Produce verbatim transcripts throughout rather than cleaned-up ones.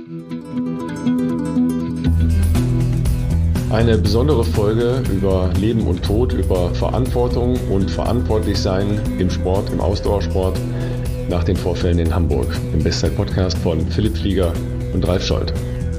Eine besondere Folge über Leben und Tod, über Verantwortung und Verantwortlichsein im Sport, im Ausdauersport nach den Vorfällen in Hamburg. Im Bestzeit-Podcast von Philipp Flieger und Ralf Scholz.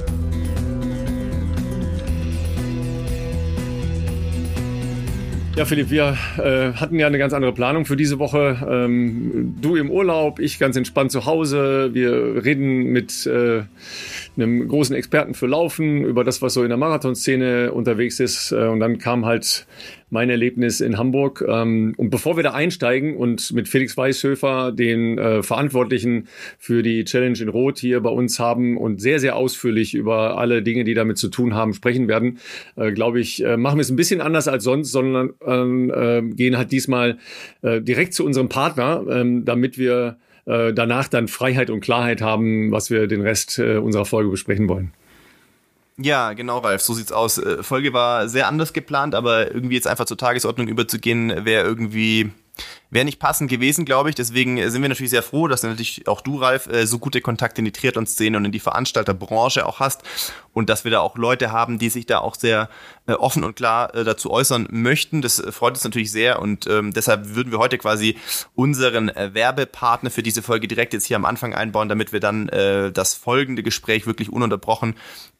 Ja, Philipp, wir äh, hatten ja eine ganz andere Planung für diese Woche. Ähm, du im Urlaub, ich ganz entspannt zu Hause. Wir reden mit äh, einem großen Experten für Laufen über das, was so in der Marathonszene unterwegs ist. Äh, und dann kam halt mein Erlebnis in Hamburg. Ähm, und bevor wir da einsteigen und mit Felix Weishöfer, den äh, Verantwortlichen für die Challenge in Rot hier bei uns haben und sehr, sehr ausführlich über alle Dinge, die damit zu tun haben, sprechen werden, äh, glaube ich, äh, machen wir es ein bisschen anders als sonst, sondern äh, gehen halt diesmal äh, direkt zu unserem Partner, äh, damit wir äh, danach dann Freiheit und Klarheit haben, was wir den Rest äh, unserer Folge besprechen wollen. Ja, genau, Ralf, so sieht's aus. Folge war sehr anders geplant, aber irgendwie jetzt einfach zur Tagesordnung überzugehen, wäre irgendwie, wäre nicht passend gewesen, glaube ich. Deswegen sind wir natürlich sehr froh, dass natürlich auch du, Ralf, so gute Kontakte in die Triathlon-Szene und in die Veranstalterbranche auch hast und dass wir da auch Leute haben, die sich da auch sehr offen und klar dazu äußern möchten. Das freut uns natürlich sehr und ähm, deshalb würden wir heute quasi unseren äh, Werbepartner für diese Folge direkt jetzt hier am Anfang einbauen, damit wir dann äh, das folgende Gespräch wirklich ununterbrochen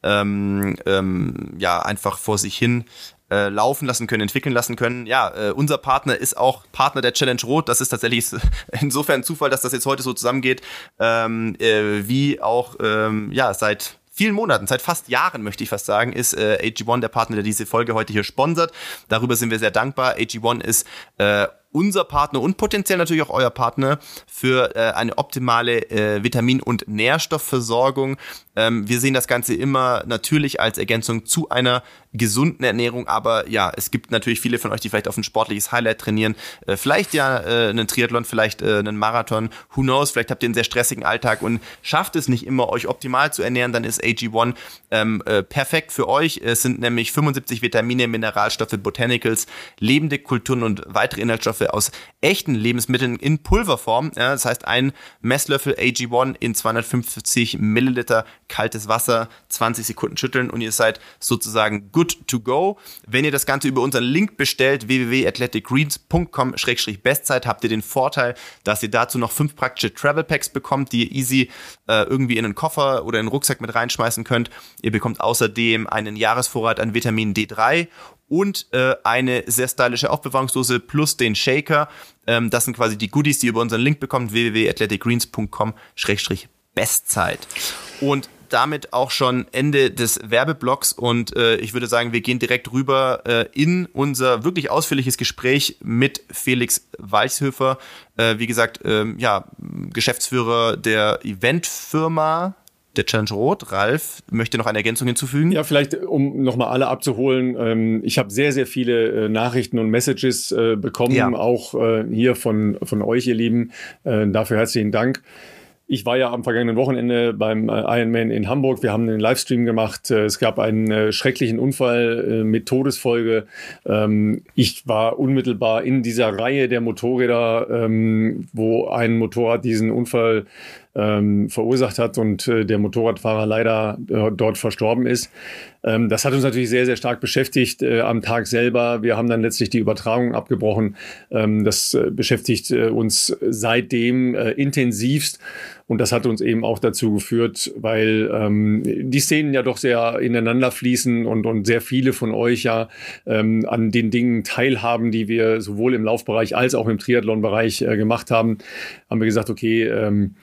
ähm, ähm, ja einfach vor sich hin äh, laufen lassen können, entwickeln lassen können. Ja, äh, unser Partner ist auch Partner der Challenge Rot. Das ist tatsächlich insofern ein Zufall, dass das jetzt heute so zusammengeht, ähm, äh, wie auch ähm, ja seit vielen Monaten, seit fast Jahren möchte ich fast sagen, ist äh, A G eins der Partner, der diese Folge heute hier sponsert. Darüber sind wir sehr dankbar. A G eins ist äh, unser Partner und potenziell natürlich auch euer Partner für äh, eine optimale äh, Vitamin- und Nährstoffversorgung. Ähm, wir sehen das Ganze immer natürlich als Ergänzung zu einer gesunden Ernährung, aber ja, es gibt natürlich viele von euch, die vielleicht auf ein sportliches Highlight trainieren, äh, vielleicht ja äh, einen Triathlon, vielleicht äh, einen Marathon, who knows, vielleicht habt ihr einen sehr stressigen Alltag und schafft es nicht immer, euch optimal zu ernähren, dann ist A G eins ähm, äh, perfekt für euch. Es sind nämlich fünfundsiebzig Vitamine, Mineralstoffe, Botanicals, lebende Kulturen und weitere Inhaltsstoffe aus echten Lebensmitteln in Pulverform. Ja, das heißt, ein Messlöffel A G eins in zweihundertfünfzig Milliliter kaltes Wasser, zwanzig Sekunden schütteln und ihr seid sozusagen good to go. Wenn ihr das Ganze über unseren Link bestellt, w w w punkt athletic greens punkt com slash bestzeit, habt ihr den Vorteil, dass ihr dazu noch fünf praktische Travel Packs bekommt, die ihr easy äh, irgendwie in einen Koffer oder in einen Rucksack mit reinschmeißen könnt. Ihr bekommt außerdem einen Jahresvorrat an Vitamin D drei und äh, eine sehr stylische Aufbewahrungsdose plus den Shaker. Ähm, das sind quasi die Goodies, die ihr über unseren Link bekommt, w w w punkt athletic greens punkt com slash bestzeit. Und damit auch schon Ende des Werbeblocks und äh, ich würde sagen, wir gehen direkt rüber äh, in unser wirklich ausführliches Gespräch mit Felix Weishöfer, äh, wie gesagt, ähm, ja, Geschäftsführer der Eventfirma der Challenge Rot. Ralf möchte noch eine Ergänzung hinzufügen. Ja, vielleicht, um nochmal alle abzuholen. Ähm, ich habe sehr, sehr viele äh, Nachrichten und Messages äh, bekommen, ja. auch äh, hier von, von euch, ihr Lieben. Äh, dafür herzlichen Dank. Ich war ja am vergangenen Wochenende beim Ironman in Hamburg. Wir haben einen Livestream gemacht. Es gab einen äh, schrecklichen Unfall äh, mit Todesfolge. Ähm, ich war unmittelbar in dieser Reihe der Motorräder, ähm, wo ein Motorrad diesen Unfall ähm, verursacht hat und äh, der Motorradfahrer leider äh, dort verstorben ist. Ähm, das hat uns natürlich sehr, sehr stark beschäftigt äh, am Tag selber. Wir haben dann letztlich die Übertragung abgebrochen. Ähm, das äh, beschäftigt äh, uns seitdem äh, intensivst. Und das hat uns eben auch dazu geführt, weil ähm, die Szenen ja doch sehr ineinander fließen und, und sehr viele von euch ja ähm, an den Dingen teilhaben, die wir sowohl im Laufbereich als auch im Triathlon-Bereich äh, gemacht haben, haben wir gesagt, okay, ähm,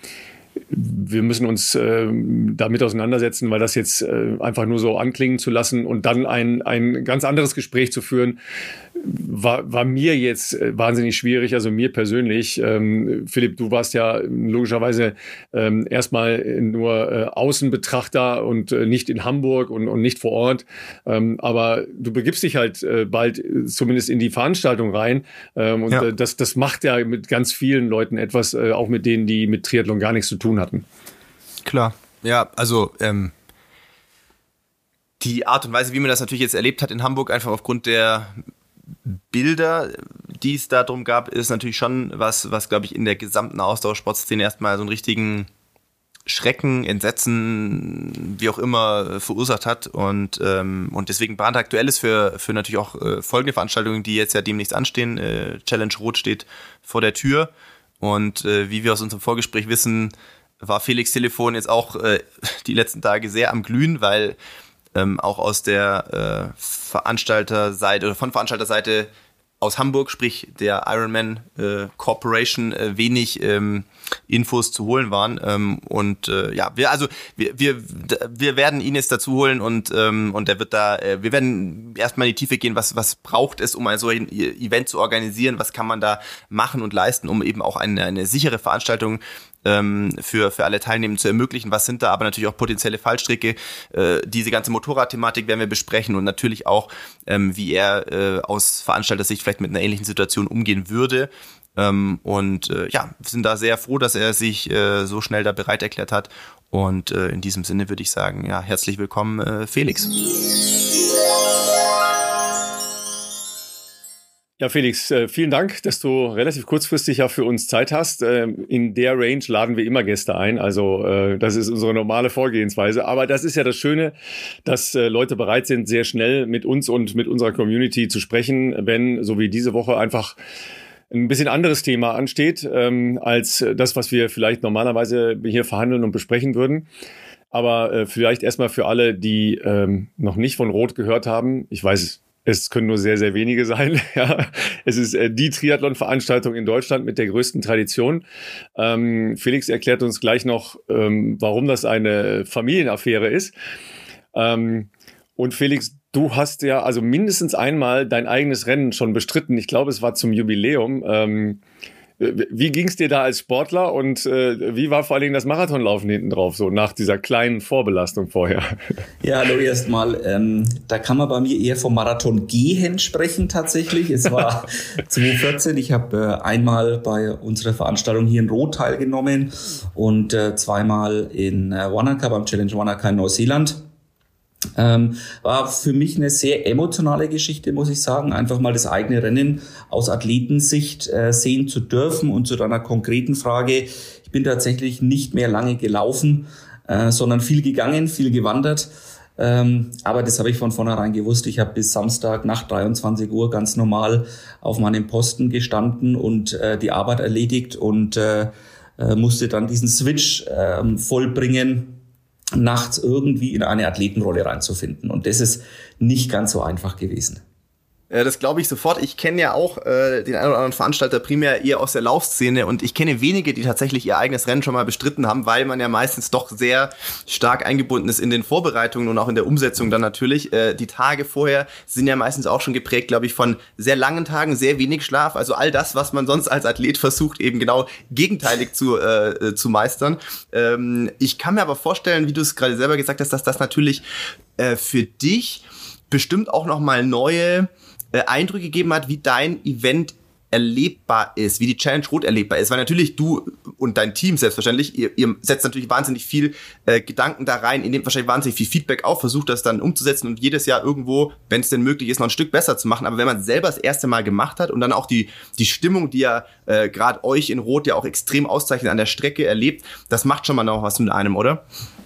wir müssen uns äh, damit auseinandersetzen, weil das jetzt äh, einfach nur so anklingen zu lassen und dann ein, ein ganz anderes Gespräch zu führen, war, war mir jetzt wahnsinnig schwierig, also mir persönlich. Ähm, Philipp, du warst ja logischerweise ähm, erstmal nur äh, Außenbetrachter und äh, nicht in Hamburg und, und nicht vor Ort. Ähm, aber du begibst dich halt äh, bald äh, zumindest in die Veranstaltung rein. Ähm, und ja. äh, das, das macht ja mit ganz vielen Leuten etwas, äh, auch mit denen, die mit Triathlon gar nichts zu tun hatten. Klar, ja, also ähm die Art und Weise, wie man das natürlich jetzt erlebt hat in Hamburg, einfach aufgrund der Bilder, die es da drum gab, ist natürlich schon was, was glaube ich in der gesamten Ausdauersportszene erstmal so einen richtigen Schrecken, Entsetzen, wie auch immer, verursacht hat. Und, ähm, und deswegen brandaktuell ist für, für natürlich auch äh, folgende Veranstaltungen, die jetzt ja demnächst anstehen. Äh, Challenge Rot steht vor der Tür. Und äh, wie wir aus unserem Vorgespräch wissen, war Felix Telefon jetzt auch äh, die letzten Tage sehr am Glühen, weil ähm, auch aus der äh, Veranstalterseite oder von Veranstalterseite aus Hamburg, sprich der Ironman äh, Corporation, äh, wenig ähm, Infos zu holen waren. Ähm, und äh, ja, wir also wir, wir wir werden ihn jetzt dazu holen und ähm, und der wird da. Äh, wir werden erstmal in die Tiefe gehen. Was was braucht es, um ein so ein Event zu organisieren? Was kann man da machen und leisten, um eben auch eine eine sichere Veranstaltung ähm, für für alle Teilnehmer zu ermöglichen? Was sind da aber natürlich auch potenzielle Fallstricke? Äh, diese ganze Motorradthematik werden wir besprechen und natürlich auch, ähm, wie er äh, aus Veranstalter-Sicht vielleicht mit einer ähnlichen Situation umgehen würde. Ähm, und äh, ja, wir sind da sehr froh, dass er sich äh, so schnell da bereit erklärt hat. Und äh, in diesem Sinne würde ich sagen, ja, herzlich willkommen, äh, Felix. Ja, Felix, äh, vielen Dank, dass du relativ kurzfristig ja für uns Zeit hast. Ähm, in der Range laden wir immer Gäste ein, also äh, das ist unsere normale Vorgehensweise. Aber das ist ja das Schöne, dass äh, Leute bereit sind, sehr schnell mit uns und mit unserer Community zu sprechen, wenn, so wie diese Woche, einfach ein bisschen anderes Thema ansteht, ähm, als das, was wir vielleicht normalerweise hier verhandeln und besprechen würden. Aber äh, vielleicht erstmal für alle, die ähm, noch nicht von Rot gehört haben. Ich weiß, es können nur sehr, sehr wenige sein. Ja, es ist äh, die Triathlon-Veranstaltung in Deutschland mit der größten Tradition. Ähm, Felix erklärt uns gleich noch, ähm, warum das eine Familienaffäre ist. Ähm, und Felix, du hast ja also mindestens einmal dein eigenes Rennen schon bestritten. Ich glaube, es war zum Jubiläum. Ähm, wie ging es dir da als Sportler und äh, wie war vor allen Dingen das Marathonlaufen hinten drauf, so nach dieser kleinen Vorbelastung vorher? Ja, hallo erstmal. Ähm, da kann man bei mir eher vom Marathon gehen sprechen tatsächlich. Es war zwanzig vierzehn. Ich habe äh, einmal bei unserer Veranstaltung hier in Rot teilgenommen und äh, zweimal in äh, Wanaka beim Challenge Wanaka in Neuseeland. Ähm, war für mich eine sehr emotionale Geschichte, muss ich sagen, einfach mal das eigene Rennen aus Athletensicht äh, sehen zu dürfen. Und zu deiner konkreten Frage, ich bin tatsächlich nicht mehr lange gelaufen, äh, sondern viel gegangen, viel gewandert. Ähm, aber das habe ich von vornherein gewusst. Ich habe bis Samstag nach dreiundzwanzig Uhr ganz normal auf meinem Posten gestanden und äh, die Arbeit erledigt und äh, äh, musste dann diesen Switch äh, vollbringen, nachts irgendwie in eine Athletenrolle reinzufinden. Und das ist nicht ganz so einfach gewesen. Ja, das glaube ich sofort. Ich kenne ja auch äh, den einen oder anderen Veranstalter primär eher aus der Laufszene und ich kenne wenige, die tatsächlich ihr eigenes Rennen schon mal bestritten haben, weil man ja meistens doch sehr stark eingebunden ist in den Vorbereitungen und auch in der Umsetzung dann natürlich. Äh, die Tage vorher sind ja meistens auch schon geprägt, glaube ich, von sehr langen Tagen, sehr wenig Schlaf, also all das, was man sonst als Athlet versucht, eben genau gegenteilig zu, äh, zu meistern. Ähm, ich kann mir aber vorstellen, wie du es gerade selber gesagt hast, dass das natürlich äh, für dich bestimmt auch nochmal neue Eindrücke gegeben hat, wie dein Event erlebbar ist, wie die Challenge Rot erlebbar ist, weil natürlich du und dein Team selbstverständlich, ihr, ihr setzt natürlich wahnsinnig viel äh, Gedanken da rein, ihr nehmt wahrscheinlich wahnsinnig viel Feedback auf, versucht das dann umzusetzen und jedes Jahr irgendwo, wenn es denn möglich ist, noch ein Stück besser zu machen, aber wenn man es selber das erste Mal gemacht hat und dann auch die die Stimmung, die ja äh, gerade euch in Rot ja auch extrem auszeichnet, an der Strecke erlebt, das macht schon mal noch was mit einem, oder?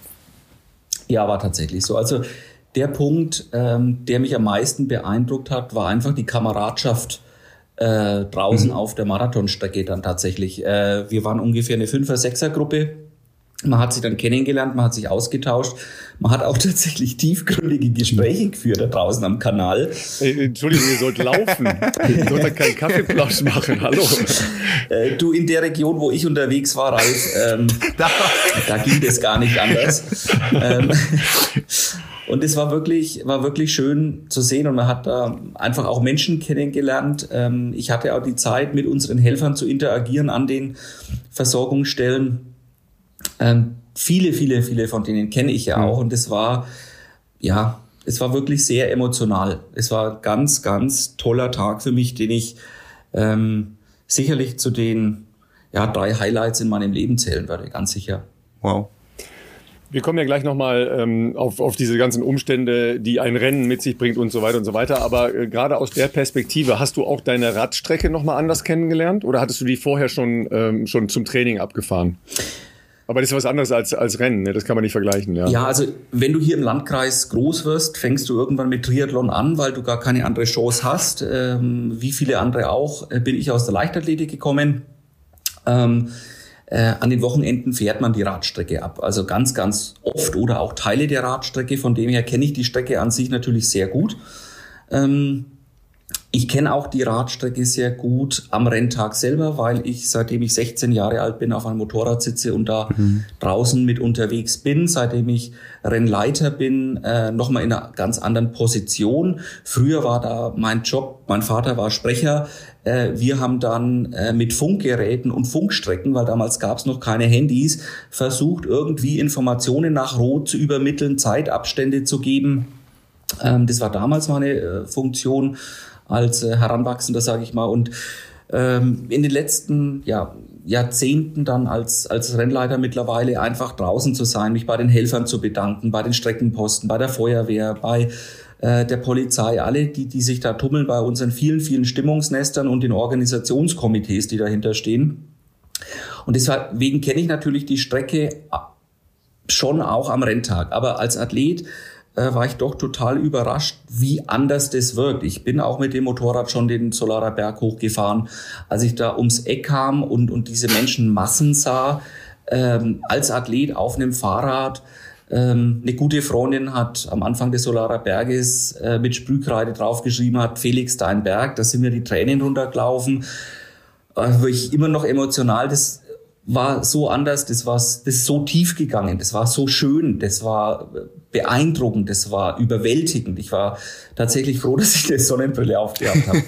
Ja, war tatsächlich so, also der Punkt, ähm, der mich am meisten beeindruckt hat, war einfach die Kameradschaft äh, draußen mhm. auf der Marathonstrecke dann tatsächlich. Äh, wir waren ungefähr eine Fünfer-Sechser-Gruppe. Man hat sich dann kennengelernt, man hat sich ausgetauscht. Man hat auch tatsächlich tiefgründige Gespräche geführt da draußen am Kanal. Äh, Entschuldigung, ihr sollt laufen. Ihr sollt da keinen Kaffeeplausch machen. Hallo. Äh, du, in der Region, wo ich unterwegs war, Ralf, ähm, da, da ging das gar nicht anders. ähm, Und es war wirklich, war wirklich schön zu sehen und man hat da einfach auch Menschen kennengelernt. Ich hatte auch die Zeit, mit unseren Helfern zu interagieren an den Versorgungsstellen. Viele, viele, viele von denen kenne ich ja auch und es war, ja, es war wirklich sehr emotional. Es war ein ganz, ganz toller Tag für mich, den ich ähm, sicherlich zu den ja, drei Highlights in meinem Leben zählen werde, ganz sicher. Wow. Wir kommen ja gleich nochmal ähm, auf, auf diese ganzen Umstände, die ein Rennen mit sich bringt und so weiter und so weiter. Aber äh, gerade aus der Perspektive, hast du auch deine Radstrecke nochmal anders kennengelernt oder hattest du die vorher schon, ähm, schon zum Training abgefahren? Aber das ist was anderes als, als Rennen, ne? Das kann man nicht vergleichen. Ja. ja, also wenn du hier im Landkreis groß wirst, fängst du irgendwann mit Triathlon an, weil du gar keine andere Chance hast. Ähm, wie viele andere auch, äh, bin ich aus der Leichtathletik gekommen. Ähm, äh, an den Wochenenden fährt man die Radstrecke ab. Also ganz, ganz oft oder auch Teile der Radstrecke. Von dem her kenne ich die Strecke an sich natürlich sehr gut. Ähm, Ich kenne auch die Radstrecke sehr gut am Renntag selber, weil ich, seitdem ich sechzehn Jahre alt bin, auf einem Motorrad sitze und da mhm. draußen mit unterwegs bin. Seitdem ich Rennleiter bin, äh, nochmal in einer ganz anderen Position. Früher war da mein Job, mein Vater war Sprecher. Äh, wir haben dann äh, mit Funkgeräten und Funkstrecken, weil damals gab es noch keine Handys, versucht irgendwie Informationen nach Rot zu übermitteln, Zeitabstände zu geben. Ähm, das war damals meine äh, Funktion als äh, Heranwachsender, sage ich mal. Und ähm, in den letzten ja, Jahrzehnten dann als als Rennleiter mittlerweile einfach draußen zu sein, mich bei den Helfern zu bedanken, bei den Streckenposten, bei der Feuerwehr, bei äh, der Polizei, alle, die die sich da tummeln, bei unseren vielen, vielen Stimmungsnestern und den Organisationskomitees, die dahinter stehen. Und deswegen kenne ich natürlich die Strecke schon auch am Renntag. Aber als Athlet war ich doch total überrascht, wie anders das wirkt. Ich bin auch mit dem Motorrad schon den Solarer Berg hochgefahren. Als ich da ums Eck kam und, und diese Menschenmassen sah, ähm, als Athlet auf einem Fahrrad, ähm, eine gute Freundin hat am Anfang des Solarer Berges äh, mit Sprühkreide draufgeschrieben, hat Felix dein Berg, da sind mir die Tränen runtergelaufen. Äh, war ich immer noch emotional, das war so anders, das war, das ist so tief gegangen, das war so schön, das war beeindruckend, das war überwältigend. Ich war tatsächlich froh, dass ich eine Sonnenbrille aufgehabt habe.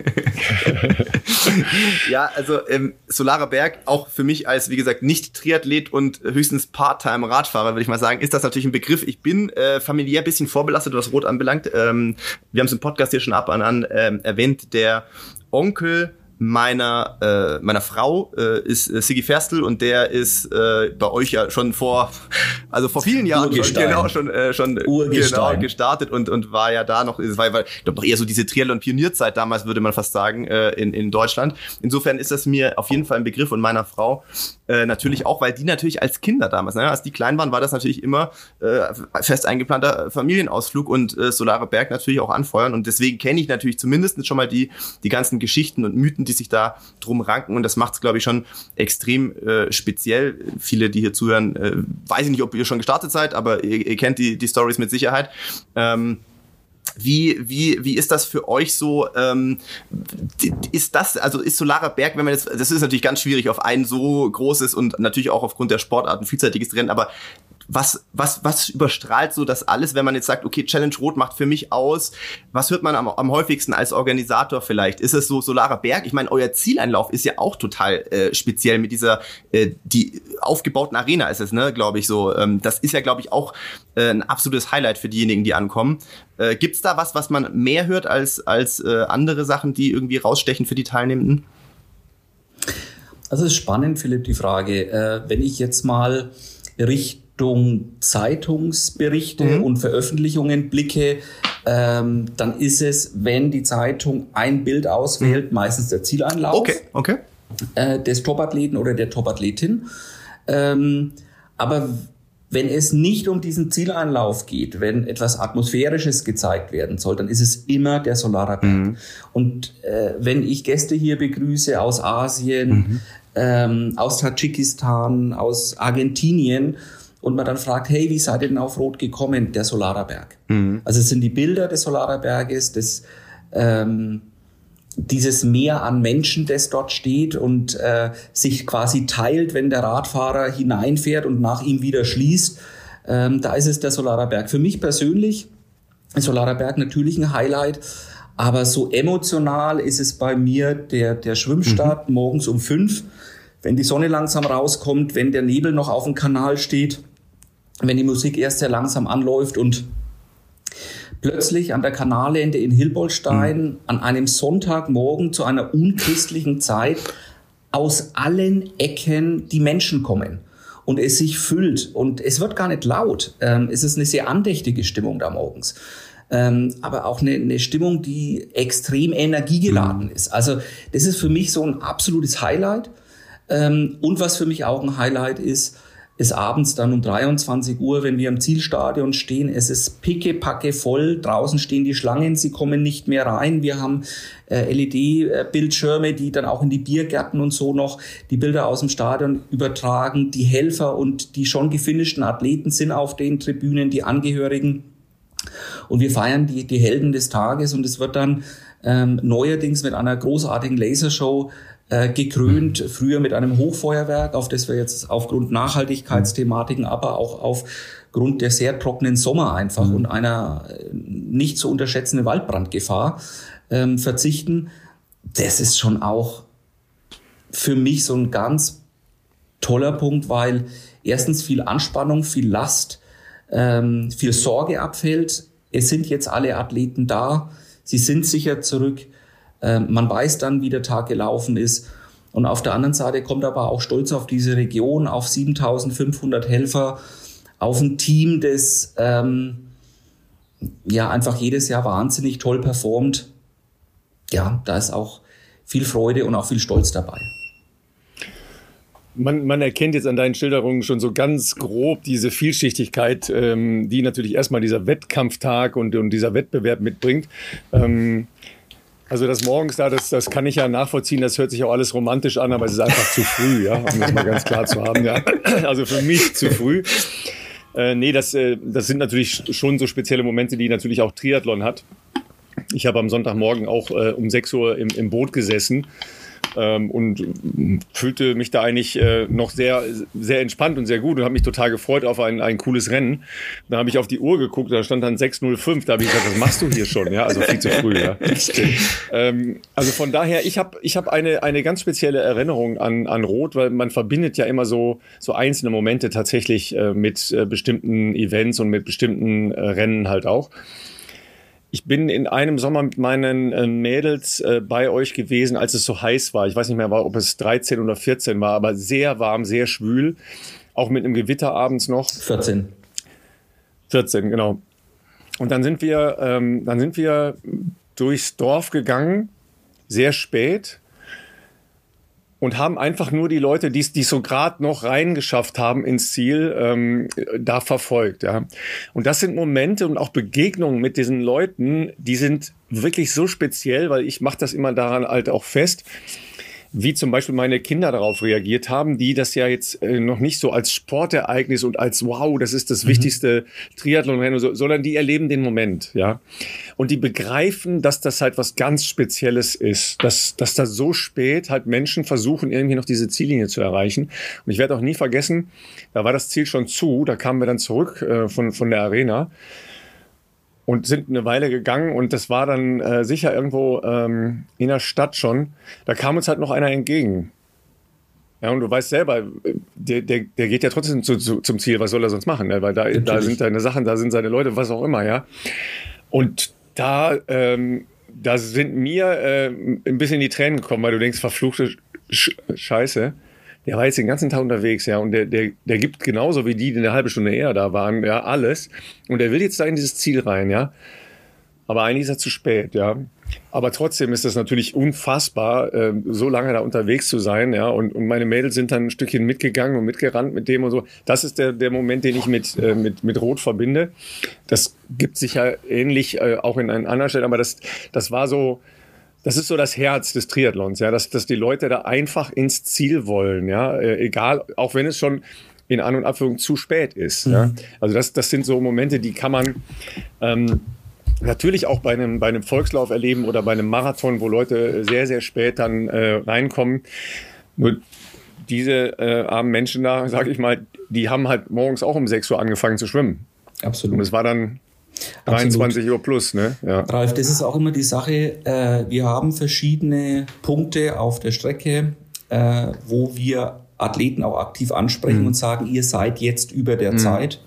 Ja, also ähm, Solarer Berg, auch für mich als, wie gesagt, nicht Triathlet und höchstens Part-Time-Radfahrer, würde ich mal sagen, ist das natürlich ein Begriff. Ich bin äh, familiär ein bisschen vorbelastet, was Rot anbelangt. Ähm, wir haben es im Podcast hier schon ab und an ähm, erwähnt, der Onkel meiner äh, meiner Frau äh, ist äh, Sigi Ferstl und der ist äh, bei euch ja schon vor also vor vielen Jahren schon, genau schon äh, schon genau gestartet und und war ja da noch es war, war ich glaube noch eher so diese Triathlon Pionierzeit damals, würde man fast sagen, äh, in in Deutschland. Insofern ist das mir auf jeden Fall ein Begriff und meiner Frau äh, natürlich auch, weil die natürlich als Kinder damals, ne, als die klein waren, war das natürlich immer äh, fest eingeplanter Familienausflug und äh, Solarer Berg natürlich auch anfeuern und deswegen kenne ich natürlich zumindest schon mal die die ganzen Geschichten und Mythen, die sich da drum ranken und das macht es, glaube ich, schon extrem äh, speziell. Viele, die hier zuhören, äh, weiß ich nicht, ob ihr schon gestartet seid, aber ihr, ihr kennt die die Stories mit Sicherheit. Ähm, Wie, wie, wie ist das für euch so? Ähm, ist das, also ist Solarer Berg, wenn man jetzt, das ist natürlich ganz schwierig auf ein so großes und natürlich auch aufgrund der Sportarten vielseitiges Rennen, aber was, was, was überstrahlt so das alles, wenn man jetzt sagt, okay, Challenge Rot macht für mich aus? Was hört man am, am häufigsten als Organisator vielleicht? Ist es so Solarer Berg? Ich meine, euer Zieleinlauf ist ja auch total äh, speziell mit dieser, äh, die aufgebauten Arena ist es, ne, glaube ich so. Ähm, das ist ja, glaube ich, auch äh, ein absolutes Highlight für diejenigen, die ankommen. Äh, gibt's da was, was man mehr hört als, als äh, andere Sachen, die irgendwie rausstechen für die Teilnehmenden? Also es ist spannend, Philipp, die Frage. Äh, wenn ich jetzt mal Richtung Zeitungsberichte mhm. und Veröffentlichungen blicke, ähm, dann ist es, wenn die Zeitung ein Bild auswählt, mhm. meistens der Zieleinlauf okay, okay. Äh, des Topathleten oder der Topathletin. Ähm, aber wenn es nicht um diesen Zieleinlauf geht, wenn etwas Atmosphärisches gezeigt werden soll, dann ist es immer der Solarer Berg. Mhm. Und äh, wenn ich Gäste hier begrüße aus Asien, mhm. ähm, aus Tadschikistan, aus Argentinien und man dann fragt, hey, wie seid ihr denn auf Rot gekommen? Der Solarer Berg. Mhm. Also es sind die Bilder des Solarer Berges, des ähm, dieses Meer an Menschen, das dort steht und äh, sich quasi teilt, wenn der Radfahrer hineinfährt und nach ihm wieder schließt. Ähm, da ist es der Solarer Berg. Für mich persönlich ist Solarer Berg natürlich ein Highlight, aber so emotional ist es bei mir der, der Schwimmstart mhm. morgens um fünf, wenn die Sonne langsam rauskommt, wenn der Nebel noch auf dem Kanal steht, wenn die Musik erst sehr langsam anläuft und plötzlich an der Kanallende in Hilbolstein mhm. an einem Sonntagmorgen zu einer unchristlichen Zeit aus allen Ecken die Menschen kommen und es sich füllt und es wird gar nicht laut. Ähm, es ist eine sehr andächtige Stimmung da morgens. Ähm, aber auch eine, eine Stimmung, die extrem energiegeladen mhm. ist. Also das ist für mich so ein absolutes Highlight. Ähm, und was für mich auch ein Highlight ist, ist abends dann um dreiundzwanzig Uhr, wenn wir am Zielstadion stehen. Es ist pickepacke voll. Draußen stehen die Schlangen, sie kommen nicht mehr rein. Wir haben äh, L E D-Bildschirme, die dann auch in die Biergärten und so noch die Bilder aus dem Stadion übertragen. Die Helfer und die schon gefinischten Athleten sind auf den Tribünen, die Angehörigen. Und wir feiern die, die Helden des Tages. Und es wird dann ähm, neuerdings mit einer großartigen Lasershow Äh, gekrönt, früher mit einem Hochfeuerwerk, auf das wir jetzt aufgrund Nachhaltigkeitsthematiken, aber auch aufgrund der sehr trockenen Sommer einfach mhm. und einer nicht zu unterschätzenden Waldbrandgefahr ähm, verzichten. Das ist schon auch für mich so ein ganz toller Punkt, weil erstens viel Anspannung, viel Last, ähm, viel Sorge abfällt. Es sind jetzt alle Athleten da, sie sind sicher zurück. Man weiß dann, wie der Tag gelaufen ist. Und auf der anderen Seite kommt aber auch Stolz auf diese Region, auf siebentausendfünfhundert Helfer, auf ein Team, das ähm, ja einfach jedes Jahr wahnsinnig toll performt. Ja, da ist auch viel Freude und auch viel Stolz dabei. Man, man erkennt jetzt an deinen Schilderungen schon so ganz grob diese Vielschichtigkeit, ähm, die natürlich erstmal dieser Wettkampftag und, und dieser Wettbewerb mitbringt. Ähm, Also das morgens da, das, das kann ich ja nachvollziehen, das hört sich auch alles romantisch an, aber es ist einfach zu früh, ja, um das mal ganz klar zu haben. Ja. Also für mich zu früh. Äh, nee, das, äh, das sind natürlich schon so spezielle Momente, die natürlich auch Triathlon hat. Ich habe am Sonntagmorgen auch äh, um sechs Uhr im, im Boot gesessen ähm, und fühlte mich da eigentlich äh, noch sehr, sehr entspannt und sehr gut und habe mich total gefreut auf ein, ein cooles Rennen. Da habe ich auf die Uhr geguckt, da stand dann sechs null fünf. Da habe ich gesagt, was machst du hier schon? Ja, also viel zu früh. Ja. ähm, also von daher, ich habe ich hab eine, eine ganz spezielle Erinnerung an, an Rot, weil man verbindet ja immer so, so einzelne Momente tatsächlich äh, mit äh, bestimmten Events und mit bestimmten äh, Rennen halt auch. Ich bin in einem Sommer mit meinen äh, Mädels äh, bei euch gewesen, als es so heiß war. Ich weiß nicht mehr, ob es dreizehn oder vierzehn war, aber sehr warm, sehr schwül. Auch mit einem Gewitter abends noch. vierzehn. vierzehn, genau. Und dann sind wir, ähm, dann sind wir durchs Dorf gegangen, sehr spät. Und haben einfach nur die Leute, die es so gerade noch reingeschafft haben ins Ziel, ähm, da verfolgt. Ja. Und das sind Momente und auch Begegnungen mit diesen Leuten, die sind wirklich so speziell, weil ich mache das immer daran halt auch fest, wie zum Beispiel meine Kinder darauf reagiert haben, die das ja jetzt äh, noch nicht so als Sportereignis und als wow, das ist das mhm. wichtigste Triathlonrennen, so, sondern die erleben den Moment, ja. Und die begreifen, dass das halt was ganz Spezielles ist, dass, dass da so spät halt Menschen versuchen, irgendwie noch diese Ziellinie zu erreichen. Und ich werde auch nie vergessen, da war das Ziel schon zu, da kamen wir dann zurück äh, von, von der Arena und sind eine Weile gegangen und das war dann äh, sicher irgendwo ähm, in der Stadt schon. Da kam uns halt noch einer entgegen. Ja, und du weißt selber, der, der, der geht ja trotzdem zu, zu, zum Ziel. Was soll er sonst machen? Ne? Weil da, da sind seine Sachen, da sind seine Leute, was auch immer, ja. Und da, ähm, da sind mir äh, ein bisschen die Tränen gekommen, weil du denkst, verfluchte Sch- Scheiße. Der war jetzt den ganzen Tag unterwegs, ja, und der, der, der gibt genauso wie die, die eine halbe Stunde eher da waren, ja, alles. Und der will jetzt da in dieses Ziel rein, ja. Aber eigentlich ist er zu spät, ja. Aber trotzdem ist das natürlich unfassbar, äh, so lange da unterwegs zu sein, ja. Und, und meine Mädels sind dann ein Stückchen mitgegangen und mitgerannt mit dem und so. Das ist der, der Moment, den ich mit, äh, mit, mit Rot verbinde. Das gibt sich ja ähnlich äh, auch in einen anderen Stellen, aber das, das war so, das ist so das Herz des Triathlons, ja, dass, dass die Leute da einfach ins Ziel wollen, ja, äh, egal, auch wenn es schon in An- und Abführung zu spät ist, mhm. ja. Also das, das sind so Momente, die kann man ähm, natürlich auch bei einem, bei einem Volkslauf erleben oder bei einem Marathon, wo Leute sehr, sehr spät dann äh, reinkommen. Nur diese äh, armen Menschen da, sag ich mal, die haben halt morgens auch um sechs Uhr angefangen zu schwimmen. Absolut. Und es war dann dreiundzwanzig Uhr plus, ne? Ja. Ralf, das ist auch immer die Sache. Äh, wir haben verschiedene Punkte auf der Strecke, äh, wo wir Athleten auch aktiv ansprechen mhm. und sagen, ihr seid jetzt über der mhm. Zeit.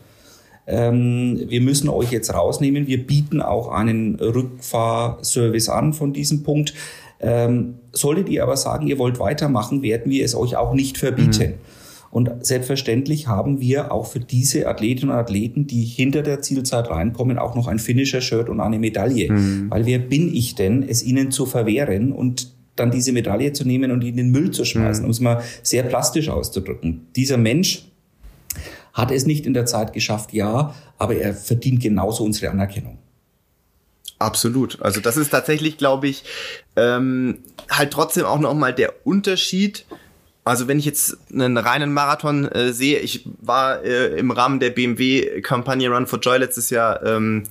Ähm, wir müssen euch jetzt rausnehmen. Wir bieten auch einen Rückfahrservice an von diesem Punkt. Ähm, solltet ihr aber sagen, ihr wollt weitermachen, werden wir es euch auch nicht verbieten. Mhm. Und selbstverständlich haben wir auch für diese Athletinnen und Athleten, die hinter der Zielzeit reinkommen, auch noch ein Finisher-Shirt und eine Medaille. Mhm. Weil wer bin ich denn, es ihnen zu verwehren und dann diese Medaille zu nehmen und in den Müll zu schmeißen, mhm. um es mal sehr plastisch auszudrücken. Dieser Mensch Hat es nicht in der Zeit geschafft, ja, aber er verdient genauso unsere Anerkennung. Absolut. Also das ist tatsächlich, glaube ich, ähm, halt trotzdem auch nochmal der Unterschied. Also wenn ich jetzt einen reinen Marathon äh, sehe, ich war äh, im Rahmen der B M W-Kampagne Run for Joy letztes Jahr ähm,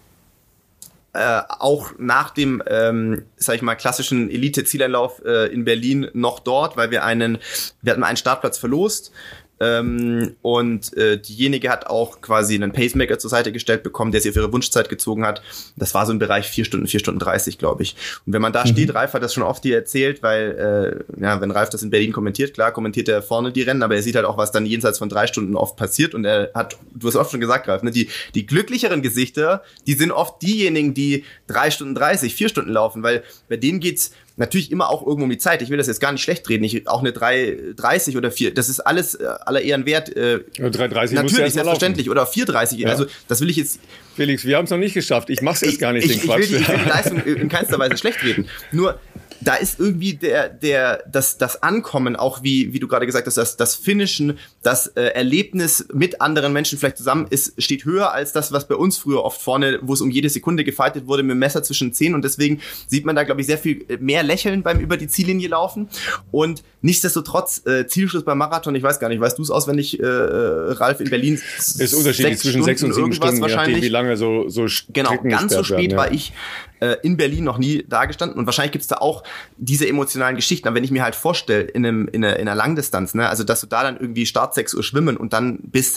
äh, auch nach dem, ähm, sag ich mal, klassischen Elite-Zieleinlauf äh, in Berlin noch dort, weil wir einen, wir hatten einen Startplatz verlost. Ähm, und äh, diejenige hat auch quasi einen Pacemaker zur Seite gestellt bekommen, der sie auf ihre Wunschzeit gezogen hat. Das war so ein Bereich vier Stunden, vier Stunden dreißig, glaube ich. Und wenn man da mhm. steht, Ralf hat das schon oft dir erzählt, weil, äh, ja, wenn Ralf das in Berlin kommentiert, klar, kommentiert er vorne die Rennen, aber er sieht halt auch, was dann jenseits von drei Stunden oft passiert. Und er hat, du hast oft schon gesagt, Ralf, ne, die, die glücklicheren Gesichter, die sind oft diejenigen, die drei Stunden dreißig, vier Stunden laufen, weil bei denen geht's natürlich immer auch irgendwo um die Zeit. Ich will das jetzt gar nicht schlecht reden. Ich, auch eine drei dreißig oder vier, das ist alles äh, aller Ehren wert. Äh, ja, drei dreißig natürlich, selbstverständlich. Oder vier dreißig. Ja. Also das will ich jetzt... Felix, wir haben es noch nicht geschafft. Ich mach's jetzt gar nicht, ich, den Quatsch. Ich will, die, ich will die Leistung in keinster Weise schlecht reden. Nur... Da ist irgendwie der, der, das, das Ankommen, auch wie, wie du gerade gesagt hast, das, das Finishen, das äh, Erlebnis mit anderen Menschen vielleicht zusammen ist, steht höher als das, was bei uns früher oft vorne, wo es um jede Sekunde gefightet wurde, mit dem Messer zwischen Zehen. Und deswegen sieht man da, glaube ich, sehr viel mehr Lächeln beim über die Ziellinie laufen. Und nichtsdestotrotz, äh, Zielschluss beim Marathon, ich weiß gar nicht, weißt du es auswendig, äh, Ralf, in Berlin? Ist unterschiedlich zwischen sechs und sieben Stunden, wahrscheinlich. Wie lange so, so Genau, ganz so spät werden, ja. war ich in Berlin noch nie dagestanden und wahrscheinlich gibt's da auch diese emotionalen Geschichten, aber wenn ich mir halt vorstelle, in, einem, in, einer, in einer Langdistanz, ne, also dass du da dann irgendwie Start sechs Uhr schwimmen und dann bis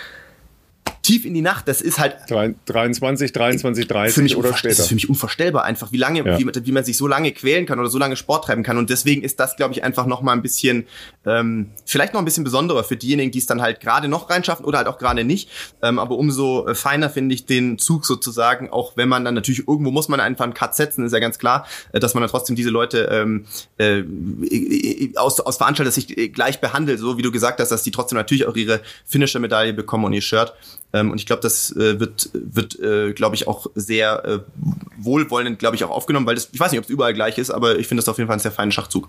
tief in die Nacht, das ist halt dreiundzwanzig, dreiundzwanzig, dreißig oder später. Das ist für mich unvorstellbar einfach, wie lange, ja. wie, wie man sich so lange quälen kann oder so lange Sport treiben kann und deswegen ist das, glaube ich, einfach noch mal ein bisschen, ähm, vielleicht noch ein bisschen besonderer für diejenigen, die es dann halt gerade noch reinschaffen oder halt auch gerade nicht, ähm, aber umso feiner finde ich den Zug sozusagen, auch wenn man dann natürlich, irgendwo muss man einfach einen Cut setzen, ist ja ganz klar, äh, dass man dann trotzdem diese Leute ähm, äh, aus, aus Veranstalter-Sicht gleich behandelt, so wie du gesagt hast, dass die trotzdem natürlich auch ihre Finisher-Medaille bekommen und ihr Shirt. Und ich glaube, das äh, wird, wird äh, glaube ich, auch sehr äh, wohlwollend, glaube ich, auch aufgenommen, weil das, ich weiß nicht, ob es überall gleich ist, aber ich finde das auf jeden Fall ein sehr feiner Schachzug.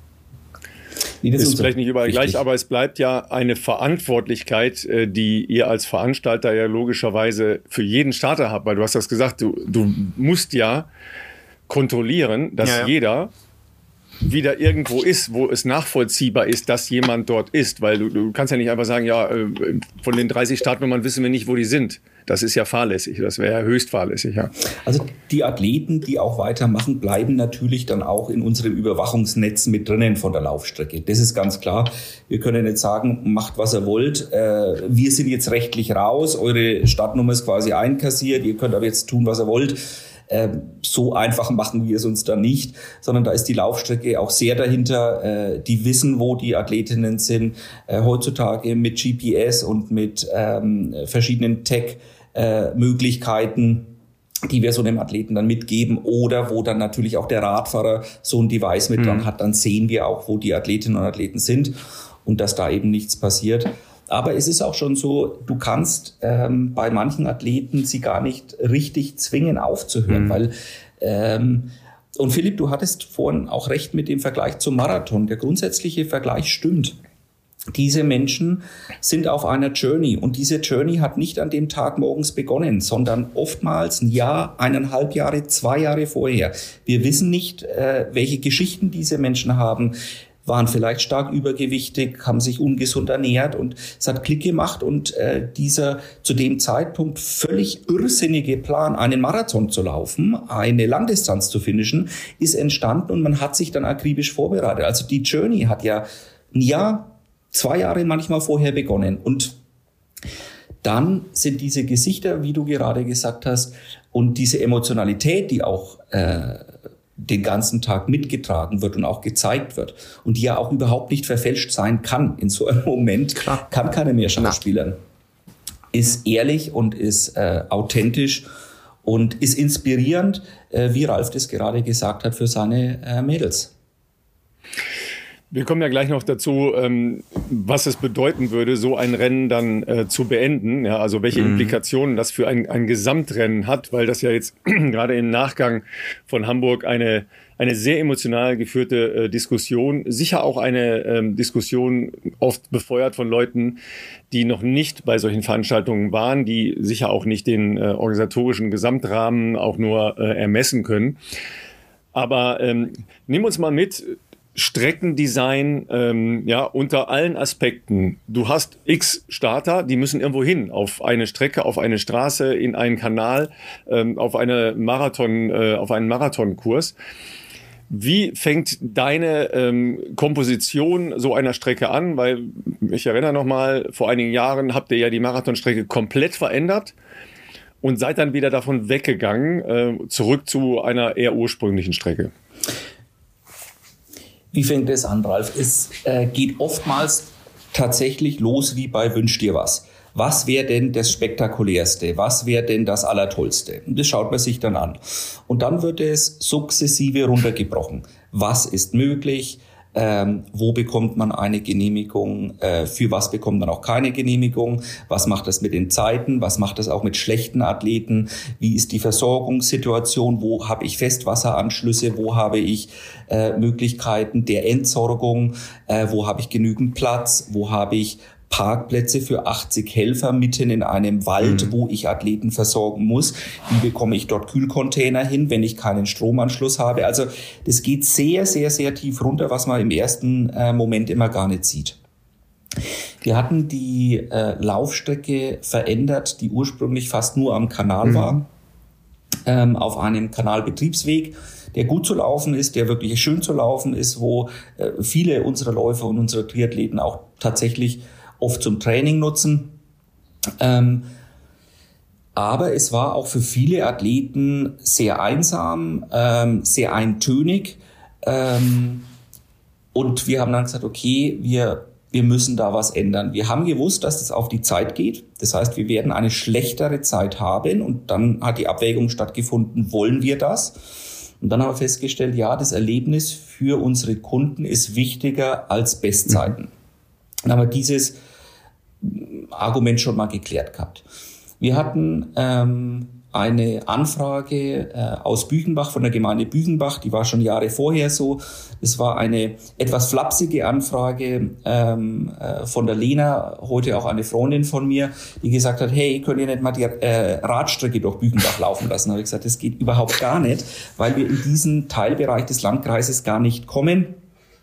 Das ist vielleicht nicht überall richtig gleich, aber es bleibt ja eine Verantwortlichkeit, äh, die ihr als Veranstalter ja logischerweise für jeden Starter habt, weil du hast das gesagt, du, du musst ja kontrollieren, dass ja, ja. jeder wieder irgendwo ist, wo es nachvollziehbar ist, dass jemand dort ist, weil du, du kannst ja nicht einfach sagen, ja, von den dreißig Startnummern wissen wir nicht, wo die sind. Das ist ja fahrlässig, das wäre ja höchst fahrlässig, ja. Also die Athleten, die auch weitermachen, bleiben natürlich dann auch in unserem Überwachungsnetz mit drinnen von der Laufstrecke. Das ist ganz klar. Wir können nicht sagen, macht was ihr wollt. Wir sind jetzt rechtlich raus, eure Startnummer ist quasi einkassiert, ihr könnt aber jetzt tun, was ihr wollt. So einfach machen wir es uns dann nicht, sondern da ist die Laufstrecke auch sehr dahinter. Die wissen, wo die Athletinnen sind. Heutzutage mit G P S und mit ähm, verschiedenen Tech-Möglichkeiten, die wir so einem Athleten dann mitgeben oder wo dann natürlich auch der Radfahrer so ein Device mit dran hat, dann sehen wir auch, wo die Athletinnen und Athleten sind und dass da eben nichts passiert. Aber es ist auch schon so, du kannst ähm, bei manchen Athleten sie gar nicht richtig zwingen aufzuhören, mhm. weil ähm, und Philipp, du hattest vorhin auch recht mit dem Vergleich zum Marathon. Der grundsätzliche Vergleich stimmt. Diese Menschen sind auf einer Journey und diese Journey hat nicht an dem Tag morgens begonnen, sondern oftmals ein Jahr, eineinhalb Jahre, zwei Jahre vorher. Wir wissen nicht, äh, welche Geschichten diese Menschen haben, waren vielleicht stark übergewichtig, haben sich ungesund ernährt und es hat Klick gemacht und äh, dieser zu dem Zeitpunkt völlig irrsinnige Plan, einen Marathon zu laufen, eine Langdistanz zu finishen, ist entstanden und man hat sich dann akribisch vorbereitet. Also die Journey hat ja ein Jahr, zwei Jahre manchmal vorher begonnen und dann sind diese Gesichter, wie du gerade gesagt hast, und diese Emotionalität, die auch äh, den ganzen Tag mitgetragen wird und auch gezeigt wird und die ja auch überhaupt nicht verfälscht sein kann in so einem Moment, Klar. kann keine mehr schauspielern, ist ehrlich und ist äh, authentisch und ist inspirierend, äh, wie Ralf das gerade gesagt hat, für seine äh, Mädels. Wir kommen ja gleich noch dazu, ähm, was es bedeuten würde, so ein Rennen dann äh, zu beenden. Ja, also welche mhm. Implikationen das für ein, ein Gesamtrennen hat, weil das ja jetzt gerade im Nachgang von Hamburg eine eine sehr emotional geführte äh, Diskussion, sicher auch eine ähm, Diskussion oft befeuert von Leuten, die noch nicht bei solchen Veranstaltungen waren, die sicher auch nicht den äh, organisatorischen Gesamtrahmen auch nur äh, ermessen können. Aber ähm, nimm uns mal mit, Streckendesign, ähm, ja, unter allen Aspekten. Du hast x Starter, die müssen irgendwo hin, auf eine Strecke, auf eine Straße, in einen Kanal, ähm, auf eine Marathon, äh, auf einen Marathonkurs. Wie fängt deine ähm, Komposition so einer Strecke an? Weil ich erinnere noch mal, vor einigen Jahren habt ihr ja die Marathonstrecke komplett verändert und seid dann wieder davon weggegangen, äh, zurück zu einer eher ursprünglichen Strecke. Wie fängt es an, Ralf? Es äh, geht oftmals tatsächlich los wie bei Wünsch dir was. Was wäre denn das Spektakulärste? Was wäre denn das Allertollste? Und das schaut man sich dann an. Und dann wird es sukzessive runtergebrochen. Was ist möglich? Ähm, wo bekommt man eine Genehmigung? Äh, für was bekommt man auch keine Genehmigung? Was macht das mit den Zeiten? Was macht das auch mit schlechten Athleten? Wie ist die Versorgungssituation? Wo habe ich Festwasseranschlüsse? Wo habe ich äh, Möglichkeiten der Entsorgung? Äh, wo habe ich genügend Platz? Wo habe ich Parkplätze für achtzig Helfer mitten in einem Wald, mhm. wo ich Athleten versorgen muss? Wie bekomme ich dort Kühlcontainer hin, wenn ich keinen Stromanschluss habe? Also das geht sehr, sehr, sehr tief runter, was man im ersten äh, Moment immer gar nicht sieht. Wir hatten die äh, Laufstrecke verändert, die ursprünglich fast nur am Kanal mhm. war, ähm, auf einem Kanalbetriebsweg, der gut zu laufen ist, der wirklich schön zu laufen ist, wo äh, viele unserer Läufer und unserer Triathleten auch tatsächlich oft zum Training nutzen. Ähm, aber es war auch für viele Athleten sehr einsam, ähm, sehr eintönig. Ähm, und wir haben dann gesagt, okay, wir, wir müssen da was ändern. Wir haben gewusst, dass es auf die Zeit geht. Das heißt, wir werden eine schlechtere Zeit haben. Und dann hat die Abwägung stattgefunden, wollen wir das? Und dann haben wir festgestellt, ja, das Erlebnis für unsere Kunden ist wichtiger als Bestzeiten. Dann haben wir dieses Argument schon mal geklärt gehabt. Wir hatten ähm, eine Anfrage äh, aus Büchenbach, von der Gemeinde Büchenbach, die war schon Jahre vorher so. Es war eine etwas flapsige Anfrage ähm, äh, von der Lena, heute auch eine Freundin von mir, die gesagt hat, hey, könnt ihr nicht mal die äh, Radstrecke durch Büchenbach laufen lassen? Da habe ich gesagt, das geht überhaupt gar nicht, weil wir in diesen Teilbereich des Landkreises gar nicht kommen.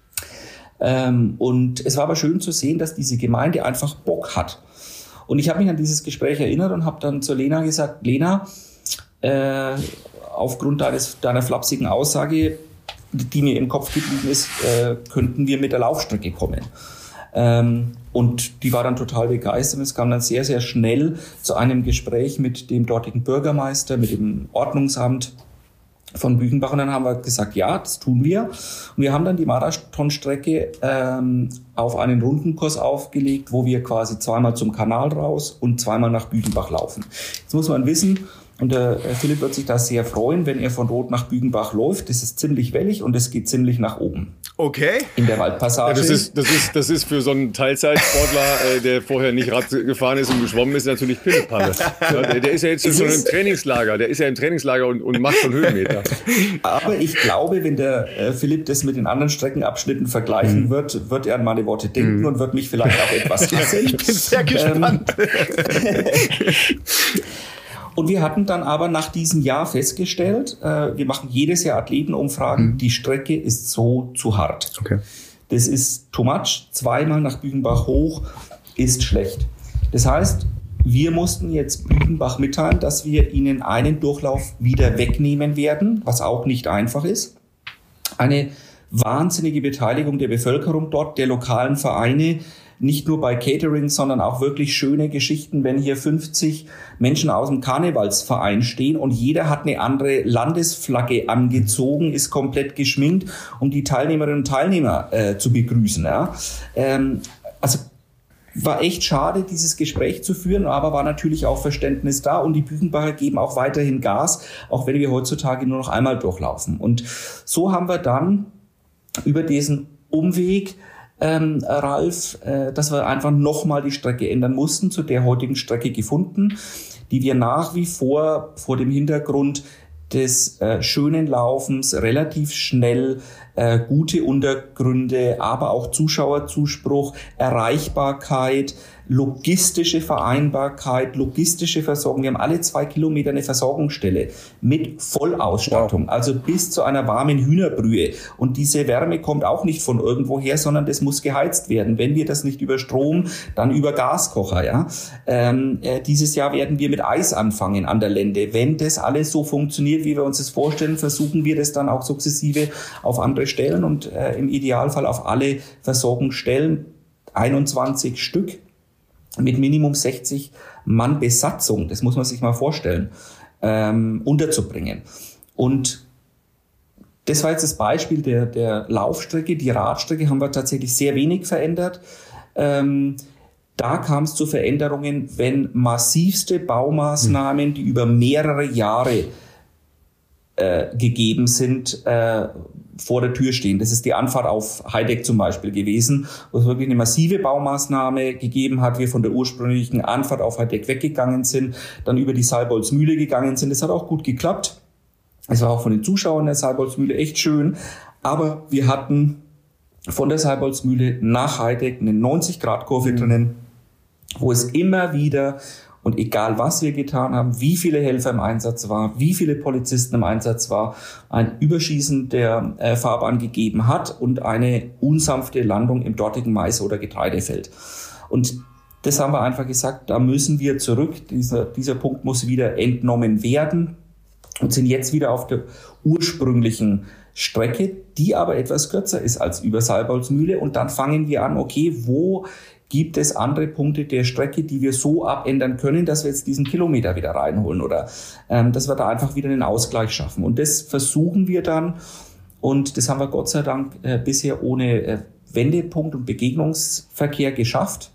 Ähm, und es war aber schön zu sehen, dass diese Gemeinde einfach Bock hat. Und ich habe mich an dieses Gespräch erinnert und habe dann zu Lena gesagt, Lena, äh, aufgrund deines, deiner flapsigen Aussage, die mir im Kopf geblieben ist, äh, könnten wir mit der Laufstrecke kommen. Ähm, und die war dann total begeistert. Und es kam dann sehr, sehr schnell zu einem Gespräch mit dem dortigen Bürgermeister, mit dem Ordnungsamt von Büchenbach, und dann haben wir gesagt, ja, das tun wir. Und wir haben dann die Marathonstrecke ähm, auf einen Rundenkurs aufgelegt, wo wir quasi zweimal zum Kanal raus und zweimal nach Büchenbach laufen. Jetzt muss man wissen, und der Philipp wird sich da sehr freuen, wenn er von Rot nach Büchenbach läuft. Das ist ziemlich wellig und es geht ziemlich nach oben. Okay. In der Waldpassage. Ja, das ist, das ist, das ist für so einen Teilzeitsportler, äh, der vorher nicht Rad gefahren ist und geschwommen ist, natürlich Pillepalle. Ja, der, der ist ja jetzt schon im Trainingslager. Der ist ja im Trainingslager und, und macht schon Höhenmeter. Aber ich glaube, wenn der äh, Philipp das mit den anderen Streckenabschnitten vergleichen mhm. wird, wird er an meine Worte denken mhm. und wird mich vielleicht auch etwas hassen. Ich bin sehr gespannt. Ähm, Und wir hatten dann aber nach diesem Jahr festgestellt, äh, wir machen jedes Jahr Athletenumfragen, mhm. die Strecke ist so zu hart. Okay. Das ist too much, zweimal nach Büchenbach hoch ist schlecht. Das heißt, wir mussten jetzt Büchenbach mitteilen, dass wir ihnen einen Durchlauf wieder wegnehmen werden, was auch nicht einfach ist. Eine wahnsinnige Beteiligung der Bevölkerung dort, der lokalen Vereine, nicht nur bei Catering, sondern auch wirklich schöne Geschichten, wenn hier fünfzig Menschen aus dem Karnevalsverein stehen und jeder hat eine andere Landesflagge angezogen, ist komplett geschminkt, um die Teilnehmerinnen und Teilnehmer äh, zu begrüßen. Ja. Ähm, also war echt schade, dieses Gespräch zu führen, aber war natürlich auch Verständnis da und die Büchenbacher geben auch weiterhin Gas, auch wenn wir heutzutage nur noch einmal durchlaufen. Und so haben wir dann über diesen Umweg Ähm, Ralf, äh, dass wir einfach nochmal die Strecke ändern mussten, zu der heutigen Strecke gefunden, die wir nach wie vor vor dem Hintergrund des äh, schönen Laufens, relativ schnell, äh, gute Untergründe, aber auch Zuschauerzuspruch, Erreichbarkeit, logistische Vereinbarkeit, logistische Versorgung. Wir haben alle zwei Kilometer eine Versorgungsstelle mit Vollausstattung, wow. Also bis zu einer warmen Hühnerbrühe. Und diese Wärme kommt auch nicht von irgendwoher, sondern das muss geheizt werden. Wenn wir das nicht über Strom, dann über Gaskocher. Ja? Ähm, äh, dieses Jahr werden wir mit Eis anfangen an der Lände. Wenn das alles so funktioniert, wie wir uns das vorstellen, versuchen wir das dann auch sukzessive auf andere Stellen und äh, im Idealfall auf alle Versorgungsstellen, einundzwanzig Stück, mit Minimum sechzig Mann Besatzung, das muss man sich mal vorstellen, ähm, unterzubringen. Und das war jetzt das Beispiel der, der Laufstrecke. Die Radstrecke haben wir tatsächlich sehr wenig verändert. Ähm, da kam es zu Veränderungen, wenn massivste Baumaßnahmen, die über mehrere Jahre äh, gegeben sind, äh, vor der Tür stehen. Das ist die Anfahrt auf Heideck zum Beispiel gewesen, wo es wirklich eine massive Baumaßnahme gegeben hat, wir von der ursprünglichen Anfahrt auf Heideck weggegangen sind, dann über die Saalbolzmühle gegangen sind. Das hat auch gut geklappt. Es war auch von den Zuschauern der Saalbolzmühle echt schön, aber wir hatten von der Saalbolzmühle nach Heideck eine neunzig Grad Kurve drinnen, wo es immer wieder, und egal was wir getan haben, wie viele Helfer im Einsatz war, wie viele Polizisten im Einsatz war, ein Überschießen der äh, Fahrbahn gegeben hat und eine unsanfte Landung im dortigen Mais- oder Getreidefeld. Und das haben wir einfach gesagt, da müssen wir zurück, dieser, dieser Punkt muss wieder entnommen werden und sind jetzt wieder auf der ursprünglichen Strecke, die aber etwas kürzer ist als über Saalbolzmühle. Und dann fangen wir an, okay, wo gibt es andere Punkte der Strecke, die wir so abändern können, dass wir jetzt diesen Kilometer wieder reinholen oder ähm, dass wir da einfach wieder einen Ausgleich schaffen. Und das versuchen wir dann, und das haben wir Gott sei Dank äh, bisher ohne äh, Wendepunkt und Begegnungsverkehr geschafft,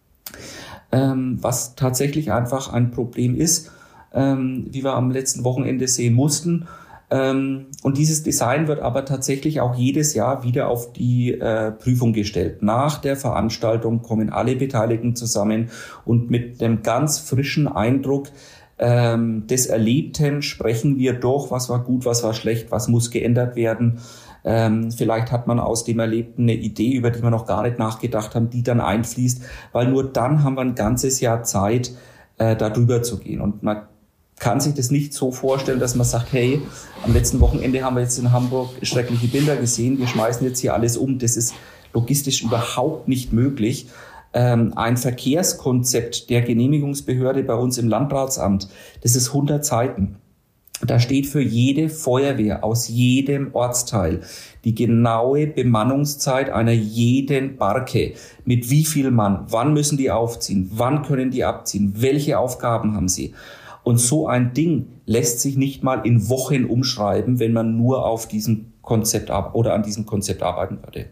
ähm, was tatsächlich einfach ein Problem ist, ähm, wie wir am letzten Wochenende sehen mussten. Und dieses Design wird aber tatsächlich auch jedes Jahr wieder auf die äh, Prüfung gestellt. Nach der Veranstaltung kommen alle Beteiligten zusammen und mit einem ganz frischen Eindruck ähm, des Erlebten sprechen wir durch, was war gut, was war schlecht, was muss geändert werden. Ähm, vielleicht hat man aus dem Erlebten eine Idee, über die wir noch gar nicht nachgedacht haben, die dann einfließt, weil nur dann haben wir ein ganzes Jahr Zeit, äh, da drüber zu gehen. Und man kann sich das nicht so vorstellen, dass man sagt, hey, am letzten Wochenende haben wir jetzt in Hamburg schreckliche Bilder gesehen, wir schmeißen jetzt hier alles um. Das ist logistisch überhaupt nicht möglich. Ähm, ein Verkehrskonzept der Genehmigungsbehörde bei uns im Landratsamt, das ist hundert Seiten. Da steht für jede Feuerwehr aus jedem Ortsteil die genaue Bemannungszeit einer jeden Barke. Mit wie viel Mann, wann müssen die aufziehen, wann können die abziehen, welche Aufgaben haben sie. Und so ein Ding lässt sich nicht mal in Wochen umschreiben, wenn man nur auf diesem Konzept ab- oder an diesem Konzept arbeiten würde.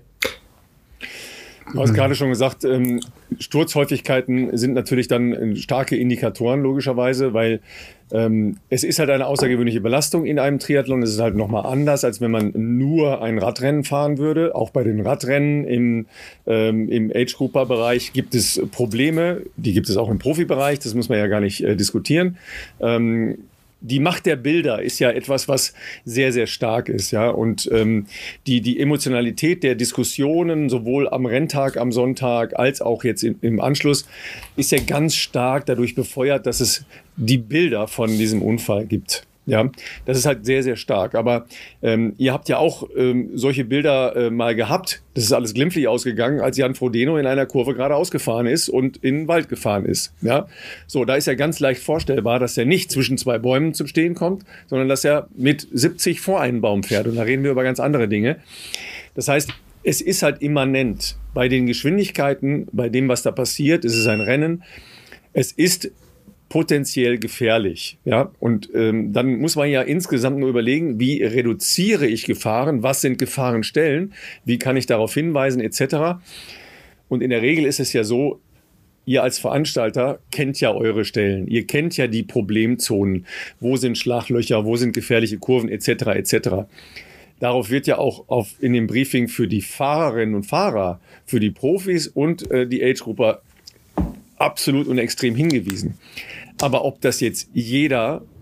Du hast gerade schon gesagt, ähm, Sturzhäufigkeiten sind natürlich dann starke Indikatoren logischerweise, weil ähm, es ist halt eine außergewöhnliche Belastung in einem Triathlon. Es ist halt nochmal anders, als wenn man nur ein Radrennen fahren würde. Auch bei den Radrennen im, ähm, im Age-Grouper-Bereich gibt es Probleme. Die gibt es auch im Profibereich, das muss man ja gar nicht äh, diskutieren. Ähm, Die Macht der Bilder ist ja etwas, was sehr, sehr stark ist, ja. Und ähm, die, die Emotionalität der Diskussionen, sowohl am Renntag, am Sonntag, als auch jetzt im, im Anschluss, ist ja ganz stark dadurch befeuert, dass es die Bilder von diesem Unfall gibt. Ja, das ist halt sehr, sehr stark. Aber ähm, ihr habt ja auch ähm, solche Bilder äh, mal gehabt. Das ist alles glimpflich ausgegangen, als Jan Frodeno in einer Kurve geradeaus gefahren ist und in den Wald gefahren ist. Ja, so, da ist ja ganz leicht vorstellbar, dass er nicht zwischen zwei Bäumen zum Stehen kommt, sondern dass er mit siebzig vor einen Baum fährt. Und da reden wir über ganz andere Dinge. Das heißt, es ist halt immanent bei den Geschwindigkeiten, bei dem, was da passiert. Es ist ein Rennen. Es ist potenziell gefährlich, ja, und ähm, dann muss man ja insgesamt nur überlegen, wie reduziere ich Gefahren, was sind Gefahrenstellen, wie kann ich darauf hinweisen, et cetera. Und in der Regel ist es ja so, ihr als Veranstalter kennt ja eure Stellen, ihr kennt ja die Problemzonen, wo sind Schlaglöcher, wo sind gefährliche Kurven, et cetera, et cetera. Darauf wird ja auch auf, in dem Briefing für die Fahrerinnen und Fahrer, für die Profis und äh, die Age-Grupper absolut und extrem hingewiesen. Aber ob das jetzt jeder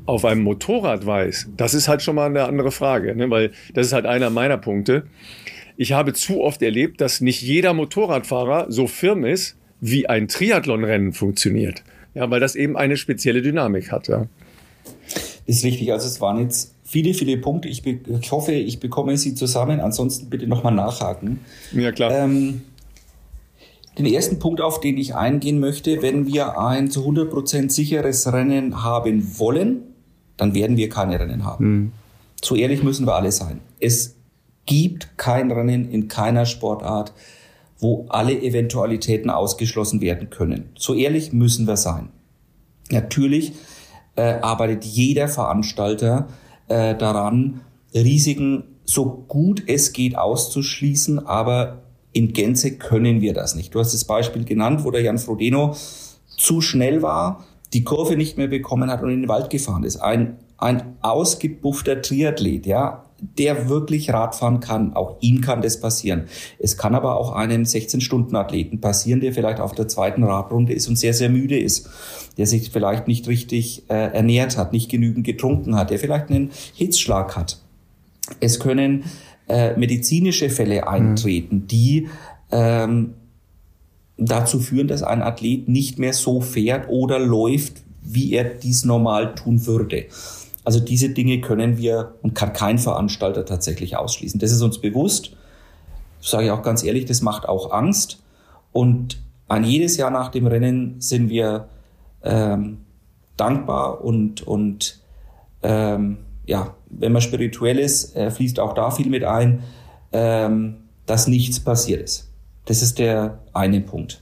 auf einem Motorrad weiß, das ist halt schon mal eine andere Frage, ne? Weil das ist halt einer meiner Punkte. Ich habe zu oft erlebt, dass nicht jeder Motorradfahrer so firm ist, wie ein Triathlonrennen funktioniert. Ja, weil das eben eine spezielle Dynamik hat. Ja. Ist richtig. Also es waren jetzt viele, viele Punkte. Ich, be- ich hoffe, ich bekomme sie zusammen. Ansonsten bitte nochmal nachhaken. Ja, klar. Ähm, den ersten Punkt, auf den ich eingehen möchte, wenn wir ein zu hundert Prozent sicheres Rennen haben wollen, dann werden wir keine Rennen haben. Hm. So ehrlich müssen wir alle sein. Es gibt kein Rennen in keiner Sportart, wo alle Eventualitäten ausgeschlossen werden können. So ehrlich müssen wir sein. Natürlich äh, arbeitet jeder Veranstalter äh, daran, Risiken so gut es geht auszuschließen, aber in Gänze können wir das nicht. Du hast das Beispiel genannt, wo der Jan Frodeno zu schnell war, die Kurve nicht mehr bekommen hat und in den Wald gefahren ist. Ein, ein ausgebuffter Triathlet, ja, der wirklich Radfahren kann. Auch ihm kann das passieren. Es kann aber auch einem sechzehn-Stunden-Athleten passieren, der vielleicht auf der zweiten Radrunde ist und sehr, sehr müde ist, der sich vielleicht nicht richtig äh, ernährt hat, nicht genügend getrunken hat, der vielleicht einen Hitzschlag hat. Es können äh, medizinische Fälle eintreten, die ähm, dazu führen, dass ein Athlet nicht mehr so fährt oder läuft, wie er dies normal tun würde. Also diese Dinge können wir und kann kein Veranstalter tatsächlich ausschließen. Das ist uns bewusst. Das sage ich auch ganz ehrlich, das macht auch Angst. Und an jedes Jahr nach dem Rennen sind wir ähm, dankbar und, und ähm, ja, wenn man spirituell ist, äh, fließt auch da viel mit ein, ähm, dass nichts passiert ist. Das ist der eine Punkt.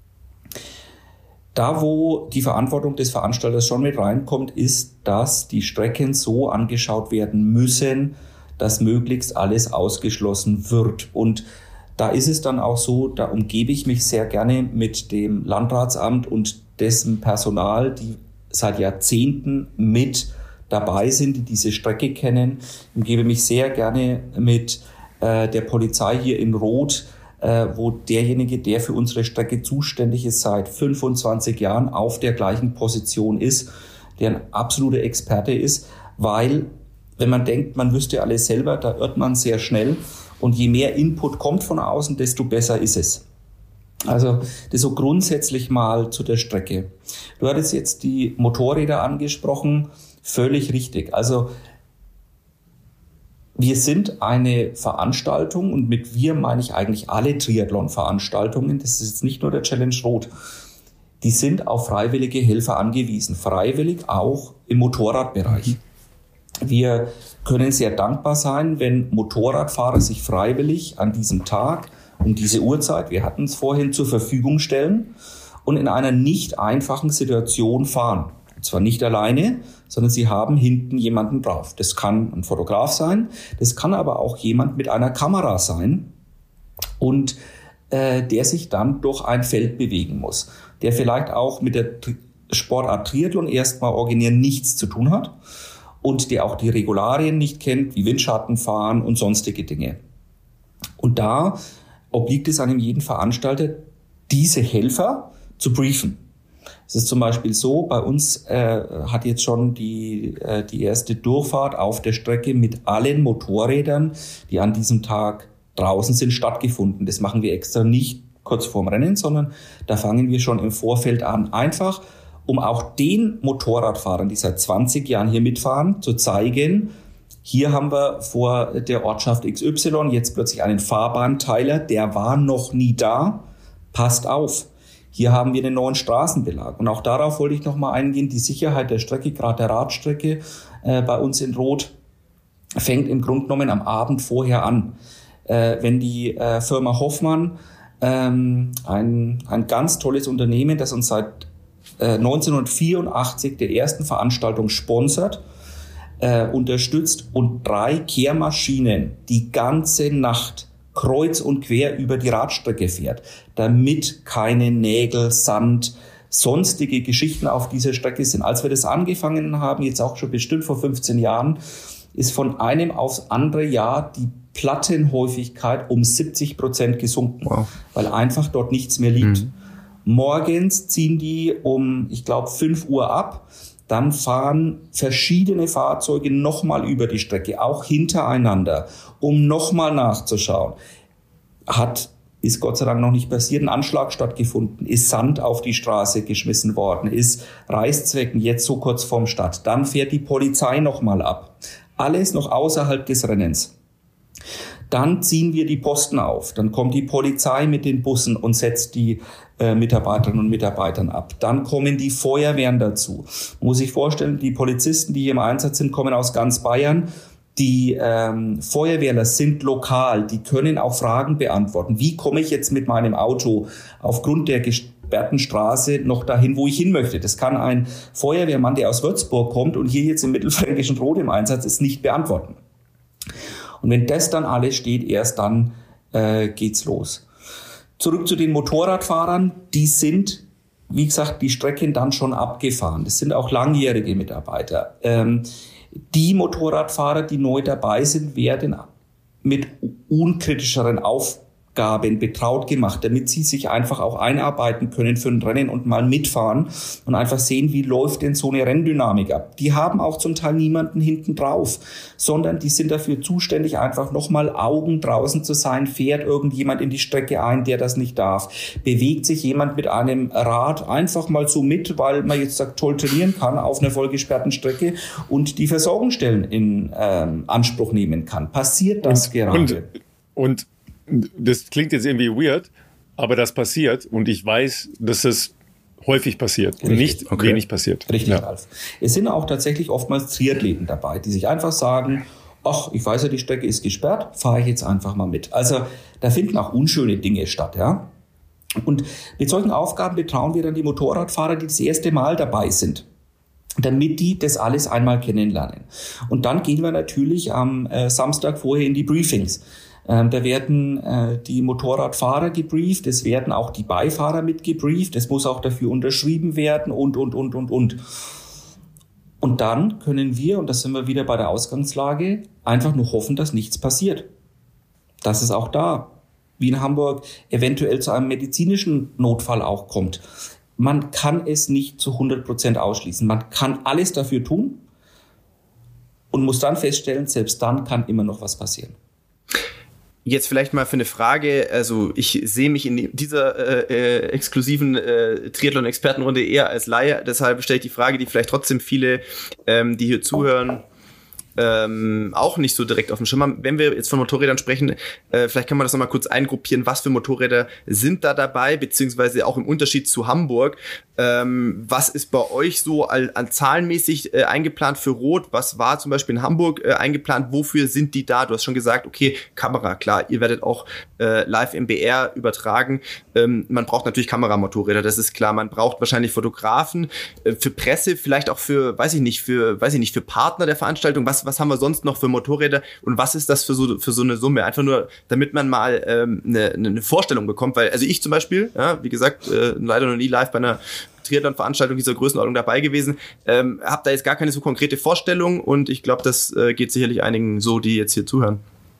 Da, wo die Verantwortung des Veranstalters schon mit reinkommt, ist, dass die Strecken so angeschaut werden müssen, dass möglichst alles ausgeschlossen wird. Und da ist es dann auch so, da umgebe ich mich sehr gerne mit dem Landratsamt und dessen Personal, die seit Jahrzehnten mit dabei sind, die diese Strecke kennen. Ich umgebe mich sehr gerne mit äh, der Polizei hier in Roth, äh, wo derjenige, der für unsere Strecke zuständig ist, seit fünfundzwanzig Jahren auf der gleichen Position ist, der ein absoluter Experte ist, weil wenn man denkt, man wüsste alles selber, da irrt man sehr schnell und je mehr Input kommt von außen, desto besser ist es. Also das so grundsätzlich mal zu der Strecke. Du hattest jetzt die Motorräder angesprochen, völlig richtig. Also wir sind eine Veranstaltung und mit wir meine ich eigentlich alle Triathlon-Veranstaltungen, das ist jetzt nicht nur der Challenge Roth, die sind auf freiwillige Helfer angewiesen, freiwillig auch im Motorradbereich. Wir können sehr dankbar sein, wenn Motorradfahrer sich freiwillig an diesem Tag um diese Uhrzeit, wir hatten es vorhin, zur Verfügung stellen und in einer nicht einfachen Situation fahren. Und zwar nicht alleine, sondern sie haben hinten jemanden drauf. Das kann ein Fotograf sein, das kann aber auch jemand mit einer Kamera sein und äh, der sich dann durch ein Feld bewegen muss, der vielleicht auch mit der Sportart Triathlon erstmal originär nichts zu tun hat und der auch die Regularien nicht kennt, wie Windschatten fahren und sonstige Dinge. Und da obliegt es einem jeden Veranstalter, diese Helfer zu briefen. Es ist zum Beispiel so, bei uns äh, hat jetzt schon die, äh, die erste Durchfahrt auf der Strecke mit allen Motorrädern, die an diesem Tag draußen sind, stattgefunden. Das machen wir extra nicht kurz vorm Rennen, sondern da fangen wir schon im Vorfeld an. Einfach, um auch den Motorradfahrern, die seit zwanzig Jahren hier mitfahren, zu zeigen, hier haben wir vor der Ortschaft X Y jetzt plötzlich einen Fahrbahnteiler, der war noch nie da, passt auf. Hier haben wir einen neuen Straßenbelag. Und auch darauf wollte ich noch mal eingehen. Die Sicherheit der Strecke, gerade der Radstrecke äh, bei uns in Roth, fängt im Grunde genommen am Abend vorher an. Äh, wenn die äh, Firma Hoffmann, ähm, ein, ein ganz tolles Unternehmen, das uns seit äh, neunzehnhundertvierundachtzig der ersten Veranstaltung sponsert, äh, unterstützt und drei Kehrmaschinen die ganze Nacht kreuz und quer über die Radstrecke fährt, damit keine Nägel, Sand, sonstige Geschichten auf dieser Strecke sind. Als wir das angefangen haben, jetzt auch schon bestimmt vor fünfzehn Jahren, ist von einem aufs andere Jahr die Plattenhäufigkeit um siebzig Prozent gesunken, wow. Weil einfach dort nichts mehr liegt. Mhm. Morgens ziehen die um, ich glaube, fünf Uhr ab. dann fahren verschiedene Fahrzeuge nochmal über die Strecke, auch hintereinander, um nochmal nachzuschauen. Hat, ist Gott sei Dank noch nicht passiert, ein Anschlag stattgefunden, ist Sand auf die Straße geschmissen worden, ist Reißzwecken jetzt so kurz vorm Start. Dann fährt die Polizei nochmal ab. Alles noch außerhalb des Rennens. Dann ziehen wir die Posten auf. Dann kommt die Polizei mit den Bussen und setzt die äh, Mitarbeiterinnen und Mitarbeitern ab. Dann kommen die Feuerwehren dazu. Man muss sich vorstellen, die Polizisten, die hier im Einsatz sind, kommen aus ganz Bayern. Die ähm, Feuerwehrler sind lokal. Die können auch Fragen beantworten. Wie komme ich jetzt mit meinem Auto aufgrund der gesperrten Straße noch dahin, wo ich hin möchte? Das kann ein Feuerwehrmann, der aus Würzburg kommt und hier jetzt im Mittelfränkischen Rot im Einsatz ist, nicht beantworten. Und wenn das dann alles steht, erst dann äh, geht's los. Zurück zu den Motorradfahrern. Die sind, wie gesagt, die Strecken dann schon abgefahren. Das sind auch langjährige Mitarbeiter. Ähm, die Motorradfahrer, die neu dabei sind, werden mit unkritischeren Aufgaben betraut gemacht, damit sie sich einfach auch einarbeiten können für ein Rennen und mal mitfahren und einfach sehen, wie läuft denn so eine Renndynamik ab. Die haben auch zum Teil niemanden hinten drauf, sondern die sind dafür zuständig, einfach nochmal Augen draußen zu sein. Fährt irgendjemand in die Strecke ein, der das nicht darf? Bewegt sich jemand mit einem Rad einfach mal so mit, weil man jetzt sagt, toll trainieren kann auf einer vollgesperrten Strecke und die Versorgungsstellen in ähm, Anspruch nehmen kann? Passiert das und, gerade? Und, und das klingt jetzt irgendwie weird, aber das passiert und ich weiß, dass es häufig passiert und nicht okay. wenig passiert. Richtig, ja. Ralf. Es sind auch tatsächlich oftmals Triathleten dabei, die sich einfach sagen, ach, ich weiß ja, die Strecke ist gesperrt, fahre ich jetzt einfach mal mit. Also da finden auch unschöne Dinge statt, ja. Und mit solchen Aufgaben betrauen wir dann die Motorradfahrer, die das erste Mal dabei sind, damit die das alles einmal kennenlernen. Und dann gehen wir natürlich am äh, Samstag vorher in die Briefings. Ähm, da werden äh, die Motorradfahrer gebrieft, es werden auch die Beifahrer mit gebrieft, es muss auch dafür unterschrieben werden und, und, und, und, und. Und dann können wir, und da sind wir wieder bei der Ausgangslage, einfach nur hoffen, dass nichts passiert. Dass es auch da, wie in Hamburg, eventuell zu einem medizinischen Notfall auch kommt. Man kann es nicht zu hundert Prozent ausschließen. Man kann alles dafür tun und muss dann feststellen, selbst dann kann immer noch was passieren. Jetzt vielleicht mal für eine Frage, also ich sehe mich in dieser äh, äh, exklusiven äh, Triathlon-Expertenrunde eher als Laie, deshalb stelle ich die Frage, die vielleicht trotzdem viele, ähm, die hier zuhören, ähm, auch nicht so direkt auf dem Schirm haben. Wenn wir jetzt von Motorrädern sprechen, äh, vielleicht kann man das nochmal kurz eingruppieren, was für Motorräder sind da dabei, beziehungsweise auch im Unterschied zu Hamburg. Ähm, was ist bei euch so an, an zahlenmäßig äh, eingeplant für Rot? Was war zum Beispiel in Hamburg äh, eingeplant? Wofür sind die da? Du hast schon gesagt, okay, Kamera, klar, ihr werdet auch äh, live M B R übertragen. Ähm, man braucht natürlich Kameramotorräder, das ist klar. Man braucht wahrscheinlich Fotografen, äh, für Presse, vielleicht auch für, weiß ich nicht, für, weiß ich nicht, für Partner der Veranstaltung. Was, was haben wir sonst noch für Motorräder? Und was ist das für so, für so eine Summe? Einfach nur, damit man mal ähm, eine, eine Vorstellung bekommt, weil, also ich zum Beispiel, ja, wie gesagt, äh, leider noch nie live bei einer Triathlon-Veranstaltung dieser Größenordnung dabei gewesen. Ähm, hab da jetzt gar keine so konkrete Vorstellung und ich glaube, das äh, geht sicherlich einigen so, die jetzt hier zuhören.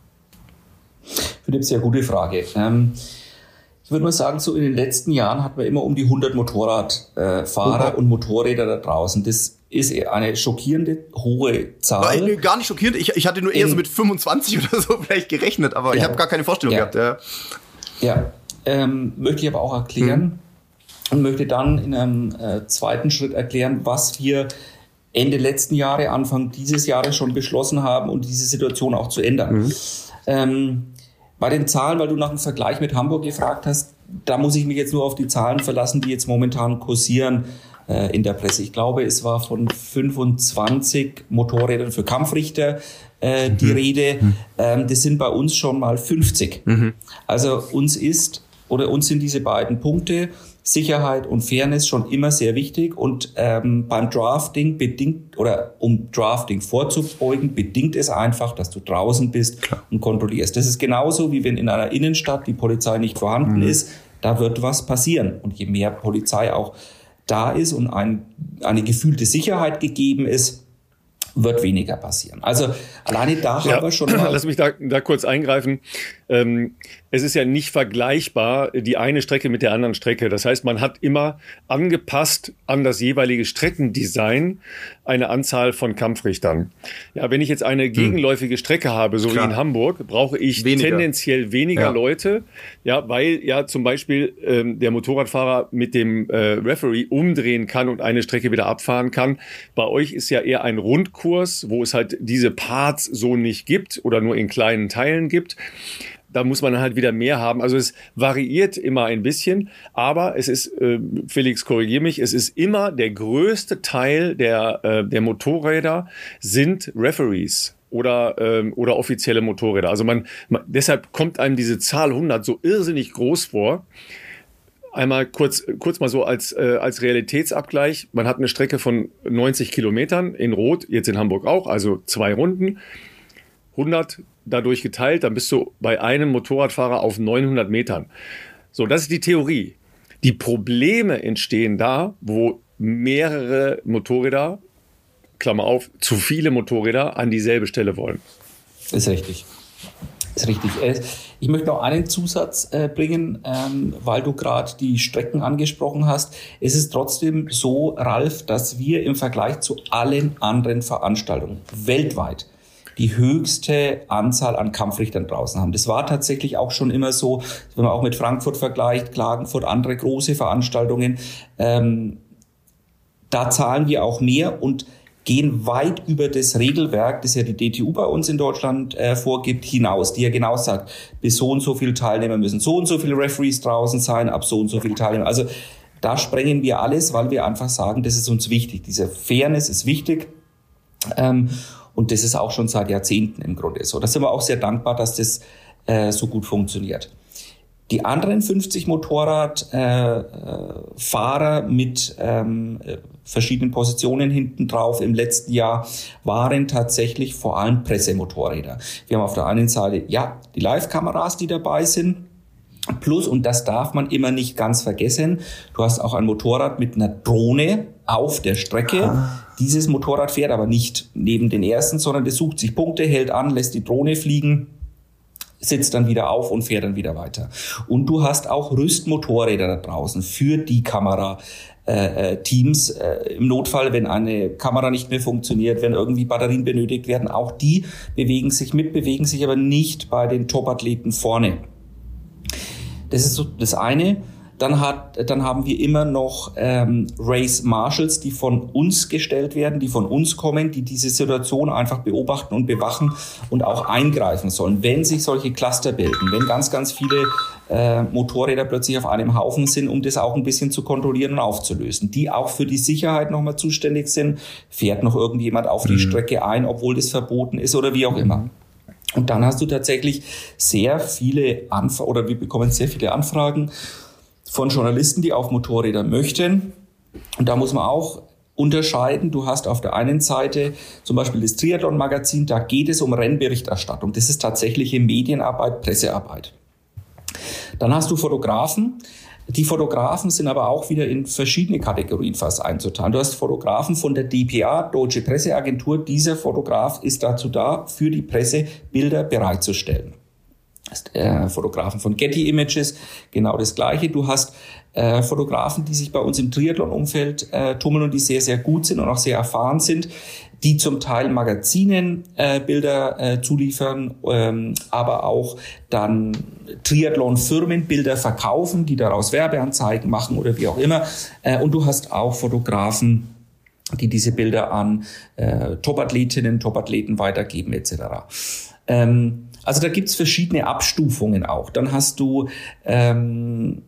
Philipp, sehr gute Frage. Ähm, ich würde mal sagen, so in den letzten Jahren hatten wir immer um die hundert Motorradfahrer äh, und Motorräder da draußen. Das ist eine schockierende hohe Zahl. Nein, gar nicht schockierend. Ich, ich hatte nur eher in, so mit fünfundzwanzig oder so vielleicht gerechnet, aber ja, ich habe gar keine Vorstellung ja, gehabt. Ja, ja ähm, möchte ich aber auch erklären. Hm. Und möchte dann in einem äh, zweiten Schritt erklären, was wir Ende letzten Jahre, Anfang dieses Jahres schon beschlossen haben, um diese Situation auch zu ändern. Mhm. Ähm, bei den Zahlen, weil du nach einem Vergleich mit Hamburg gefragt hast, da muss ich mich jetzt nur auf die Zahlen verlassen, die jetzt momentan kursieren äh, in der Presse. Ich glaube, es war von fünfundzwanzig Motorrädern für Kampfrichter äh, die mhm. Rede. Mhm. Ähm, das sind bei uns schon mal fünfzig. Mhm. Also uns ist oder uns sind diese beiden Punkte Sicherheit und Fairness schon immer sehr wichtig und ähm, beim Drafting bedingt oder um Drafting vorzubeugen, bedingt es einfach, dass du draußen bist Klar. und kontrollierst. Das ist genauso wie wenn in einer Innenstadt die Polizei nicht vorhanden mhm. ist, da wird was passieren und je mehr Polizei auch da ist und ein, eine gefühlte Sicherheit gegeben ist, wird weniger passieren. Also alleine da ja, haben wir schon mal... Lass mich da, da kurz eingreifen. Ähm, es ist ja nicht vergleichbar, die eine Strecke mit der anderen Strecke. Das heißt, man hat immer angepasst an das jeweilige Streckendesign eine Anzahl von Kampfrichtern. Ja, wenn ich jetzt eine gegenläufige Strecke habe, so Klar. wie in Hamburg, brauche ich weniger. tendenziell weniger ja. Leute, ja, weil ja zum Beispiel ähm, der Motorradfahrer mit dem äh, Referee umdrehen kann und eine Strecke wieder abfahren kann. Bei euch ist ja eher ein Rundkurs, wo es halt diese Parts so nicht gibt oder nur in kleinen Teilen gibt. Da muss man halt wieder mehr haben. Also es variiert immer ein bisschen, aber es ist, äh, Felix, korrigier mich, es ist immer der größte Teil der, äh, der Motorräder sind Referees oder, ähm, oder offizielle Motorräder. Also man, man, deshalb kommt einem diese Zahl hundert so irrsinnig groß vor. Einmal kurz, kurz mal so als, äh, als Realitätsabgleich. Man hat eine Strecke von neunzig Kilometern in Rot, jetzt in Hamburg auch, also zwei Runden. hundert dadurch geteilt, dann bist du bei einem Motorradfahrer auf neunhundert Metern. So, das ist die Theorie. Die Probleme entstehen da, wo mehrere Motorräder, Klammer auf, zu viele Motorräder an dieselbe Stelle wollen. Ist richtig. Ist richtig. Ich möchte noch einen Zusatz bringen, weil du gerade die Strecken angesprochen hast. Es ist trotzdem so, Ralf, dass wir im Vergleich zu allen anderen Veranstaltungen weltweit die höchste Anzahl an Kampfrichtern draußen haben. Das war tatsächlich auch schon immer so, wenn man auch mit Frankfurt vergleicht, Klagenfurt, andere große Veranstaltungen, ähm, da zahlen wir auch mehr und gehen weit über das Regelwerk, das ja die D T U bei uns in Deutschland äh, vorgibt, hinaus, die ja genau sagt, bis so und so viele Teilnehmer müssen so und so viele Referees draußen sein, ab so und so viele Teilnehmer. Also da sprengen wir alles, weil wir einfach sagen, das ist uns wichtig. Diese Fairness ist wichtig. Ähm, Und das ist auch schon seit Jahrzehnten im Grunde so. Da sind wir auch sehr dankbar, dass das äh, so gut funktioniert. Die anderen fünfzig Motorradfahrer äh, mit ähm, verschiedenen Positionen hinten drauf im letzten Jahr waren tatsächlich vor allem Pressemotorräder. Wir haben auf der einen Seite, ja, die Live-Kameras, die dabei sind. Plus, und das darf man immer nicht ganz vergessen, du hast auch ein Motorrad mit einer Drohne auf der Strecke. Ah. Dieses Motorrad fährt aber nicht neben den ersten, sondern das sucht sich Punkte, hält an, lässt die Drohne fliegen, sitzt dann wieder auf und fährt dann wieder weiter. Und du hast auch Rüstmotorräder da draußen für die Kamera. Äh, Teams äh, im Notfall, wenn eine Kamera nicht mehr funktioniert, wenn irgendwie Batterien benötigt werden, auch die bewegen sich mit, bewegen sich aber nicht bei den Top-Athleten vorne. Das ist so das eine. Dann hat, dann haben wir immer noch ähm, Race Marshals, die von uns gestellt werden, die von uns kommen, die diese Situation einfach beobachten und bewachen und auch eingreifen sollen, wenn sich solche Cluster bilden, wenn ganz, ganz viele äh, Motorräder plötzlich auf einem Haufen sind, um das auch ein bisschen zu kontrollieren und aufzulösen. Die auch für die Sicherheit nochmal zuständig sind. Fährt noch irgendjemand auf die mhm. Strecke ein, obwohl das verboten ist oder wie auch immer. Und dann hast du tatsächlich sehr viele Anfragen, oder wir bekommen sehr viele Anfragen von Journalisten, die auf Motorräder möchten. Und da muss man auch unterscheiden. Du hast auf der einen Seite zum Beispiel das Triathlon-Magazin, da geht es um Rennberichterstattung. Das ist tatsächliche Medienarbeit, Pressearbeit. Dann hast du Fotografen. Die Fotografen sind aber auch wieder in verschiedene Kategorien fast einzuteilen. Du hast Fotografen von der D P A, Deutsche Presseagentur. Dieser Fotograf ist dazu da, für die Presse Bilder bereitzustellen. Du hast äh, Fotografen von Getty Images, genau das Gleiche. Du hast äh, Fotografen, die sich bei uns im Triathlon-Umfeld äh, tummeln und die sehr, sehr gut sind und auch sehr erfahren sind, die zum Teil Magazinen äh, Bilder äh, zuliefern, ähm, aber auch dann Triathlon-Firmen Bilder verkaufen, die daraus Werbeanzeigen machen oder wie auch immer. Äh, und du hast auch Fotografen, die diese Bilder an äh, Topathletinnen, Topathleten weitergeben et cetera. Ähm, also da gibt's verschiedene Abstufungen auch. Dann hast du ähm,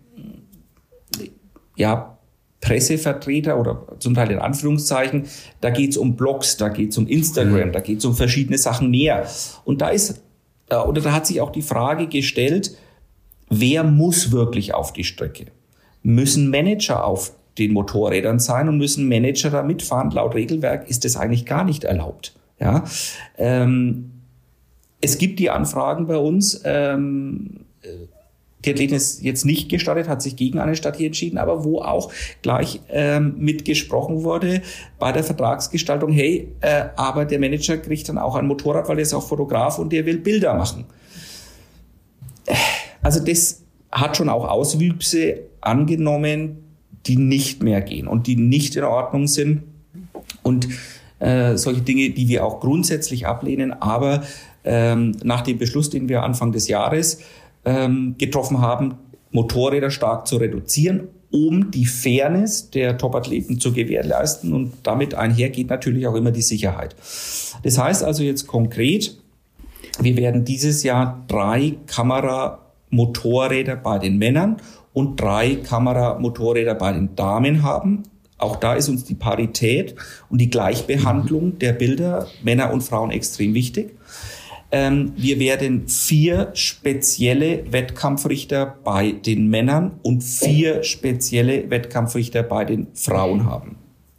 ja Pressevertreter oder zum Teil in Anführungszeichen, da geht's um Blogs, da geht's um Instagram, mhm. da geht's um verschiedene Sachen mehr. Und da ist, äh, oder da hat sich auch die Frage gestellt, wer muss wirklich auf die Strecke? Müssen Manager auf den Motorrädern sein und müssen Manager da mitfahren? Laut Regelwerk ist das eigentlich gar nicht erlaubt. Ja, ähm, es gibt die Anfragen bei uns, ähm, Die Athletin ist jetzt nicht gestartet, hat sich gegen eine Stadt hier entschieden, aber wo auch gleich ähm, mitgesprochen wurde bei der Vertragsgestaltung, hey, äh, aber der Manager kriegt dann auch ein Motorrad, weil er ist auch Fotograf und der will Bilder machen. Also das hat schon auch Auswüchse angenommen, die nicht mehr gehen und die nicht in Ordnung sind. Und äh, solche Dinge, die wir auch grundsätzlich ablehnen, aber ähm, nach dem Beschluss, den wir Anfang des Jahres ähm, getroffen haben, Motorräder stark zu reduzieren, um die Fairness der Top-Athleten zu gewährleisten, und damit einhergeht natürlich auch immer die Sicherheit. Das heißt also jetzt konkret, wir werden dieses Jahr drei Kameramotorräder bei den Männern und drei Kameramotorräder bei den Damen haben. Auch da ist uns die Parität und die Gleichbehandlung der Bilder, Männer und Frauen, extrem wichtig. Ähm, wir werden vier spezielle Wettkampfrichter bei den Männern und vier spezielle Wettkampfrichter bei den Frauen haben.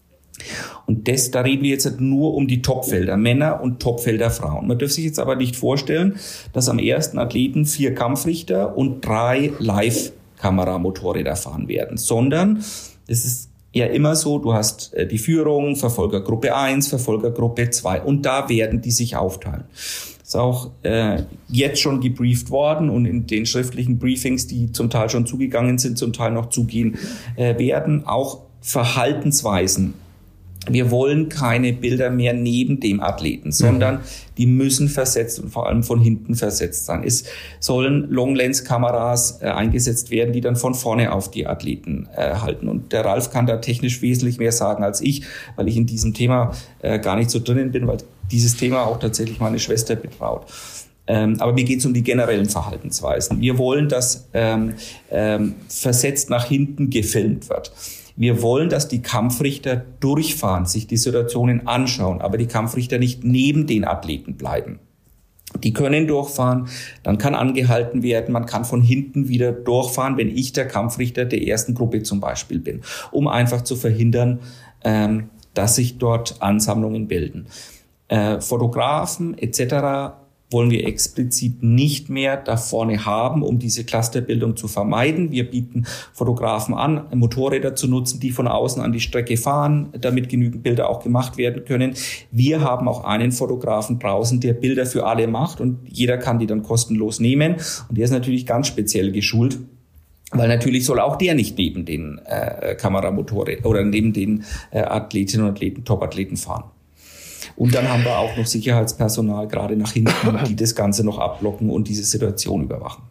Und das, da reden wir jetzt nur um die Topfelder Männer und Topfelder Frauen. Man dürfte sich jetzt aber nicht vorstellen, dass am ersten Athleten vier Kampfrichter und drei Live-Kameramotorräder fahren werden, sondern es ist ja immer so, du hast die Führung, Verfolgergruppe eins, Verfolgergruppe zwei, und da werden die sich aufteilen. Ist auch äh, jetzt schon gebrieft worden, und in den schriftlichen Briefings, die zum Teil schon zugegangen sind, zum Teil noch zugehen äh, werden, auch Verhaltensweisen. Wir wollen keine Bilder mehr neben dem Athleten, sondern mhm. die müssen versetzt und vor allem von hinten versetzt sein. Es sollen Long-Lens-Kameras äh, eingesetzt werden, die dann von vorne auf die Athleten äh, halten. Und der Ralf kann da technisch wesentlich mehr sagen als ich, weil ich in diesem Thema äh, gar nicht so drinnen bin, weil dieses Thema auch tatsächlich meine Schwester betraut. Ähm, aber mir geht es um die generellen Verhaltensweisen. Wir wollen, dass ähm, ähm, versetzt nach hinten gefilmt wird. Wir wollen, dass die Kampfrichter durchfahren, sich die Situationen anschauen, aber die Kampfrichter nicht neben den Athleten bleiben. Die können durchfahren, dann kann angehalten werden, man kann von hinten wieder durchfahren, wenn ich der Kampfrichter der ersten Gruppe zum Beispiel bin, um einfach zu verhindern, ähm, dass sich dort Ansammlungen bilden. Äh, Fotografen et cetera wollen wir explizit nicht mehr da vorne haben, um diese Clusterbildung zu vermeiden. Wir bieten Fotografen an, Motorräder zu nutzen, die von außen an die Strecke fahren, damit genügend Bilder auch gemacht werden können. Wir haben auch einen Fotografen draußen, der Bilder für alle macht, und jeder kann die dann kostenlos nehmen. Und der ist natürlich ganz speziell geschult, weil natürlich soll auch der nicht neben den äh, Kameramotorrädern oder neben den äh, Athletinnen und Athleten, Top-Athleten fahren. Und dann haben wir auch noch Sicherheitspersonal gerade nach hinten, die das Ganze noch abblocken und diese Situation überwachen.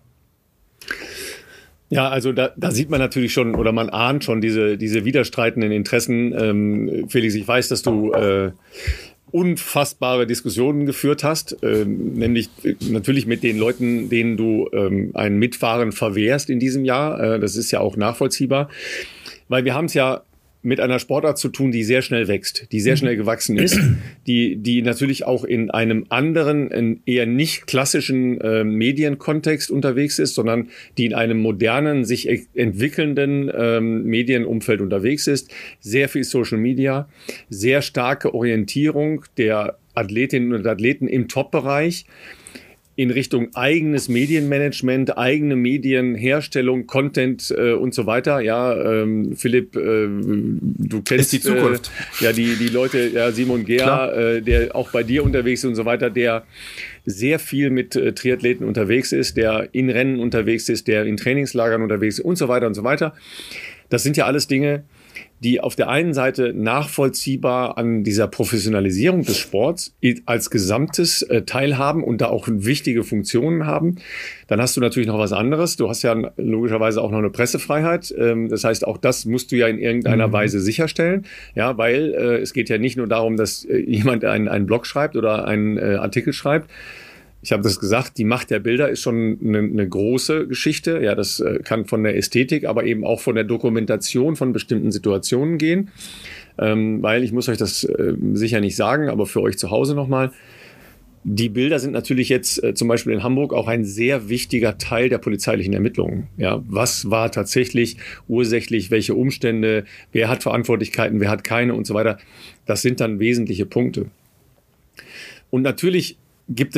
Ja, also da, da sieht man natürlich schon, oder man ahnt schon diese, diese widerstreitenden Interessen. Ähm, Felix, ich weiß, dass du äh, unfassbare Diskussionen geführt hast, ähm, nämlich äh, natürlich mit den Leuten, denen du ähm, ein Mitfahren verwehrst in diesem Jahr. Äh, das ist ja auch nachvollziehbar, weil wir haben es ja mit einer Sportart zu tun, die sehr schnell wächst, die sehr schnell gewachsen ist, die die natürlich auch in einem anderen, in eher nicht klassischen äh, Medienkontext unterwegs ist, sondern die in einem modernen, sich e- entwickelnden ähm, Medienumfeld unterwegs ist. Sehr viel Social Media, sehr starke Orientierung der Athletinnen und Athleten im Top-Bereich in Richtung eigenes Medienmanagement, eigene Medienherstellung, Content äh, und so weiter. Ja, ähm, Philipp, äh, du kennst ist die Zukunft. Äh, ja die die Leute, ja Simon Gehr, äh, der auch bei dir unterwegs ist und so weiter, der sehr viel mit äh, Triathleten unterwegs ist, der in Rennen unterwegs ist, der in Trainingslagern unterwegs ist und so weiter und so weiter. Das sind ja alles Dinge, die auf der einen Seite nachvollziehbar an dieser Professionalisierung des Sports als Gesamtes äh, teilhaben und da auch wichtige Funktionen haben. Dann hast du natürlich noch was anderes. Du hast ja logischerweise auch noch eine Pressefreiheit. Ähm, das heißt, auch das musst du ja in irgendeiner mhm. Weise sicherstellen. Ja, weil äh, es geht ja nicht nur darum, dass äh, jemand einen, einen Blog schreibt oder einen äh, Artikel schreibt. Ich habe das gesagt, die Macht der Bilder ist schon eine, eine große Geschichte. Ja, das äh, kann von der Ästhetik, aber eben auch von der Dokumentation von bestimmten Situationen gehen. Ähm, weil, ich muss euch das äh, sicher nicht sagen, aber für euch zu Hause nochmal, die Bilder sind natürlich jetzt äh, zum Beispiel in Hamburg auch ein sehr wichtiger Teil der polizeilichen Ermittlungen. Ja, was war tatsächlich ursächlich, welche Umstände, wer hat Verantwortlichkeiten, wer hat keine und so weiter. Das sind dann wesentliche Punkte. Und natürlich gibt es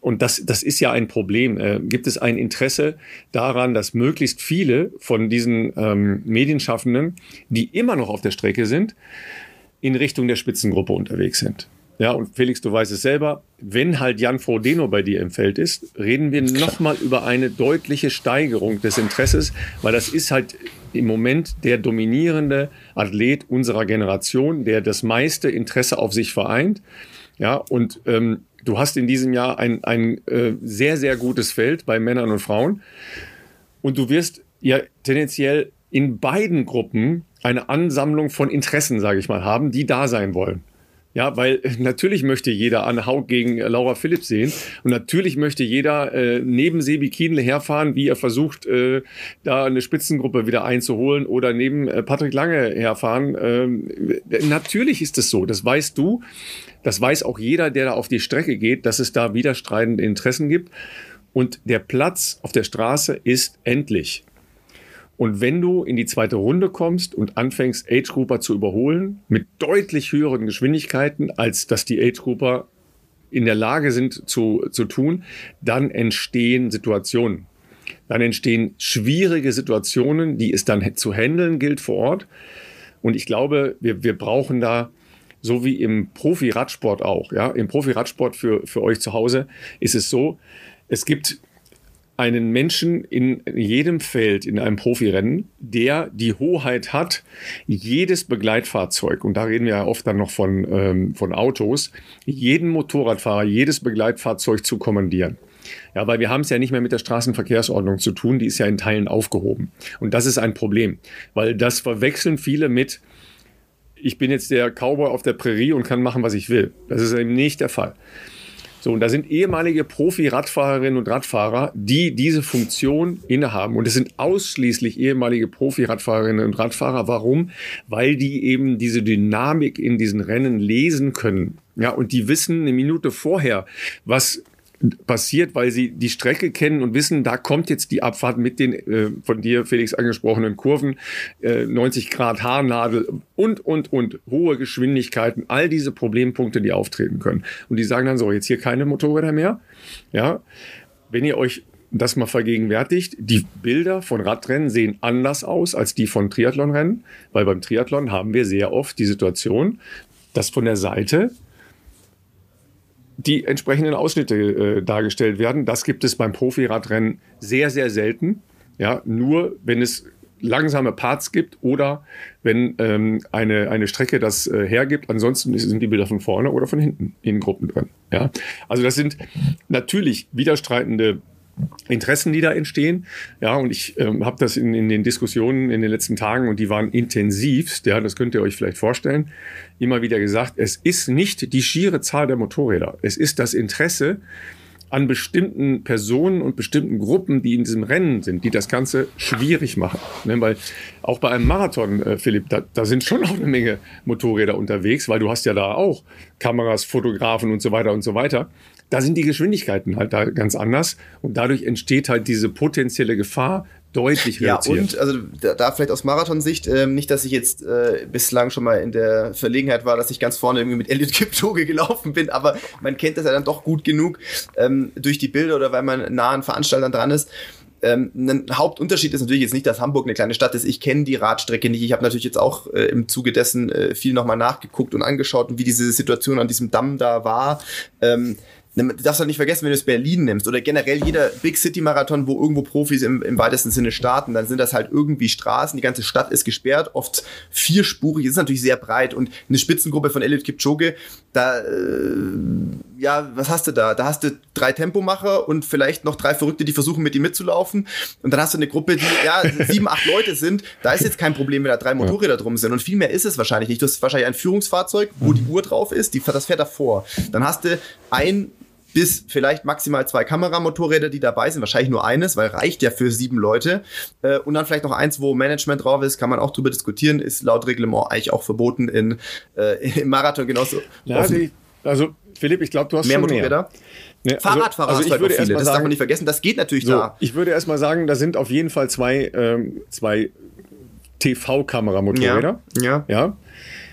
und das, das ist ja ein Problem, äh, gibt es ein Interesse daran, dass möglichst viele von diesen ähm, Medienschaffenden, die immer noch auf der Strecke sind, in Richtung der Spitzengruppe unterwegs sind. Ja, und Felix, du weißt es selber, wenn halt Jan Frodeno bei dir im Feld ist, reden wir nochmal über eine deutliche Steigerung des Interesses, weil das ist halt im Moment der dominierende Athlet unserer Generation, der das meiste Interesse auf sich vereint. Ja, und ähm, du hast in diesem Jahr ein, ein äh, sehr, sehr gutes Feld bei Männern und Frauen. Und du wirst ja tendenziell in beiden Gruppen eine Ansammlung von Interessen, sage ich mal, haben, die da sein wollen. Ja, weil natürlich möchte jeder Anne Haug gegen Laura Philipp sehen und natürlich möchte jeder äh, neben Sebi Kienle herfahren, wie er versucht, äh, da eine Spitzengruppe wieder einzuholen oder neben äh, Patrick Lange herfahren. Ähm, natürlich ist es so, das weißt du, das weiß auch jeder, der da auf die Strecke geht, dass es da widerstreitende Interessen gibt und der Platz auf der Straße ist endlich. Und wenn du in die zweite Runde kommst und anfängst, Age-Grouper zu überholen, mit deutlich höheren Geschwindigkeiten, als dass die Age-Grouper in der Lage sind zu, zu tun, dann entstehen Situationen. Dann entstehen schwierige Situationen, die es dann zu handeln gilt vor Ort. Und ich glaube, wir, wir brauchen da, so wie im Profi-Radsport auch, ja, im Profi-Radsport für, für euch zu Hause ist es so, es gibt einen Menschen in jedem Feld in einem Profirennen, der die Hoheit hat, jedes Begleitfahrzeug, und da reden wir ja oft dann noch von, ähm, von Autos, jeden Motorradfahrer, jedes Begleitfahrzeug zu kommandieren. Ja, weil wir haben es ja nicht mehr mit der Straßenverkehrsordnung zu tun, die ist ja in Teilen aufgehoben. Und das ist ein Problem, weil das verwechseln viele mit, ich bin jetzt der Cowboy auf der Prärie und kann machen, was ich will. Das ist eben nicht der Fall. So, und da sind ehemalige Profi-Radfahrerinnen und Radfahrer, die diese Funktion innehaben. Und es sind ausschließlich ehemalige Profi-Radfahrerinnen und Radfahrer. Warum? Weil die eben diese Dynamik in diesen Rennen lesen können. Ja, und die wissen eine Minute vorher, was passiert, weil sie die Strecke kennen und wissen, da kommt jetzt die Abfahrt mit den äh, von dir, Felix, angesprochenen Kurven, äh, neunzig Grad Haarnadel und, und, und, hohe Geschwindigkeiten, all diese Problempunkte, die auftreten können. Und die sagen dann so, jetzt hier keine Motorräder mehr. Ja, wenn ihr euch das mal vergegenwärtigt, die Bilder von Radrennen sehen anders aus als die von Triathlonrennen, weil beim Triathlon haben wir sehr oft die Situation, dass von der Seite die entsprechenden Ausschnitte äh, dargestellt werden. Das gibt es beim Profiradrennen sehr, sehr selten. Ja, nur wenn es langsame Parts gibt oder wenn ähm, eine, eine Strecke das äh, hergibt. Ansonsten sind die Bilder von vorne oder von hinten in Gruppen drin. Ja, also das sind natürlich widerstreitende Interessen, die da entstehen. Ja, und ich ähm, habe das in, in den Diskussionen in den letzten Tagen, und die waren intensivst, ja, das könnt ihr euch vielleicht vorstellen, immer wieder gesagt, es ist nicht die schiere Zahl der Motorräder. Es ist das Interesse an bestimmten Personen und bestimmten Gruppen, die in diesem Rennen sind, die das Ganze schwierig machen. Ne, weil auch bei einem Marathon, äh, Philipp, da, da sind schon auch eine Menge Motorräder unterwegs, weil du hast ja da auch Kameras, Fotografen und so weiter und so weiter. Da sind die Geschwindigkeiten halt da ganz anders und dadurch entsteht halt diese potenzielle Gefahr deutlich reduziert. Ja, und also da, da vielleicht aus Marathonsicht, ähm, nicht, dass ich jetzt äh, bislang schon mal in der Verlegenheit war, dass ich ganz vorne irgendwie mit Eliud Kipchoge gelaufen bin, aber man kennt das ja dann doch gut genug ähm, durch die Bilder oder weil man nah an Veranstaltern dran ist. Ähm, ein Hauptunterschied ist natürlich jetzt nicht, dass Hamburg eine kleine Stadt ist. Ich kenne die Radstrecke nicht. Ich habe natürlich jetzt auch äh, im Zuge dessen äh, viel nochmal nachgeguckt und angeschaut, und wie diese Situation an diesem Damm da war. Ähm, Du darfst halt nicht vergessen, wenn du es Berlin nimmst oder generell jeder Big City Marathon, wo irgendwo Profis im, im weitesten Sinne starten, dann sind das halt irgendwie Straßen, die ganze Stadt ist gesperrt, oft vierspurig, es ist natürlich sehr breit, und eine Spitzengruppe von Eliud Kipchoge, da, äh, ja, was hast du da? Da hast du drei Tempomacher und vielleicht noch drei Verrückte, die versuchen mit ihm mitzulaufen, und dann hast du eine Gruppe, die, ja, sieben, acht Leute sind, da ist jetzt kein Problem, wenn da drei Motorräder drum sind, und viel mehr ist es wahrscheinlich nicht. Du hast wahrscheinlich ein Führungsfahrzeug, wo die Uhr drauf ist, die, das fährt davor. Dann hast du ein bis vielleicht maximal zwei Kameramotorräder, die dabei sind, wahrscheinlich nur eines, weil reicht ja für sieben Leute. Äh, und dann vielleicht noch eins, wo Management drauf ist, kann man auch drüber diskutieren, ist laut Reglement eigentlich auch verboten in, äh, im Marathon genauso. Ja, die, also Philipp, ich glaube, du hast mehr schon Motorräder. Mehr. Fahrradfahrer also, also hast ich halt würde viele, erst mal das sagen, darf man nicht vergessen, das geht natürlich so, da. Ich würde erst mal sagen, da sind auf jeden Fall zwei, ähm, zwei T V-Kameramotorräder. Ja, ja. ja.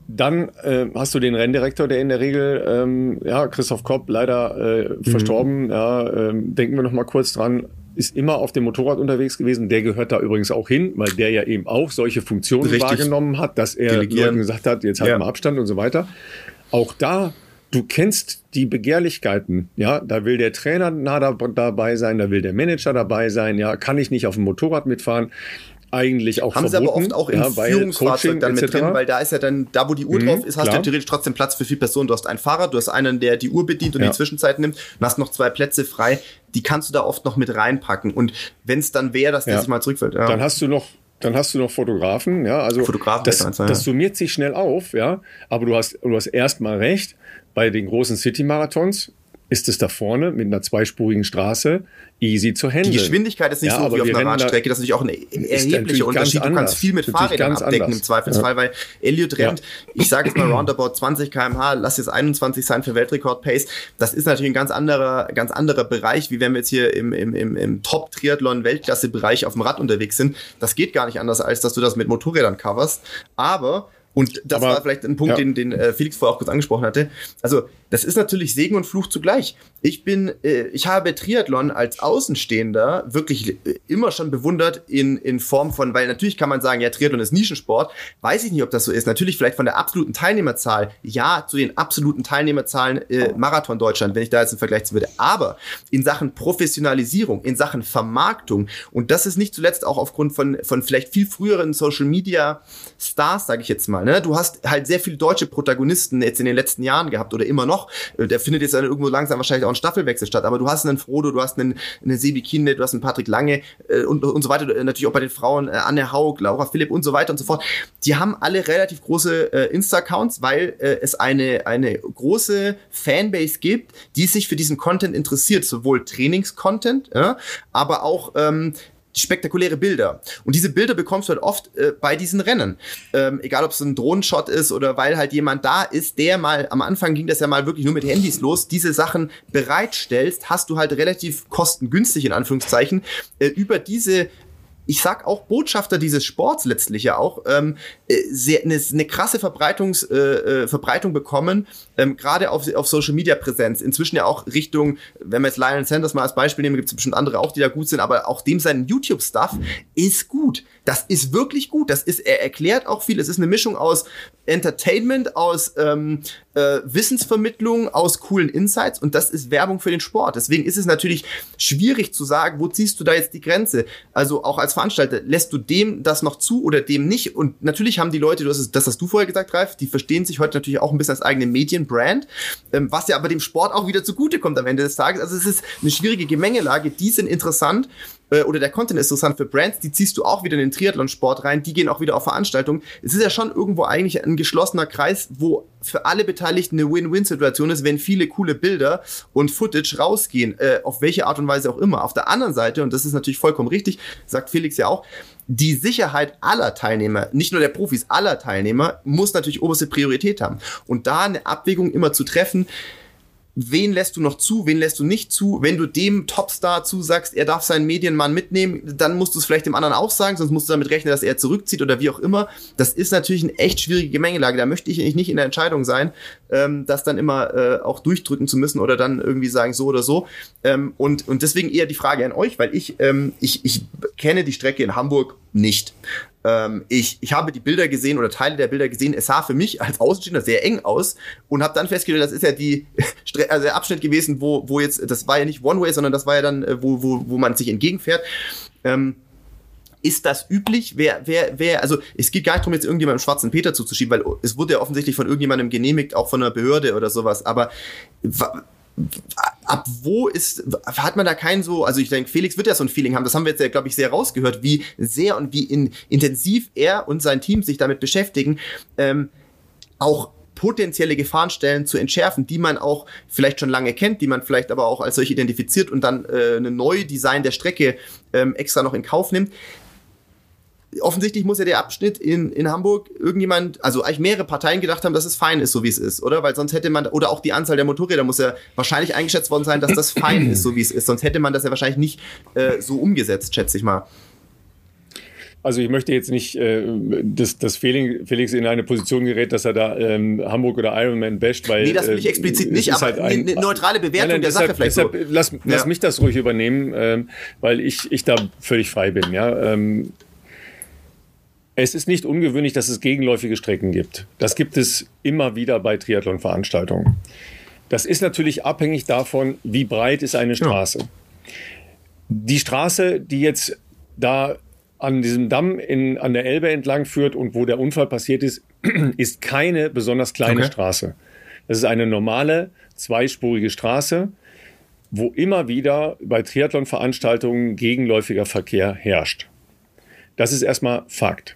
Dann äh, hast du den Renndirektor, der in der Regel, ähm, ja, Christoph Kopp, leider äh, mhm. verstorben. Ja, ähm, denken wir noch mal kurz dran. Ist immer auf dem Motorrad unterwegs gewesen. Der gehört da übrigens auch hin, weil der ja eben auch solche Funktionen Richtig. wahrgenommen hat, dass er Delegieren. Leuten gesagt hat, jetzt halt ja. mal Abstand und so weiter. Auch da, du kennst die Begehrlichkeiten. Ja, da will der Trainer nah da, dabei sein, da will der Manager dabei sein. Ja, kann ich nicht auf dem Motorrad mitfahren? Eigentlich auch haben verboten. Sie aber oft auch im ja, Führungsfahrzeug dann mit drin, weil da ist ja dann, da wo die Uhr mhm, drauf ist, hast klar. du theoretisch trotzdem Platz für vier Personen. Du hast einen Fahrer, du hast einen, der die Uhr bedient und ja. die Zwischenzeit nimmt und hast noch zwei Plätze frei. Die kannst du da oft noch mit reinpacken. Und wenn es dann wäre, dass der ja. sich mal zurückfällt. Ja. Dann hast du noch Dann hast du noch Fotografen, ja, also Fotografen das, das, ja. das summiert sich schnell auf, ja, aber du hast, du hast erstmal recht, bei den großen City-Marathons ist es da vorne mit einer zweispurigen Straße easy zu handeln. Die Geschwindigkeit ist nicht ja, so wie auf einer Radstrecke, das ist natürlich auch ein erheblicher Unterschied. Du kannst viel mit Fahrrädern abdecken anders. Im Zweifelsfall, ja. weil Elliot rennt, ja. ich sage jetzt mal roundabout zwanzig Kilometer pro Stunde, lass jetzt einundzwanzig sein für Weltrekord-Pace. Das ist natürlich ein ganz anderer, ganz anderer Bereich, wie wenn wir jetzt hier im, im, im, im Top-Triathlon-Weltklasse-Bereich auf dem Rad unterwegs sind. Das geht gar nicht anders, als dass du das mit Motorrädern coverst. Aber Und das Aber, war vielleicht ein Punkt, ja. den, den äh, Felix vorher auch kurz angesprochen hatte. Also das ist natürlich Segen und Fluch zugleich. Ich bin, äh, ich habe Triathlon als Außenstehender wirklich äh, immer schon bewundert in, in Form von, weil natürlich kann man sagen, ja, Triathlon ist Nischensport. Weiß ich nicht, ob das so ist. Natürlich vielleicht von der absoluten Teilnehmerzahl, ja, zu den absoluten Teilnehmerzahlen äh, Marathon Deutschland, wenn ich da jetzt einen Vergleich ziehen würde. Aber in Sachen Professionalisierung, in Sachen Vermarktung, und das ist nicht zuletzt auch aufgrund von, von vielleicht viel früheren Social Media Stars, sage ich jetzt mal. Ne? Du hast halt sehr viele deutsche Protagonisten jetzt in den letzten Jahren gehabt oder immer noch. Der findet jetzt dann irgendwo langsam wahrscheinlich auch ein Staffelwechsel statt. Aber du hast einen Frodo, du hast einen, einen Sebi Kienle, du hast einen Patrick Lange äh, und, und so weiter. Natürlich auch bei den Frauen äh, Anne Haug, Laura Philipp und so weiter und so fort. Die haben alle relativ große äh, Insta-Accounts, weil äh, es eine, eine große Fanbase gibt, die sich für diesen Content interessiert. Sowohl Trainings-Content, ja, aber auch ähm, spektakuläre Bilder. Und diese Bilder bekommst du halt oft äh, bei diesen Rennen. Ähm, egal, ob es ein Drohnenshot ist oder weil halt jemand da ist, der mal, am Anfang ging das ja mal wirklich nur mit Handys los, diese Sachen bereitstellst, hast du halt relativ kostengünstig, in Anführungszeichen, äh, über diese, ich sag auch Botschafter dieses Sports letztlich ja auch, ähm, sehr, eine, eine krasse Verbreitungs, äh, Verbreitung bekommen, ähm, gerade auf, auf Social Media Präsenz. Inzwischen ja auch Richtung, wenn wir jetzt Lionel Sanders mal als Beispiel nehmen, gibt es bestimmt andere auch, die da gut sind, aber auch dem sein YouTube-Stuff ist gut. Das ist wirklich gut. Das ist, er erklärt auch viel. Es ist eine Mischung aus Entertainment, aus ähm, äh, Wissensvermittlung, aus coolen Insights, und das ist Werbung für den Sport. Deswegen ist es natürlich schwierig zu sagen, wo ziehst du da jetzt die Grenze? Also auch als Veranstalter, lässt du dem das noch zu oder dem nicht? Und natürlich haben die Leute, du hast es, das hast du vorher gesagt, Ralf, die verstehen sich heute natürlich auch ein bisschen als eigene Medienbrand, ähm, was ja aber dem Sport auch wieder zugutekommt am Ende des Tages. Also es ist eine schwierige Gemengelage. Die sind interessant, äh, oder der Content ist interessant für Brands, die ziehst du auch wieder in den Triathlon-Sport rein, die gehen auch wieder auf Veranstaltungen. Es ist ja schon irgendwo eigentlich ein geschlossener Kreis, wo für alle Beteiligten eine Win-Win-Situation ist, wenn viele coole Bilder und Footage rausgehen, äh, auf welche Art und Weise auch immer. Auf der anderen Seite, und das ist natürlich vollkommen richtig, sagt Felix ja auch, die Sicherheit aller Teilnehmer, nicht nur der Profis, aller Teilnehmer, muss natürlich oberste Priorität haben. Und da eine Abwägung immer zu treffen, wen lässt du noch zu, wen lässt du nicht zu? Wenn du dem Topstar zusagst, er darf seinen Medienmann mitnehmen, dann musst du es vielleicht dem anderen auch sagen, sonst musst du damit rechnen, dass er zurückzieht oder wie auch immer. Das ist natürlich eine echt schwierige Gemengelage. Da möchte ich nicht in der Entscheidung sein, ähm, das dann immer äh, auch durchdrücken zu müssen oder dann irgendwie sagen so oder so. Ähm, und, und deswegen eher die Frage an euch, weil ich, ähm, ich, ich kenne die Strecke in Hamburg nicht. Ähm, ich, ich habe die Bilder gesehen oder Teile der Bilder gesehen. Es sah für mich als Außenstehender sehr eng aus und habe dann festgestellt, das ist ja die Stre- also der Abschnitt gewesen, wo, wo jetzt, das war ja nicht One-Way, sondern das war ja dann, wo, wo, wo man sich entgegenfährt. Ähm, Ist das üblich? Wer, wer, wer, also es geht gar nicht darum, jetzt irgendjemandem schwarzen Peter zuzuschieben, weil es wurde ja offensichtlich von irgendjemandem genehmigt, auch von einer Behörde oder sowas, aber wa- ab wo ist, hat man da kein so, also ich denke, Felix wird ja so ein Feeling haben, das haben wir jetzt ja, glaube ich, sehr rausgehört, wie sehr und wie in, intensiv er und sein Team sich damit beschäftigen, ähm, auch potenzielle Gefahrenstellen zu entschärfen, die man auch vielleicht schon lange kennt, die man vielleicht aber auch als solche identifiziert und dann äh, eine Neudesign der Strecke ähm, extra noch in Kauf nimmt. Offensichtlich muss ja der Abschnitt in, in Hamburg irgendjemand, also eigentlich mehrere Parteien gedacht haben, dass es fein ist, so wie es ist, oder? Weil sonst hätte man, oder auch die Anzahl der Motorräder muss ja wahrscheinlich eingeschätzt worden sein, dass das fein ist, so wie es ist. Sonst hätte man das ja wahrscheinlich nicht äh, so umgesetzt, schätze ich mal. Also ich möchte jetzt nicht, äh, dass, dass Felix in eine Position gerät, dass er da ähm, Hamburg oder Ironman basht, weil... Nee, das will ich explizit äh, nicht, aber halt ein, eine neutrale Bewertung nein, nein, der deshalb, Sache vielleicht deshalb, so. Lass, lass ja. mich das ruhig übernehmen, ähm, weil ich, ich da völlig frei bin. Ja? Ähm, es ist nicht ungewöhnlich, dass es gegenläufige Strecken gibt. Das gibt es immer wieder bei Triathlon-Veranstaltungen. Das ist natürlich abhängig davon, wie breit ist eine Straße. Ja. Die Straße, die jetzt da an diesem Damm in, an der Elbe entlang führt und wo der Unfall passiert ist, ist keine besonders kleine okay. Straße. Das ist eine normale, zweispurige Straße, wo immer wieder bei Triathlon-Veranstaltungen gegenläufiger Verkehr herrscht. Das ist erstmal Fakt.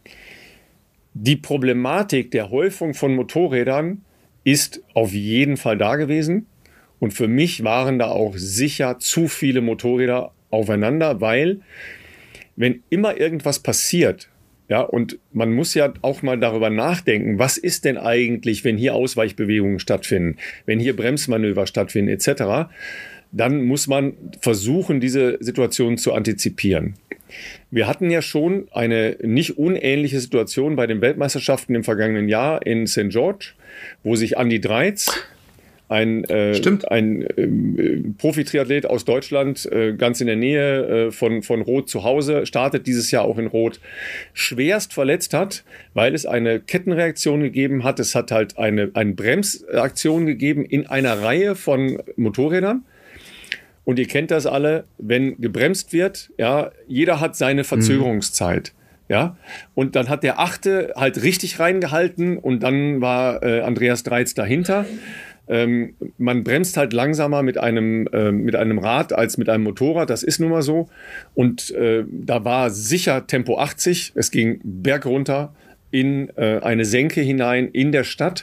Die Problematik der Häufung von Motorrädern ist auf jeden Fall da gewesen. Und für mich waren da auch sicher zu viele Motorräder aufeinander, weil wenn immer irgendwas passiert, ja, und man muss ja auch mal darüber nachdenken, was ist denn eigentlich, wenn hier Ausweichbewegungen stattfinden, wenn hier Bremsmanöver stattfinden et cetera, dann muss man versuchen, diese Situation zu antizipieren. Wir hatten ja schon eine nicht unähnliche Situation bei den Weltmeisterschaften im vergangenen Jahr in Sankt George, wo sich Andi Dreitz, ein, äh, ein äh, Profi-Triathlet aus Deutschland, äh, ganz in der Nähe äh, von, von Roth zu Hause, startet dieses Jahr auch in Roth, schwerst verletzt hat, weil es eine Kettenreaktion gegeben hat. Es hat halt eine, eine Bremsaktion gegeben in einer Reihe von Motorrädern. Und ihr kennt das alle, wenn gebremst wird, ja, jeder hat seine Verzögerungszeit. Mhm. Ja, und dann hat der Achte halt richtig reingehalten und dann war äh, Andreas Dreitz dahinter. Ähm, man bremst halt langsamer mit einem, äh, mit einem Rad als mit einem Motorrad, das ist nun mal so. Und äh, da war sicher Tempo achtzig, es ging bergunter in äh, eine Senke hinein in der Stadt.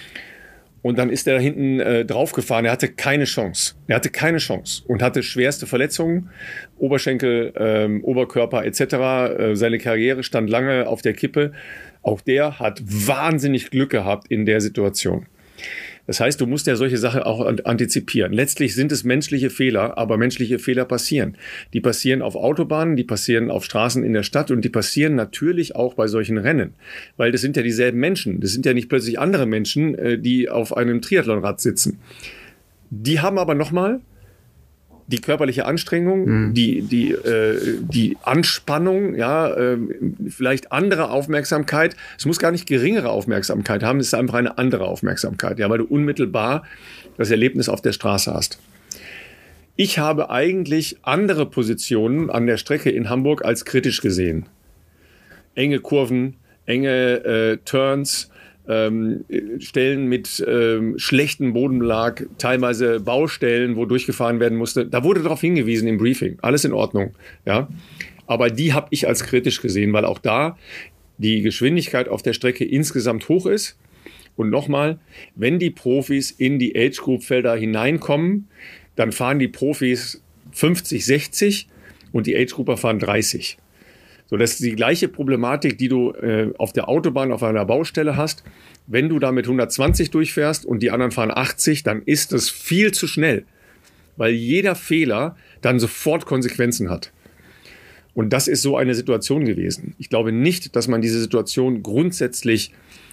Und dann ist er da hinten äh, draufgefahren. Er hatte keine Chance. Er hatte keine Chance und hatte schwerste Verletzungen, Oberschenkel, ähm, Oberkörper et cetera. Äh, seine Karriere stand lange auf der Kippe. Auch der hat wahnsinnig Glück gehabt in der Situation. Das heißt, du musst ja solche Sachen auch antizipieren. Letztlich sind es menschliche Fehler, aber menschliche Fehler passieren. Die passieren auf Autobahnen, die passieren auf Straßen in der Stadt und die passieren natürlich auch bei solchen Rennen. Weil das sind ja dieselben Menschen. Das sind ja nicht plötzlich andere Menschen, die auf einem Triathlonrad sitzen. Die haben aber nochmal die körperliche Anstrengung, mhm. die, die, äh, die Anspannung, ja, äh, vielleicht andere Aufmerksamkeit. Es muss gar nicht geringere Aufmerksamkeit haben, es ist einfach eine andere Aufmerksamkeit, ja, weil du unmittelbar das Erlebnis auf der Straße hast. Ich habe eigentlich andere Positionen an der Strecke in Hamburg als kritisch gesehen. Enge Kurven, enge äh, Turns, Ähm, Stellen mit ähm, schlechtem Bodenbelag, teilweise Baustellen, wo durchgefahren werden musste. Da wurde darauf hingewiesen im Briefing. Alles in Ordnung. Ja? Aber die habe ich als kritisch gesehen, weil auch da die Geschwindigkeit auf der Strecke insgesamt hoch ist. Und nochmal, wenn die Profis in die Age-Group-Felder hineinkommen, dann fahren die Profis fünfzig, sechzig und die Age-Grouper fahren dreißig. So, das ist die gleiche Problematik, die du äh, auf der Autobahn auf einer Baustelle hast. Wenn du da mit hundertzwanzig durchfährst und die anderen fahren achtzig, dann ist das viel zu schnell, weil jeder Fehler dann sofort Konsequenzen hat. Und das ist so eine Situation gewesen. Ich glaube nicht, dass man diese Situation grundsätzlich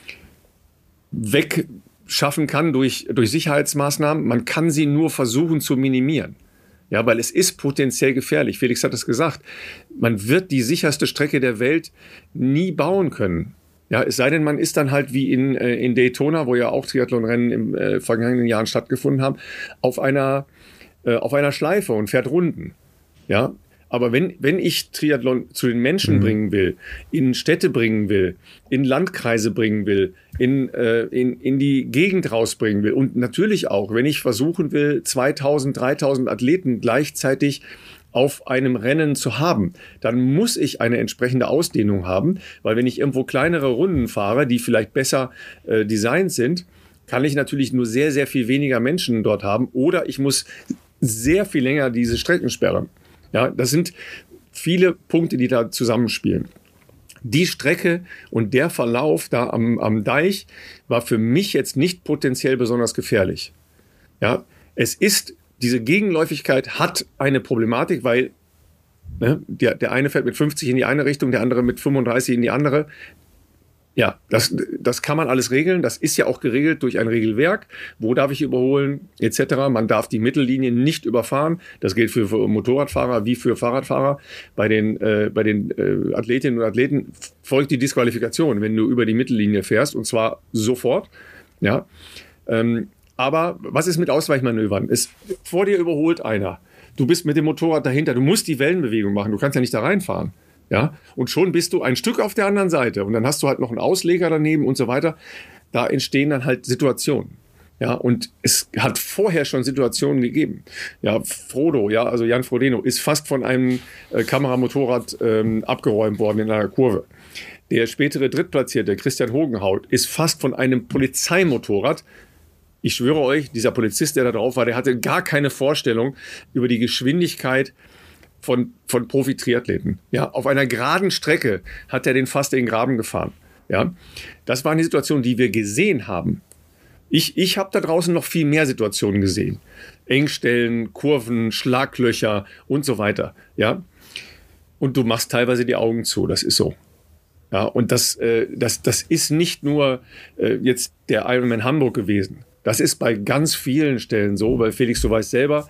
wegschaffen kann durch, durch Sicherheitsmaßnahmen. Man kann sie nur versuchen zu minimieren. Ja, weil es ist potenziell gefährlich. Felix hat es gesagt. Man wird die sicherste Strecke der Welt nie bauen können. Ja, es sei denn, man ist dann halt wie in, äh, in Daytona, wo ja auch Triathlonrennen im äh, vergangenen Jahren stattgefunden haben, auf einer, äh, auf einer Schleife und fährt Runden. Ja, aber wenn, wenn ich Triathlon zu den Menschen mhm. bringen will, in Städte bringen will, in Landkreise bringen will, in, äh, in, in die Gegend rausbringen will und natürlich auch, wenn ich versuchen will, zweitausend, dreitausend Athleten gleichzeitig auf einem Rennen zu haben, dann muss ich eine entsprechende Ausdehnung haben, weil wenn ich irgendwo kleinere Runden fahre, die vielleicht besser äh, designt sind, kann ich natürlich nur sehr, sehr viel weniger Menschen dort haben oder ich muss sehr viel länger diese Strecken sperren. Ja, das sind viele Punkte, die da zusammenspielen. Die Strecke und der Verlauf da am, am Deich war für mich jetzt nicht potenziell besonders gefährlich. Ja, es ist, diese Gegenläufigkeit hat eine Problematik, weil Ne? Der, der eine fährt mit fünfzig in die eine Richtung, der andere mit fünfunddreißig in die andere. Ja, das, das kann man alles regeln. Das ist ja auch geregelt durch ein Regelwerk. Wo darf ich überholen, et cetera. Man darf die Mittellinie nicht überfahren. Das gilt für, für Motorradfahrer wie für Fahrradfahrer. Bei den, äh, bei den äh, Athletinnen und Athleten folgt die Disqualifikation, wenn du über die Mittellinie fährst, und zwar sofort. Ja, ähm, aber was ist mit Ausweichmanövern? Es, vor dir überholt einer. Du bist mit dem Motorrad dahinter. Du musst die Wellenbewegung machen. Du kannst ja nicht da reinfahren. Ja, und schon bist du ein Stück auf der anderen Seite und dann hast du halt noch einen Ausleger daneben und so weiter. Da entstehen dann halt Situationen. Ja, und es hat vorher schon Situationen gegeben. Ja, Frodo, ja, also Jan Frodeno ist fast von einem äh, Kameramotorrad ähm, abgeräumt worden in einer Kurve. Der spätere Drittplatzierte, Christian Hogenhaut, ist fast von einem Polizeimotorrad. Ich schwöre euch, dieser Polizist, der da drauf war, der hatte gar keine Vorstellung über die Geschwindigkeit von, von Profi-Triathleten. Ja, auf einer geraden Strecke hat er den fast in den Graben gefahren. Ja, das war eine Situation, die wir gesehen haben. Ich, ich habe da draußen noch viel mehr Situationen gesehen. Engstellen, Kurven, Schlaglöcher und so weiter. Ja, und du machst teilweise die Augen zu. Das ist so. Ja, und das, äh, das, das ist nicht nur äh, jetzt der Ironman Hamburg gewesen. Das ist bei ganz vielen Stellen so, weil Felix, du weißt selber,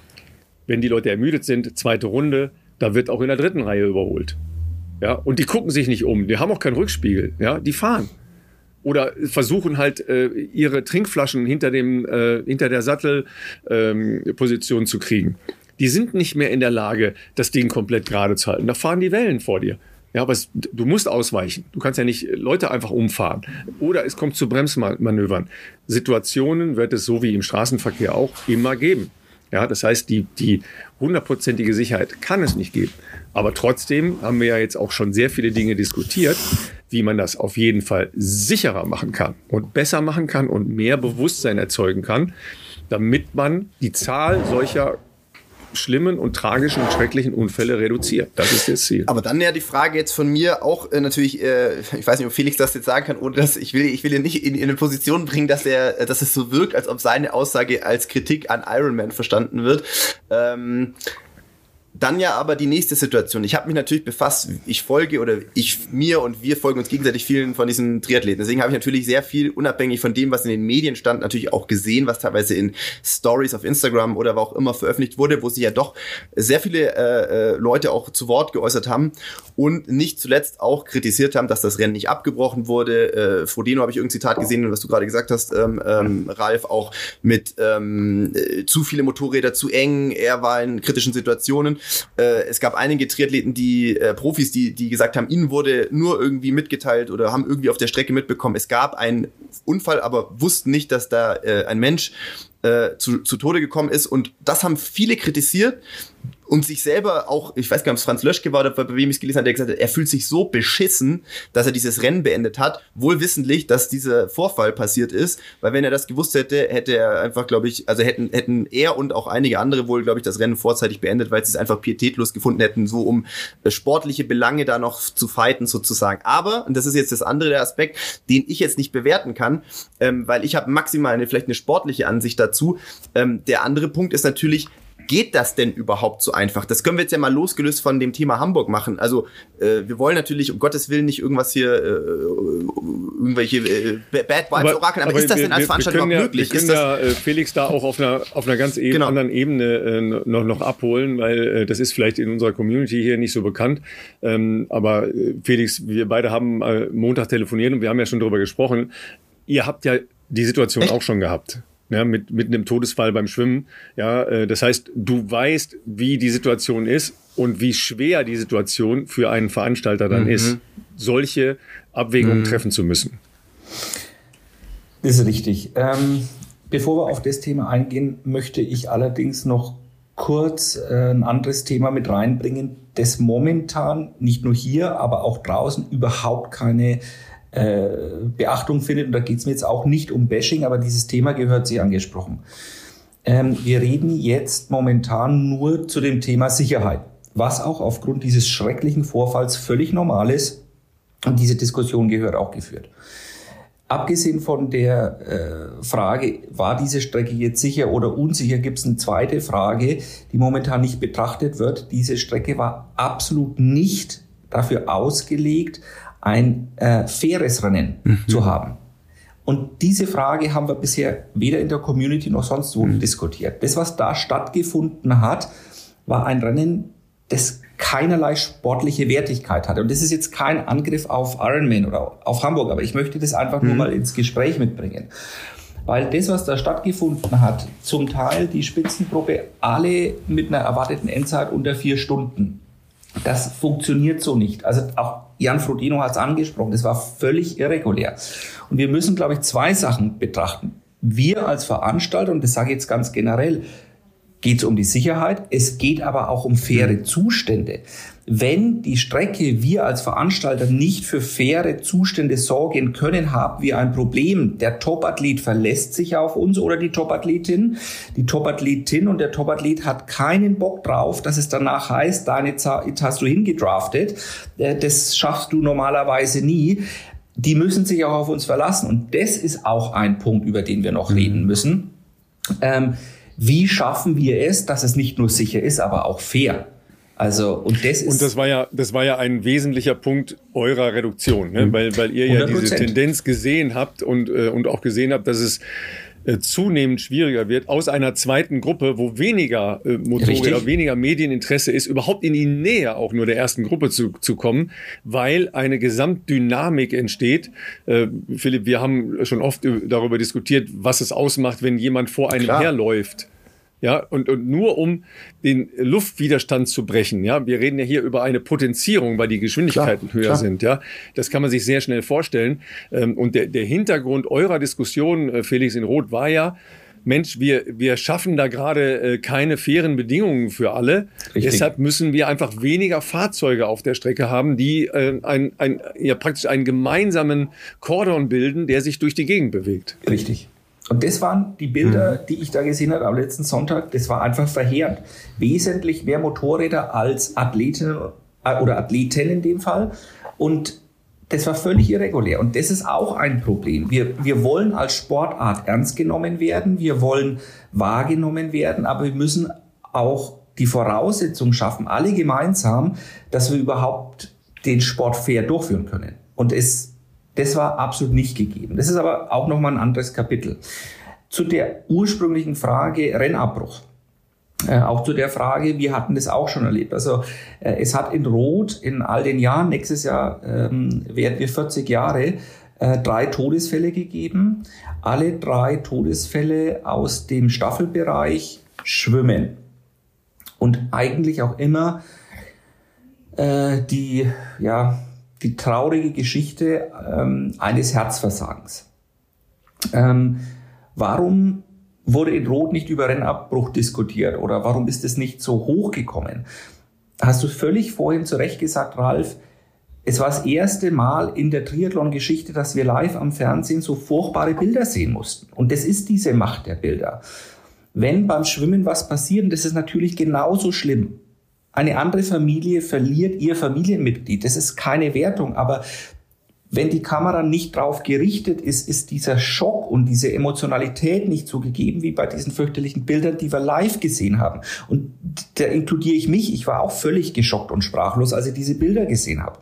wenn die Leute ermüdet sind, zweite Runde, da wird auch in der dritten Reihe überholt. Ja, und die gucken sich nicht um, die haben auch keinen Rückspiegel, ja, die fahren. Oder versuchen halt, äh, ihre Trinkflaschen hinter, dem, äh, hinter der Sattelposition ähm, zu kriegen. Die sind nicht mehr in der Lage, das Ding komplett gerade zu halten. Da fahren die Wellen vor dir. Ja, aber es, du musst ausweichen. Du kannst ja nicht Leute einfach umfahren. Oder es kommt zu Bremsmanövern. Situationen wird es so wie im Straßenverkehr auch immer geben. Ja, das heißt, die, die hundertprozentige Sicherheit kann es nicht geben. Aber trotzdem haben wir ja jetzt auch schon sehr viele Dinge diskutiert, wie man das auf jeden Fall sicherer machen kann und besser machen kann und mehr Bewusstsein erzeugen kann, damit man die Zahl solcher schlimmen und tragischen und schrecklichen Unfälle reduziert. Das ist das Ziel. Aber dann ja die Frage jetzt von mir auch äh, natürlich, äh, ich weiß nicht, ob Felix das jetzt sagen kann, ohne dass ich will, ich will ihn nicht in, in eine Position bringen, dass er, dass es so wirkt, als ob seine Aussage als Kritik an Ironman verstanden wird. Ähm, Dann ja aber die nächste Situation. Ich habe mich natürlich befasst, ich folge oder ich, mir und wir folgen uns gegenseitig vielen von diesen Triathleten. Deswegen habe ich natürlich sehr viel, unabhängig von dem, was in den Medien stand, natürlich auch gesehen, was teilweise in Stories auf Instagram oder wo auch immer veröffentlicht wurde, wo sich ja doch sehr viele äh, Leute auch zu Wort geäußert haben und nicht zuletzt auch kritisiert haben, dass das Rennen nicht abgebrochen wurde. Äh, Frodeno habe ich irgendein Zitat gesehen, was du gerade gesagt hast, ähm, ähm, Ralf, auch mit ähm, zu viele Motorräder, zu eng, er war in kritischen Situationen. Es gab einige Triathleten, die äh, Profis, die die gesagt haben, ihnen wurde nur irgendwie mitgeteilt oder haben irgendwie auf der Strecke mitbekommen, es gab einen Unfall, aber wussten nicht, dass da äh, ein Mensch äh, zu, zu Tode gekommen ist. Und das haben viele kritisiert und sich selber auch, ich weiß gar nicht, ob es Franz Löschke war oder bei wem ich es gelesen habe, der gesagt hat, er fühlt sich so beschissen, dass er dieses Rennen beendet hat, wohl wissentlich, dass dieser Vorfall passiert ist, weil wenn er das gewusst hätte, hätte er einfach, glaube ich, also hätten hätten er und auch einige andere wohl, glaube ich, das Rennen vorzeitig beendet, weil sie es einfach pietätlos gefunden hätten, so um äh, sportliche Belange da noch zu fighten sozusagen. Aber, und das ist jetzt das andere der Aspekt, den ich jetzt nicht bewerten kann, ähm, weil ich habe maximal eine, vielleicht eine sportliche Ansicht dazu. Ähm, der andere Punkt ist natürlich, geht das denn überhaupt so einfach? Das können wir jetzt ja mal losgelöst von dem Thema Hamburg machen. Also äh, wir wollen natürlich um Gottes Willen nicht irgendwas hier, äh, irgendwelche äh, Bad Vibes orakeln, aber, aber ist das wir, denn als Veranstalter überhaupt ja, möglich? Wir können ja äh, Felix da auch auf einer, auf einer ganz eben, genau. anderen Ebene äh, noch, noch abholen, weil äh, das ist vielleicht in unserer Community hier nicht so bekannt. Ähm, aber äh, Felix, wir beide haben äh, Montag telefoniert und wir haben ja schon darüber gesprochen. Ihr habt ja die Situation Echt? auch schon gehabt. Ja, mit, mit einem Todesfall beim Schwimmen. Ja, äh, das heißt, du weißt, wie die Situation ist und wie schwer die Situation für einen Veranstalter dann mhm. ist, solche Abwägungen mhm. treffen zu müssen. Das ist richtig. Ähm, bevor wir auf das Thema eingehen, möchte ich allerdings noch kurz äh, ein anderes Thema mit reinbringen, das momentan nicht nur hier, aber auch draußen überhaupt keine Beachtung findet. Und da geht es mir jetzt auch nicht um Bashing, aber dieses Thema gehört sich angesprochen. Ähm, wir reden jetzt momentan nur zu dem Thema Sicherheit, was auch aufgrund dieses schrecklichen Vorfalls völlig normal ist. Und diese Diskussion gehört auch geführt. abgesehen von der äh, Frage, war diese Strecke jetzt sicher oder unsicher, gibt es eine zweite Frage, die momentan nicht betrachtet wird. Diese Strecke war absolut nicht dafür ausgelegt, ein äh, faires Rennen mhm. zu haben. Und diese Frage haben wir bisher weder in der Community noch sonst wo mhm. diskutiert. Das, was da stattgefunden hat, war ein Rennen, das keinerlei sportliche Wertigkeit hatte. Und das ist jetzt kein Angriff auf Ironman oder auf Hamburg, aber ich möchte das einfach mhm. nur mal ins Gespräch mitbringen. Weil das, was da stattgefunden hat, zum Teil die Spitzengruppe alle mit einer erwarteten Endzeit unter vier Stunden. Das funktioniert so nicht. Also auch Jan Frodeno hat es angesprochen, das war völlig irregulär. Und wir müssen, glaube ich, zwei Sachen betrachten. Wir als Veranstalter, und das sage ich jetzt ganz generell, geht es um die Sicherheit, es geht aber auch um faire Zustände. Wenn die Strecke wir als Veranstalter nicht für faire Zustände sorgen können, haben wir ein Problem. Der Topathlet verlässt sich auf uns oder die Topathletin. Die Topathletin und der Topathlet hat keinen Bock drauf, dass es danach heißt, deine Zeit hast du hingedraftet. Das schaffst du normalerweise nie. Die müssen sich auch auf uns verlassen. Und das ist auch ein Punkt, über den wir noch reden müssen. Ähm, wie schaffen wir es, dass es nicht nur sicher ist, aber auch fair? Also, und das ist. Und das war ja, das war ja ein wesentlicher Punkt eurer Reduktion, ne? weil, weil ihr ja hundert Prozent diese Tendenz gesehen habt und, äh, und auch gesehen habt, dass es äh, zunehmend schwieriger wird, aus einer zweiten Gruppe, wo weniger äh, Motorräder, weniger Medieninteresse ist, überhaupt in die Nähe auch nur der ersten Gruppe zu, zu kommen, weil eine Gesamtdynamik entsteht. Äh, Philipp, wir haben schon oft darüber diskutiert, was es ausmacht, wenn jemand vor einem Klar. herläuft. Ja, und, und nur um den Luftwiderstand zu brechen, ja, wir reden ja hier über eine Potenzierung, weil die Geschwindigkeiten klar, höher klar. sind, ja, das kann man sich sehr schnell vorstellen. Und der, der Hintergrund eurer Diskussion, Felix in Roth, war ja, Mensch, wir, wir schaffen da gerade keine fairen Bedingungen für alle. Richtig. Deshalb müssen wir einfach weniger Fahrzeuge auf der Strecke haben, die äh, ein, ein, ja, praktisch einen gemeinsamen Kordon bilden, der sich durch die Gegend bewegt. Richtig. Und das waren die Bilder, die ich da gesehen habe am letzten Sonntag. Das war einfach verheerend. Wesentlich mehr Motorräder als Athletinnen oder Athleten in dem Fall. Und das war völlig irregulär. Und das ist auch ein Problem. Wir, wir wollen als Sportart ernst genommen werden. Wir wollen wahrgenommen werden. Aber wir müssen auch die Voraussetzung schaffen, alle gemeinsam, dass wir überhaupt den Sport fair durchführen können. Und es Das war absolut nicht gegeben. Das ist aber auch nochmal ein anderes Kapitel. Zu der ursprünglichen Frage Rennabbruch. Äh, auch zu der Frage, wir hatten das auch schon erlebt. Also äh, es hat in Roth in all den Jahren, nächstes Jahr ähm, werden wir vierzig Jahre, äh, drei Todesfälle gegeben. Alle drei Todesfälle aus dem Staffelbereich Schwimmen. Und eigentlich auch immer äh, die, ja, die traurige Geschichte ähm, eines Herzversagens. Ähm, warum wurde in Roth nicht über Rennabbruch diskutiert oder warum ist es nicht so hochgekommen? Hast du völlig vorhin zu Recht gesagt, Ralf, es war das erste Mal in der Triathlon-Geschichte, dass wir live am Fernsehen so furchtbare Bilder sehen mussten. Und das ist diese Macht der Bilder. Wenn beim Schwimmen was passiert, und das ist natürlich genauso schlimm, eine andere Familie verliert ihr Familienmitglied. Das ist keine Wertung, aber wenn die Kamera nicht drauf gerichtet ist, ist dieser Schock und diese Emotionalität nicht so gegeben wie bei diesen fürchterlichen Bildern, die wir live gesehen haben. Und da inkludiere ich mich. Ich war auch völlig geschockt und sprachlos, als ich diese Bilder gesehen habe.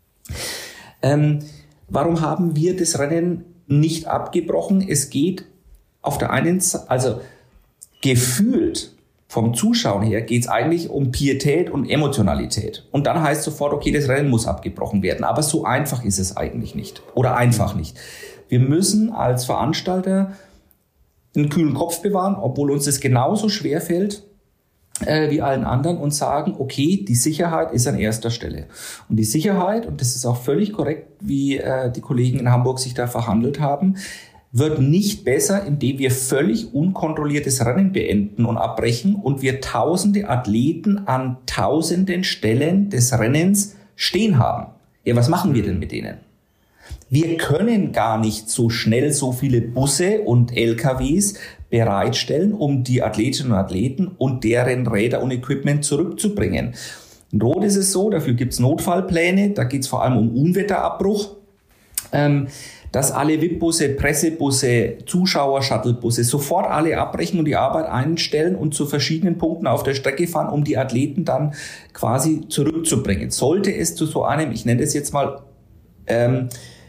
Ähm, warum haben wir das Rennen nicht abgebrochen? Es geht auf der einen Seite, also gefühlt, vom Zuschauen her geht es eigentlich um Pietät und Emotionalität. Und dann heißt sofort, okay, das Rennen muss abgebrochen werden. Aber so einfach ist es eigentlich nicht. Oder einfach nicht. Wir müssen als Veranstalter einen kühlen Kopf bewahren, obwohl uns das genauso schwer fällt äh, wie allen anderen und sagen, okay, die Sicherheit ist an erster Stelle. Und die Sicherheit, und das ist auch völlig korrekt, wie äh, die Kollegen in Hamburg sich da verhandelt haben, wird nicht besser, indem wir völlig unkontrolliertes Rennen beenden und abbrechen und wir tausende Athleten an tausenden Stellen des Rennens stehen haben. Ja, was machen wir denn mit denen? Wir können gar nicht so schnell so viele Busse und L K Ws bereitstellen, um die Athletinnen und Athleten und deren Räder und Equipment zurückzubringen. In Roth ist es so, dafür gibt es Notfallpläne, da geht es vor allem um Unwetterabbruch. Ähm, dass alle V I P-Busse, Pressebusse, Zuschauer-Shuttlebusse sofort alle abbrechen und die Arbeit einstellen und zu verschiedenen Punkten auf der Strecke fahren, um die Athleten dann quasi zurückzubringen. Sollte es zu so einem, ich nenne das jetzt mal, ähm,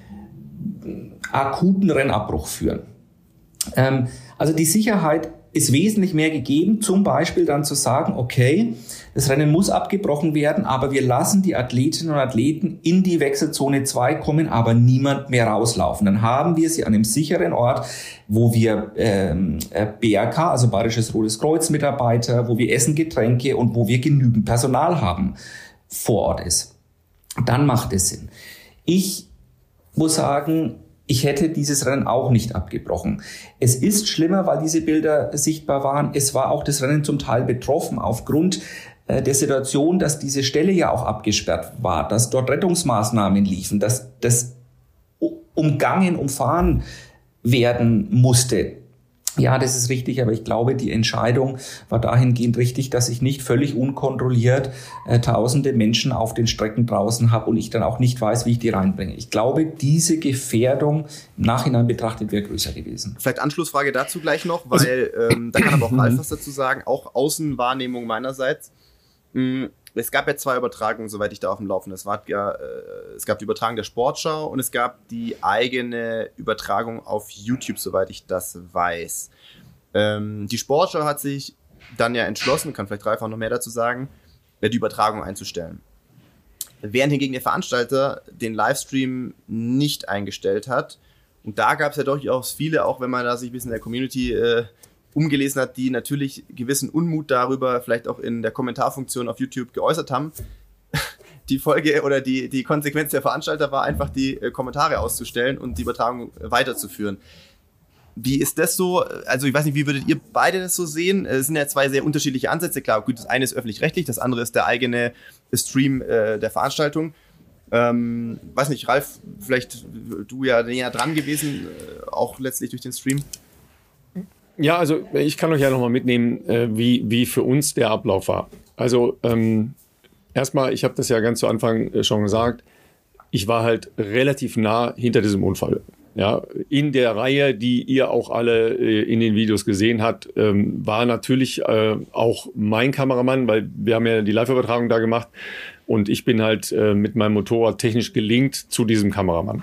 akuten Rennabbruch führen. Ähm, also die Sicherheit ist wesentlich mehr gegeben, zum Beispiel dann zu sagen, okay, das Rennen muss abgebrochen werden, aber wir lassen die Athletinnen und Athleten in die Wechselzone zwei kommen, aber niemand mehr rauslaufen. Dann haben wir sie an einem sicheren Ort, wo wir ähm, B R K, also Bayerisches Rotes Kreuz Mitarbeiter, wo wir Essen, Getränke und wo wir genügend Personal haben, vor Ort ist. Dann macht es Sinn. Ich muss sagen, ich hätte dieses Rennen auch nicht abgebrochen. Es ist schlimmer, weil diese Bilder sichtbar waren. Es war auch das Rennen zum Teil betroffen aufgrund äh, der Situation, dass diese Stelle ja auch abgesperrt war, dass dort Rettungsmaßnahmen liefen, dass das umgangen, umfahren werden musste. Ja, das ist richtig, aber ich glaube, die Entscheidung war dahingehend richtig, dass ich nicht völlig unkontrolliert äh, tausende Menschen auf den Strecken draußen habe und ich dann auch nicht weiß, wie ich die reinbringe. Ich glaube, diese Gefährdung im Nachhinein betrachtet wäre größer gewesen. Vielleicht Anschlussfrage dazu gleich noch, weil ähm, da kann aber auch Ralf was dazu sagen, auch Außenwahrnehmung meinerseits. Mh, Es gab ja zwei Übertragungen, soweit ich da auf dem Laufenden. Es war ja, äh, es gab die Übertragung der Sportschau und es gab die eigene Übertragung auf YouTube, soweit ich das weiß. Ähm, die Sportschau hat sich dann ja entschlossen, kann vielleicht Ralf auch noch mehr dazu sagen, die Übertragung einzustellen. Während hingegen der Veranstalter den Livestream nicht eingestellt hat. Und da gab es ja durchaus viele, auch wenn man da sich ein bisschen in der Community äh, umgelesen hat, die natürlich gewissen Unmut darüber vielleicht auch in der Kommentarfunktion auf YouTube geäußert haben. Die Folge oder die, die Konsequenz der Veranstalter war einfach, die äh, Kommentare auszustellen und die Übertragung weiterzuführen. Wie ist das so? Also ich weiß nicht, wie würdet ihr beide das so sehen? Es sind ja zwei sehr unterschiedliche Ansätze. Klar, gut, das eine ist öffentlich-rechtlich, das andere ist der eigene Stream äh, der Veranstaltung. Ähm, weiß nicht, Ralf, vielleicht du ja näher dran gewesen, äh, auch letztlich durch den Stream. Ja, also ich kann euch ja nochmal mitnehmen, äh, wie, wie für uns der Ablauf war. Also ähm, erstmal, ich habe das ja ganz zu Anfang äh, schon gesagt, ich war halt relativ nah hinter diesem Unfall. Ja, in der Reihe, die ihr auch alle äh, in den Videos gesehen habt, ähm, war natürlich äh, auch mein Kameramann, weil wir haben ja die Live-Übertragung da gemacht und ich bin halt äh, mit meinem Motorrad technisch gelinkt zu diesem Kameramann.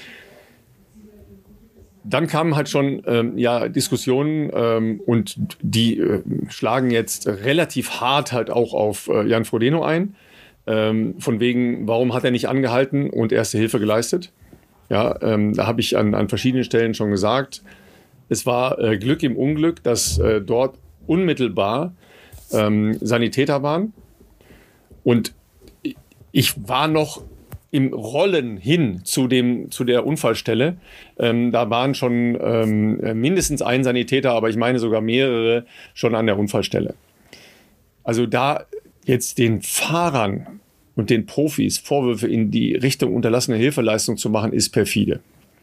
Dann kamen halt schon ähm, ja, Diskussionen ähm, und die äh, schlagen jetzt relativ hart halt auch auf äh, Jan Frodeno ein. Ähm, von wegen, warum hat er nicht angehalten und erste Hilfe geleistet? Ja, ähm, da habe ich an, an verschiedenen Stellen schon gesagt, es war äh, Glück im Unglück, dass äh, dort unmittelbar ähm, Sanitäter waren. Und ich war noch im Rollen hin zu, dem, zu der Unfallstelle. Ähm, da waren schon ähm, mindestens ein Sanitäter, aber ich meine sogar mehrere schon an der Unfallstelle. Also da jetzt den Fahrern und den Profis Vorwürfe in die Richtung unterlassener Hilfeleistung zu machen, ist perfide.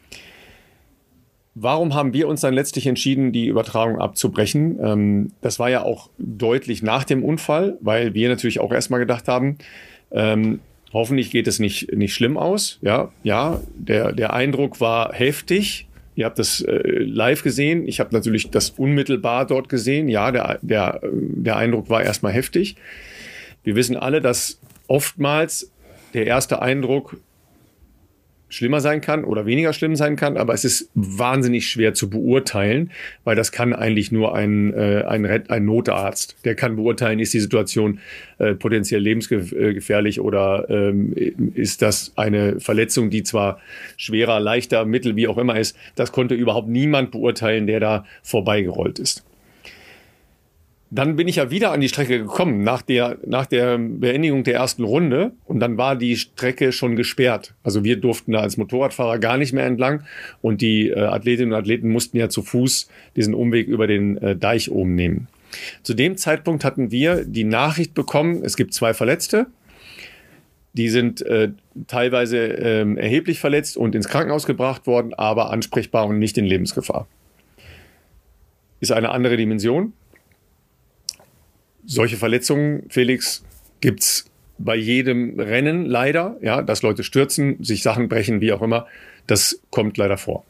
Warum haben wir uns dann letztlich entschieden, die Übertragung abzubrechen? Ähm, das war ja auch deutlich nach dem Unfall, weil wir natürlich auch erstmal gedacht haben, ähm, hoffentlich geht es nicht, nicht schlimm aus. Ja, ja, der, der Eindruck war heftig. Ihr habt das äh, live gesehen. Ich habe natürlich das unmittelbar dort gesehen. Ja, der, der, der Eindruck war erstmal heftig. Wir wissen alle, dass oftmals der erste Eindruck schlimmer sein kann oder weniger schlimm sein kann, aber es ist wahnsinnig schwer zu beurteilen, weil das kann eigentlich nur ein, äh, ein, ein Notarzt. Der kann beurteilen, ist die Situation äh, potenziell lebensgefährlich oder ähm, ist das eine Verletzung, die zwar schwerer, leichter, mittel, wie auch immer ist. Das konnte überhaupt niemand beurteilen, der da vorbeigerollt ist. Dann bin ich ja wieder an die Strecke gekommen nach der, nach der Beendigung der ersten Runde und dann war die Strecke schon gesperrt. Also wir durften da als Motorradfahrer gar nicht mehr entlang und die äh, Athletinnen und Athleten mussten ja zu Fuß diesen Umweg über den äh, Deich oben nehmen. Zu dem Zeitpunkt hatten wir die Nachricht bekommen, es gibt zwei Verletzte. Die sind äh, teilweise äh, erheblich verletzt und ins Krankenhaus gebracht worden, aber ansprechbar und nicht in Lebensgefahr. Ist eine andere Dimension. Solche Verletzungen, Felix, gibt's bei jedem Rennen leider, ja, dass Leute stürzen, sich Sachen brechen, wie auch immer. Das kommt leider vor.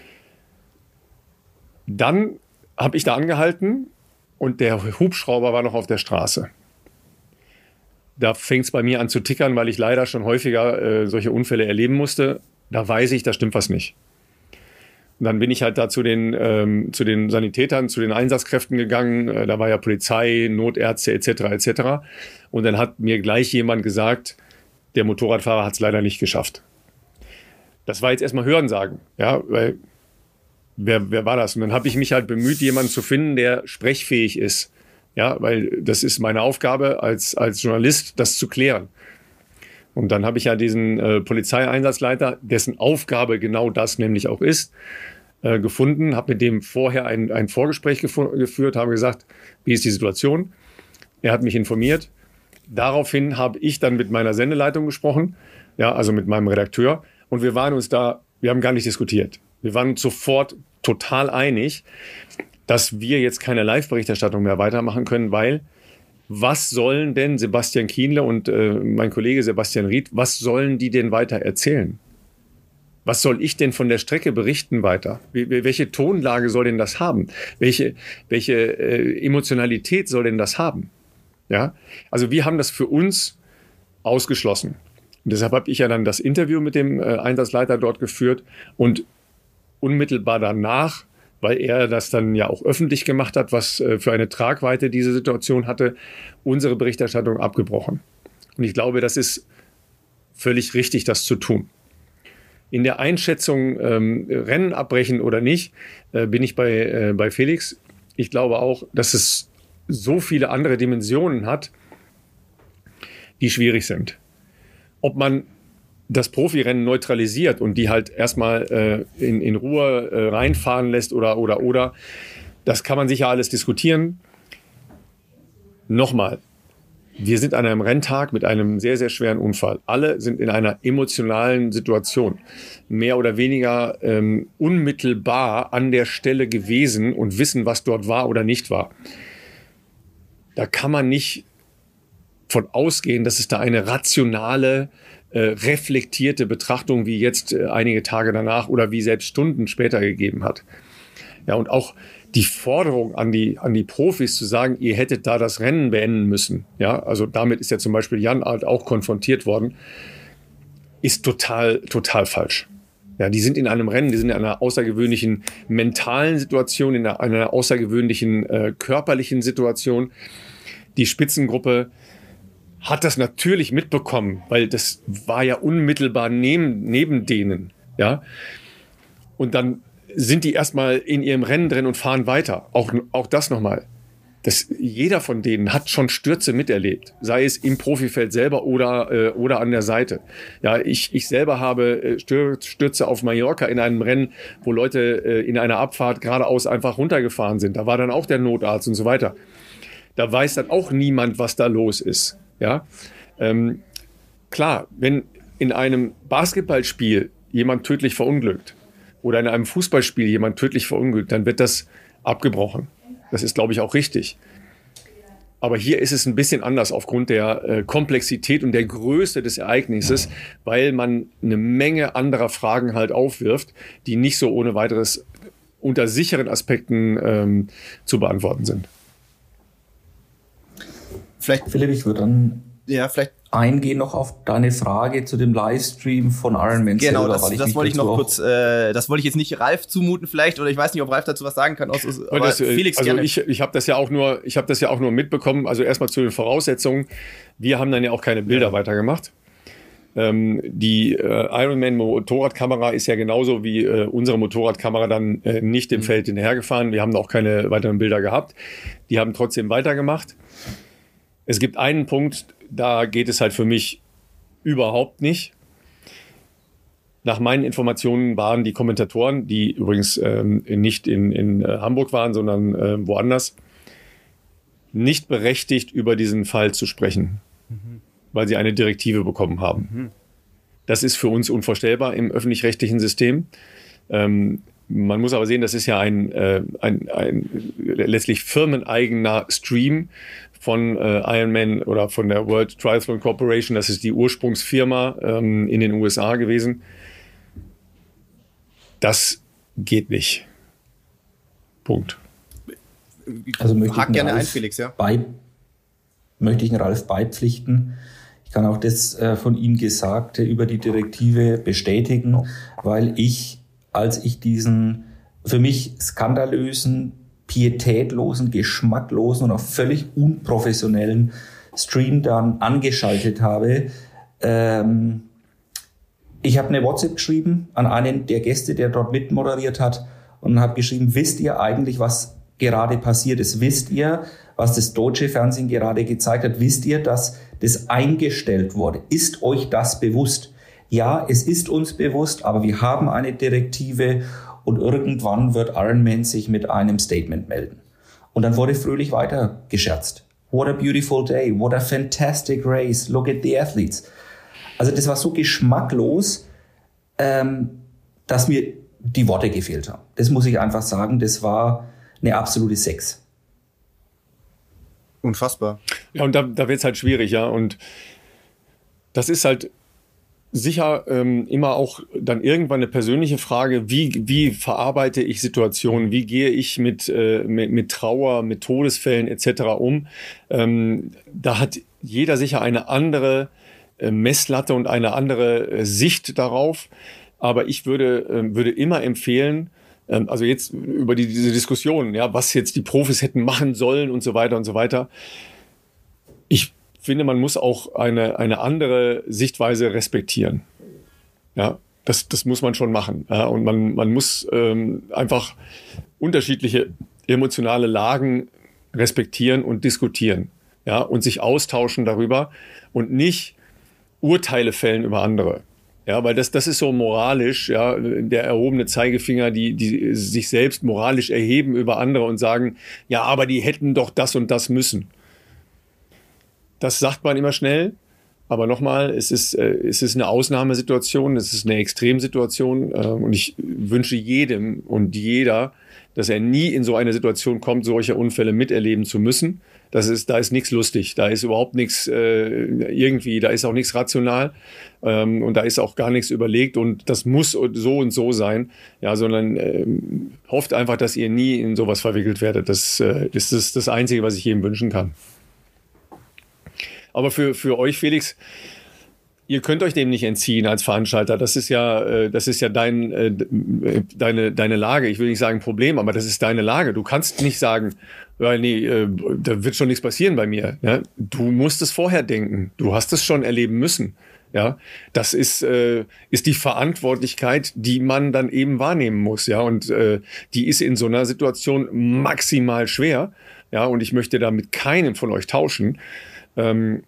Dann habe ich da angehalten und der Hubschrauber war noch auf der Straße. Da fängt es bei mir an zu tickern, weil ich leider schon häufiger äh, solche Unfälle erleben musste. Da weiß ich, da stimmt was nicht. Und dann bin ich halt da zu den, ähm, zu den Sanitätern, zu den Einsatzkräften gegangen. Äh, da war ja Polizei, Notärzte et cetera et cetera. Und dann hat mir gleich jemand gesagt, der Motorradfahrer hat es leider nicht geschafft. Das war jetzt erstmal Hörensagen, ja, weil wer, wer war das? Und dann habe ich mich halt bemüht, jemanden zu finden, der sprechfähig ist. Ja, weil das ist meine Aufgabe als, als Journalist, das zu klären. Und dann habe ich ja diesen äh, Polizeieinsatzleiter, dessen Aufgabe genau das nämlich auch ist, äh, gefunden, habe mit dem vorher ein, ein Vorgespräch gefu- geführt, habe gesagt, wie ist die Situation? Er hat mich informiert. Daraufhin habe ich dann mit meiner Sendeleitung gesprochen, ja, also mit meinem Redakteur. Und wir waren uns da, wir haben gar nicht diskutiert. Wir waren uns sofort total einig, dass wir jetzt keine Live-Berichterstattung mehr weitermachen können, weil was sollen denn Sebastian Kienle und äh, mein Kollege Sebastian Ried, was sollen die denn weiter erzählen? Was soll ich denn von der Strecke berichten weiter? Wie, welche Tonlage soll denn das haben? Welche, welche äh, Emotionalität soll denn das haben? Ja? Also wir haben das für uns ausgeschlossen. Und deshalb habe ich ja dann das Interview mit dem äh, Einsatzleiter dort geführt und unmittelbar danach, weil er das dann ja auch öffentlich gemacht hat, was äh, für eine Tragweite diese Situation hatte, unsere Berichterstattung abgebrochen. Und ich glaube, das ist völlig richtig, das zu tun. In der Einschätzung, ähm, Rennen abbrechen oder nicht, äh, bin ich bei, äh, bei Felix. Ich glaube auch, dass es so viele andere Dimensionen hat, die schwierig sind. Ob man das Profirennen neutralisiert und die halt erstmal äh, in, in Ruhe äh, reinfahren lässt oder, oder, oder, das kann man sicher alles diskutieren. Nochmal, wir sind an einem Renntag mit einem sehr, sehr schweren Unfall. Alle sind in einer emotionalen Situation, mehr oder weniger ähm, unmittelbar an der Stelle gewesen und wissen, was dort war oder nicht war. Da kann man nicht von ausgehen, dass es da eine rationale, äh, reflektierte Betrachtung wie jetzt äh, einige Tage danach oder wie selbst Stunden später gegeben hat. Ja, und auch die Forderung an die, an die Profis zu sagen, ihr hättet da das Rennen beenden müssen. Ja, also damit ist ja zum Beispiel Jan Alt auch konfrontiert worden, ist total, total falsch. Ja, die sind in einem Rennen, die sind in einer außergewöhnlichen mentalen Situation, in einer, einer außergewöhnlichen äh, körperlichen Situation. Die Spitzengruppe hat das natürlich mitbekommen, weil das war ja unmittelbar neben, neben denen. Ja? Und dann sind die erstmal in ihrem Rennen drin und fahren weiter. Auch, auch das nochmal. Das, jeder von denen hat schon Stürze miterlebt, sei es im Profifeld selber oder, äh, oder an der Seite. Ja, ich, ich selber habe äh, Stürze auf Mallorca in einem Rennen, wo Leute äh, in einer Abfahrt geradeaus einfach runtergefahren sind. Da war dann auch der Notarzt und so weiter. Da weiß dann auch niemand, was da los ist. Ja, ähm, klar, wenn in einem Basketballspiel jemand tödlich verunglückt oder in einem Fußballspiel jemand tödlich verunglückt, dann wird das abgebrochen. Das ist, glaube ich, auch richtig. Aber hier ist es ein bisschen anders aufgrund der äh, Komplexität und der Größe des Ereignisses, weil man eine Menge anderer Fragen halt aufwirft, die nicht so ohne weiteres unter sicheren Aspekten ähm, zu beantworten sind. Vielleicht, Philipp, ich würde dann ja, vielleicht eingehen noch auf deine Frage zu dem Livestream von Ironman genau, selber. Genau, das, das wollte ich noch kurz, äh, das wollte ich jetzt nicht Ralf zumuten vielleicht, oder ich weiß nicht, ob Ralf dazu was sagen kann. Aus, aber das, Felix also gerne. ich, ich habe das ja auch nur, ich habe das ja auch nur mitbekommen. Also erstmal zu den Voraussetzungen. Wir haben dann ja auch keine Bilder ja. weitergemacht. Ähm, die äh, Ironman Motorradkamera ist ja genauso wie äh, unsere Motorradkamera dann äh, nicht im mhm. Feld hinterhergefahren. Wir haben auch keine weiteren Bilder gehabt. Die haben trotzdem weitergemacht. Es gibt einen Punkt, da geht es halt für mich überhaupt nicht. Nach meinen Informationen waren die Kommentatoren, die übrigens ähm, nicht in, in äh, Hamburg waren, sondern äh, woanders, nicht berechtigt, über diesen Fall zu sprechen, mhm. weil sie eine Direktive bekommen haben. Mhm. Das ist für uns unvorstellbar im öffentlich-rechtlichen System. Ähm, man muss aber sehen, das ist ja ein, äh, ein, ein letztlich firmeneigener Stream von äh, Ironman oder von der World Triathlon Corporation. Das ist die Ursprungsfirma ähm, in den U S A gewesen. das geht nicht. Punkt. Also möchte Hak ich gerne Ralf ein, Felix, ja. Bei, möchte ich den Ralf beipflichten. Ich kann auch das äh, von ihm Gesagte über die Direktive bestätigen, weil ich, als ich diesen für mich skandalösen, pietätlosen, geschmacklosen und auch völlig unprofessionellen Stream dann angeschaltet habe, ähm, ich habe eine WhatsApp geschrieben an einen der Gäste, der dort mitmoderiert hat, und habe geschrieben, wisst ihr eigentlich, was gerade passiert ist? Wisst ihr, was das deutsche Fernsehen gerade gezeigt hat? Wisst ihr, dass das eingestellt wurde? Ist euch das bewusst? Ja, es ist uns bewusst, aber wir haben eine Direktive und irgendwann wird Ironman sich mit einem Statement melden. Und dann wurde fröhlich weiter gescherzt. What a beautiful day, what a fantastic race, look at the athletes. Also das war so geschmacklos, ähm, dass mir die Worte gefehlt haben. Das muss ich einfach sagen, das war eine absolute Sechs. Unfassbar. Ja, und da, da wird es halt schwierig, ja. Und das ist halt sicher ähm, immer auch dann irgendwann eine persönliche Frage, wie, wie verarbeite ich Situationen, wie gehe ich mit, äh, mit, mit Trauer, mit Todesfällen et cetera um. Ähm, da hat jeder sicher eine andere äh, Messlatte und eine andere äh, Sicht darauf. Aber ich würde, äh, würde immer empfehlen, ähm, also jetzt über die, diese Diskussion, ja, was jetzt die Profis hätten machen sollen und so weiter und so weiter. Ich finde, man muss auch eine, eine andere Sichtweise respektieren. Ja, das, das muss man schon machen. Ja, und man, man muss ähm, einfach unterschiedliche emotionale Lagen respektieren und diskutieren. Ja, und sich austauschen darüber und nicht Urteile fällen über andere. Ja, weil das, das ist so moralisch, ja, der erhobene Zeigefinger, die, die sich selbst moralisch erheben über andere und sagen, ja, aber die hätten doch das und das müssen. Das sagt man immer schnell, aber nochmal, es ist, äh, es ist eine Ausnahmesituation, es ist eine Extremsituation äh, und ich wünsche jedem und jeder, dass er nie in so eine Situation kommt, solche Unfälle miterleben zu müssen. Das ist, da ist nichts lustig, da ist überhaupt nichts äh, irgendwie, da ist auch nichts rational ähm, und da ist auch gar nichts überlegt und das muss so und so sein, ja, sondern ähm, hofft einfach, dass ihr nie in sowas verwickelt werdet. Das äh, ist das, das Einzige, was ich jedem wünschen kann. Aber für, für euch, Felix, ihr könnt euch dem nicht entziehen als Veranstalter. Das ist ja, äh, das ist ja dein, äh, deine, deine Lage. Ich will nicht sagen Problem, aber das ist deine Lage. Du kannst nicht sagen, ja, nee, äh, da wird schon nichts passieren bei mir. Ja? Du musst es vorher denken. Du hast es schon erleben müssen. Ja, das ist, äh, ist die Verantwortlichkeit, die man dann eben wahrnehmen muss. Ja, und äh, die ist in so einer Situation maximal schwer. Ja, und ich möchte da mit keinem von euch tauschen. Ähm,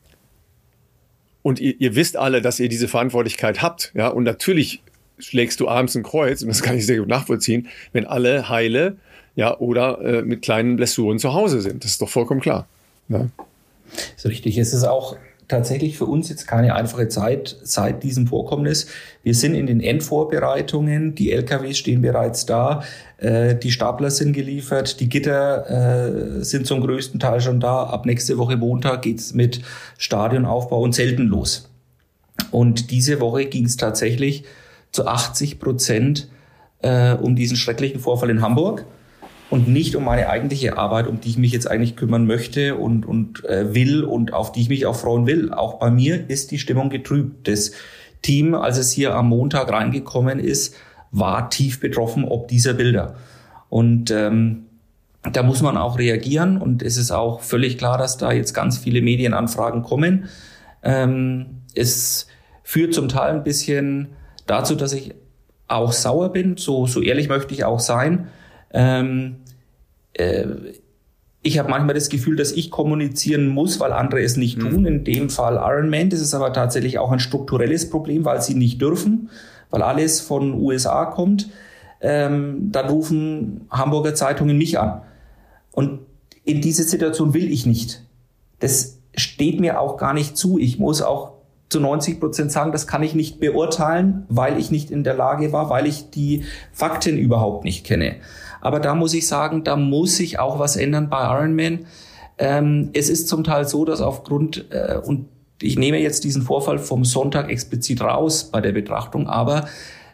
Und ihr, ihr wisst alle, dass ihr diese Verantwortlichkeit habt. Ja? Und natürlich schlägst du abends ein Kreuz, und das kann ich sehr gut nachvollziehen, wenn alle heile, ja, oder äh, mit kleinen Blessuren zu Hause sind. Das ist doch vollkommen klar. Ja? Das ist richtig. Es ist auch tatsächlich für uns jetzt keine einfache Zeit seit diesem Vorkommnis. Wir sind in den Endvorbereitungen. Die L K Ws stehen bereits da. Äh, die Stapler sind geliefert. Die Gitter äh, sind zum größten Teil schon da. Ab nächste Woche Montag geht's mit Stadionaufbau und Zelten los. Und diese Woche ging es tatsächlich zu achtzig Prozent äh, um diesen schrecklichen Vorfall in Hamburg. Und nicht um meine eigentliche Arbeit, um die ich mich jetzt eigentlich kümmern möchte und, und äh, will und auf die ich mich auch freuen will. Auch bei mir ist die Stimmung getrübt. Das Team, als es hier am Montag reingekommen ist, war tief betroffen ob dieser Bilder. Und ähm, da muss man auch reagieren. Und es ist auch völlig klar, dass da jetzt ganz viele Medienanfragen kommen. Ähm, es führt zum Teil ein bisschen dazu, dass ich auch sauer bin. So, so ehrlich möchte ich auch sein. Ähm, äh, ich habe manchmal das Gefühl, dass ich kommunizieren muss, weil andere es nicht tun. In dem Fall Ironman. Das ist aber tatsächlich auch ein strukturelles Problem, weil sie nicht dürfen, weil alles von U S A kommt. Ähm, dann rufen Hamburger Zeitungen mich an. Und in diese Situation will ich nicht. Das steht mir auch gar nicht zu. Ich muss auch zu neunzig Prozent sagen, das kann ich nicht beurteilen, weil ich nicht in der Lage war, weil ich die Fakten überhaupt nicht kenne. Aber da muss ich sagen, da muss sich auch was ändern bei Ironman. Ähm, es ist zum Teil so, dass aufgrund, äh, und ich nehme jetzt diesen Vorfall vom Sonntag explizit raus bei der Betrachtung, aber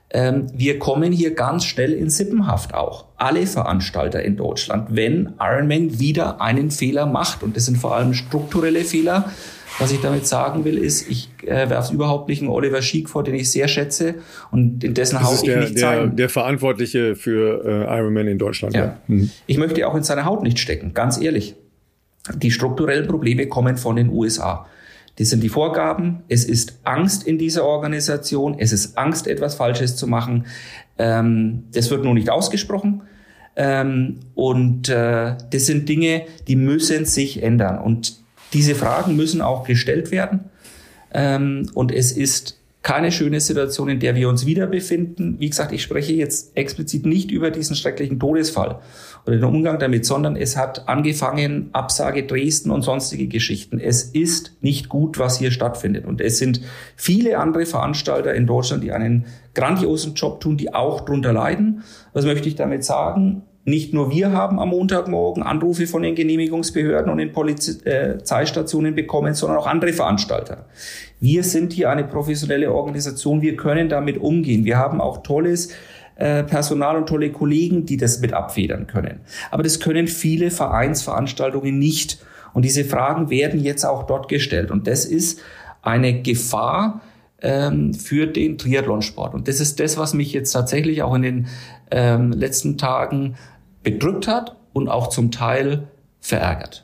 ähm, wir kommen hier ganz schnell in Sippenhaft auch. Alle Veranstalter in Deutschland, wenn Ironman wieder einen Fehler macht. Und das sind vor allem strukturelle Fehler. Was ich damit sagen will, ist, ich äh, werfe überhaupt nicht einen Oliver Schiek vor, den ich sehr schätze und in dessen Haut ich der, nicht der, zeigen. Der Verantwortliche für äh, Ironman in Deutschland. Ja. Ja. Mhm. Ich möchte auch in seine Haut nicht stecken, ganz ehrlich. Die strukturellen Probleme kommen von den U S A. Das sind die Vorgaben. Es ist Angst in dieser Organisation. Es ist Angst, etwas Falsches zu machen. Ähm, das wird nur nicht ausgesprochen. Ähm, und äh, das sind Dinge, die müssen sich ändern. Und diese Fragen müssen auch gestellt werden. Ähm, und es ist keine schöne Situation, in der wir uns wieder befinden. Wie gesagt, ich spreche jetzt explizit nicht über diesen schrecklichen Todesfall oder den Umgang damit, sondern es hat angefangen, Absage Dresden und sonstige Geschichten. Es ist nicht gut, was hier stattfindet. Und es sind viele andere Veranstalter in Deutschland, die einen grandiosen Job tun, die auch drunter leiden. Was möchte ich damit sagen? Nicht nur wir haben am Montagmorgen Anrufe von den Genehmigungsbehörden und den Polizeistationen bekommen, sondern auch andere Veranstalter. Wir sind hier eine professionelle Organisation, wir können damit umgehen. Wir haben auch tolles Personal und tolle Kollegen, die das mit abfedern können. Aber das können viele Vereinsveranstaltungen nicht. Und diese Fragen werden jetzt auch dort gestellt. Und das ist eine Gefahr ähm, für den Triathlonsport. Und das ist das, was mich jetzt tatsächlich auch in den ähm, letzten Tagen bedrückt hat und auch zum Teil verärgert.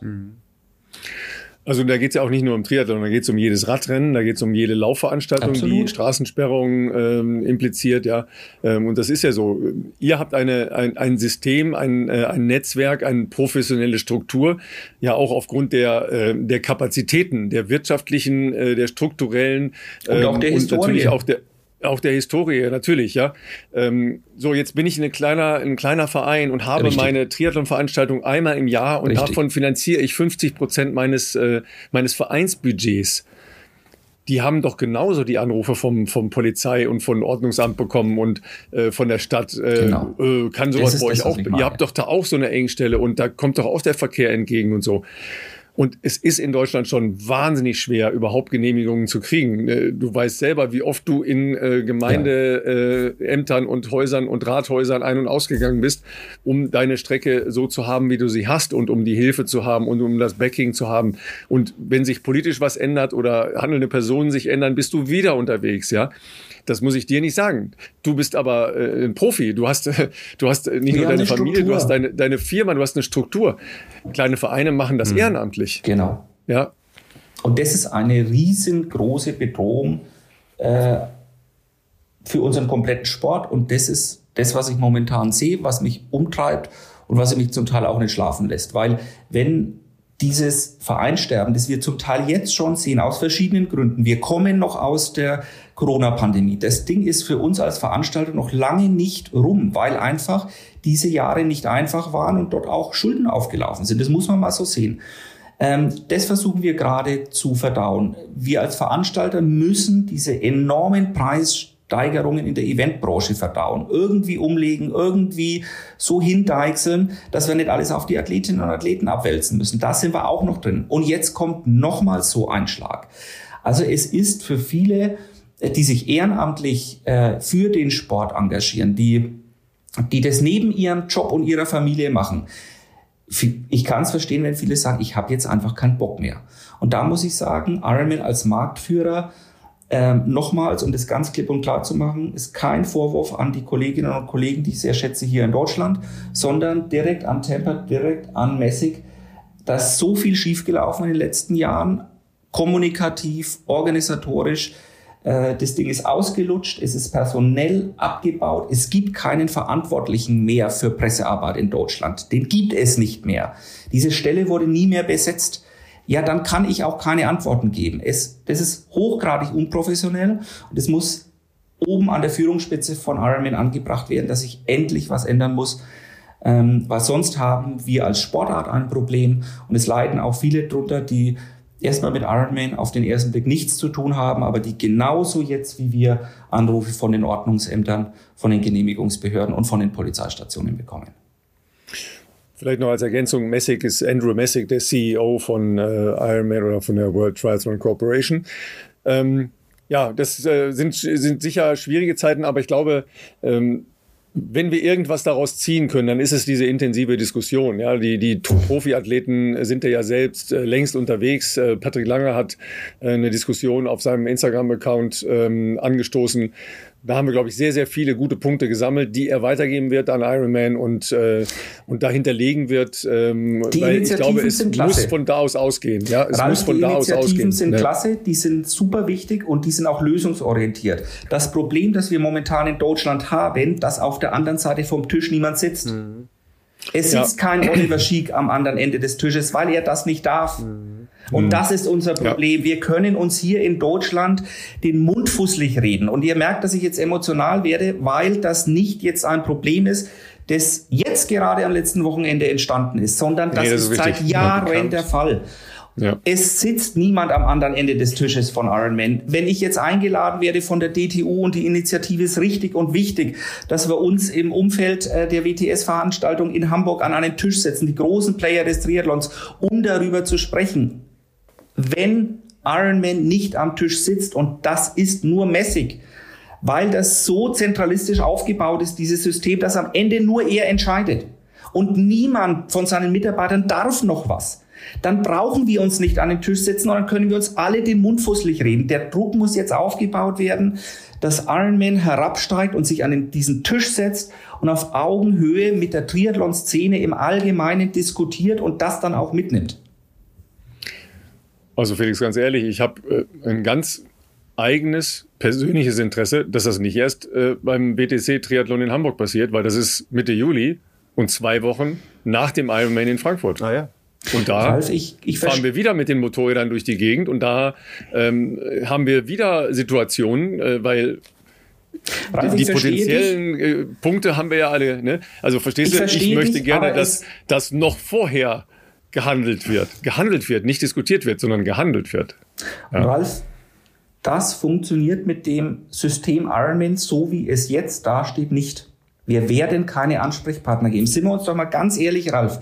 Also da geht es ja auch nicht nur um Triathlon, da geht es um jedes Radrennen, da geht es um jede Laufveranstaltung, Absolut. Die Straßensperrungen ähm, impliziert, ja. Ähm, und das ist ja so. Ihr habt eine, ein, ein System, ein, äh, ein Netzwerk, eine professionelle Struktur, ja auch aufgrund der, äh, der Kapazitäten, der wirtschaftlichen, äh, der strukturellen ähm, und auch der Historie. Und natürlich auch der Auch der Historie, natürlich, ja. Ähm, so, jetzt bin ich ein kleiner, ein kleiner Verein und habe Richtig. meine Triathlon-Veranstaltung einmal im Jahr und Richtig. davon finanziere ich fünfzig Prozent meines, äh, meines Vereinsbudgets. Die haben doch genauso die Anrufe vom, vom Polizei und vom Ordnungsamt bekommen und äh, von der Stadt. Äh, Genau. äh, kann sowas bei euch das, auch? Ihr habt doch da auch so eine Engstelle und da kommt doch auch der Verkehr entgegen und so. Und es ist in Deutschland schon wahnsinnig schwer, überhaupt Genehmigungen zu kriegen. Du weißt selber, wie oft du in äh, Gemeindeämtern äh, und Häusern und Rathäusern ein- und ausgegangen bist, um deine Strecke so zu haben, wie du sie hast und um die Hilfe zu haben und um das Backing zu haben. Und wenn sich politisch was ändert oder handelnde Personen sich ändern, bist du wieder unterwegs, ja. Das muss ich dir nicht sagen. Du bist aber äh, ein Profi. Du hast, äh, du hast nicht Wir nur deine Familie, Struktur. du hast deine, deine Firma, du hast eine Struktur. Kleine Vereine machen das mhm. ehrenamtlich. Genau. Ja. Und das ist eine riesengroße Bedrohung äh, für unseren kompletten Sport. Und das ist das, was ich momentan sehe, was mich umtreibt und was mich zum Teil auch nicht schlafen lässt. Weil wenn dieses Vereinsterben, das wir zum Teil jetzt schon sehen, aus verschiedenen Gründen. Wir kommen noch aus der Corona-Pandemie. Das Ding ist für uns als Veranstalter noch lange nicht rum, weil einfach diese Jahre nicht einfach waren und dort auch Schulden aufgelaufen sind. Das muss man mal so sehen. Ähm, das versuchen wir gerade zu verdauen. Wir als Veranstalter müssen diese enormen Preissteigerungen in der Eventbranche verdauen. Irgendwie umlegen, irgendwie so hindeichseln, dass wir nicht alles auf die Athletinnen und Athleten abwälzen müssen. Da sind wir auch noch drin. Und jetzt kommt nochmal so ein Schlag. Also es ist für viele, die sich ehrenamtlich äh, für den Sport engagieren, die, die das neben ihrem Job und ihrer Familie machen. Ich kann es verstehen, wenn viele sagen, ich habe jetzt einfach keinen Bock mehr. Und da muss ich sagen, Ironman als Marktführer, ähm, nochmals, um das ganz klipp und klar zu machen, ist kein Vorwurf an die Kolleginnen und Kollegen, die ich sehr schätze hier in Deutschland, sondern direkt an Tampere, direkt an Messig. Da ist so viel schiefgelaufen in den letzten Jahren, kommunikativ, organisatorisch. Das Ding ist ausgelutscht, es ist personell abgebaut, es gibt keinen Verantwortlichen mehr für Pressearbeit in Deutschland. Den gibt es nicht mehr. Diese Stelle wurde nie mehr besetzt. Ja, dann kann ich auch keine Antworten geben. Es, das ist hochgradig unprofessionell und es muss oben an der Führungsspitze von Ironman angebracht werden, dass sich endlich was ändern muss. Ähm, weil sonst haben wir als Sportart ein Problem und es leiden auch viele drunter, die erstmal mit Ironman auf den ersten Blick nichts zu tun haben, aber die genauso jetzt wie wir Anrufe von den Ordnungsämtern, von den Genehmigungsbehörden und von den Polizeistationen bekommen. Vielleicht noch als Ergänzung, Messig ist Andrew Messig, der C E O von äh, Ironman oder von der World Triathlon Corporation. Ähm, Ja, das äh, sind, sind sicher schwierige Zeiten, aber ich glaube, ähm, wenn wir irgendwas daraus ziehen können, dann ist es diese intensive Diskussion. Ja, die, die Profiathleten sind ja selbst äh, längst unterwegs. Äh, Patrick Lange hat äh, eine Diskussion auf seinem Instagram-Account ähm, angestoßen. Da haben wir, glaube ich, sehr, sehr viele gute Punkte gesammelt, die er weitergeben wird an Ironman und, äh, und dahinter legen wird. Ähm, die weil Initiativen ich glaube, es sind muss klasse. von da aus ausgehen. Ja, es Ralf, muss von die da aus Initiativen ausgehen. sind ja. klasse, die sind super wichtig und die sind auch lösungsorientiert. Das Problem, das wir momentan in Deutschland haben, dass auf der anderen Seite vom Tisch niemand sitzt. Mhm. Es sitzt ja. kein Oliver Schiek am anderen Ende des Tisches, weil er das nicht darf. Mhm. Und das ist unser Problem. Ja. Wir können uns hier in Deutschland den Mund fusselig reden. Und ihr merkt, dass ich jetzt emotional werde, weil das nicht jetzt ein Problem ist, das jetzt gerade am letzten Wochenende entstanden ist, sondern das, nee, das ist, ist seit Jahren ja, der Fall. Ja. Es sitzt niemand am anderen Ende des Tisches von Ironman. Wenn ich jetzt eingeladen werde von der D T U und die Initiative ist richtig und wichtig, dass wir uns im Umfeld der W T S-Veranstaltung in Hamburg an einen Tisch setzen, die großen Player des Triathlons, um darüber zu sprechen. Wenn Ironman nicht am Tisch sitzt, und das ist nur mäßig, weil das so zentralistisch aufgebaut ist, dieses System, dass am Ende nur er entscheidet und niemand von seinen Mitarbeitern darf noch was, dann brauchen wir uns nicht an den Tisch setzen und dann können wir uns alle den Mund fusselig reden. Der Druck muss jetzt aufgebaut werden, dass Ironman herabsteigt und sich an den, diesen Tisch setzt und auf Augenhöhe mit der Triathlon-Szene im Allgemeinen diskutiert und das dann auch mitnimmt. Also Felix, ganz ehrlich, ich habe äh, ein ganz eigenes persönliches Interesse, dass das nicht erst äh, beim B T C-Triathlon in Hamburg passiert, weil das ist Mitte Juli und zwei Wochen nach dem Ironman in Frankfurt. Ah ja. Und da Ralf, ich, ich fahren wir wieder mit den Motorrädern durch die Gegend und da ähm, haben wir wieder Situationen, äh, weil Ralf, die potenziellen äh, Punkte haben wir ja alle. Ne? Also verstehst du, ich, ich möchte dich, gerne, dass das noch vorher gehandelt wird. Gehandelt wird, nicht diskutiert wird, sondern gehandelt wird. Ja. Ralf, das funktioniert mit dem System Ironman, so wie es jetzt dasteht, nicht. Wir werden keine Ansprechpartner geben. Sind wir uns doch mal ganz ehrlich, Ralf.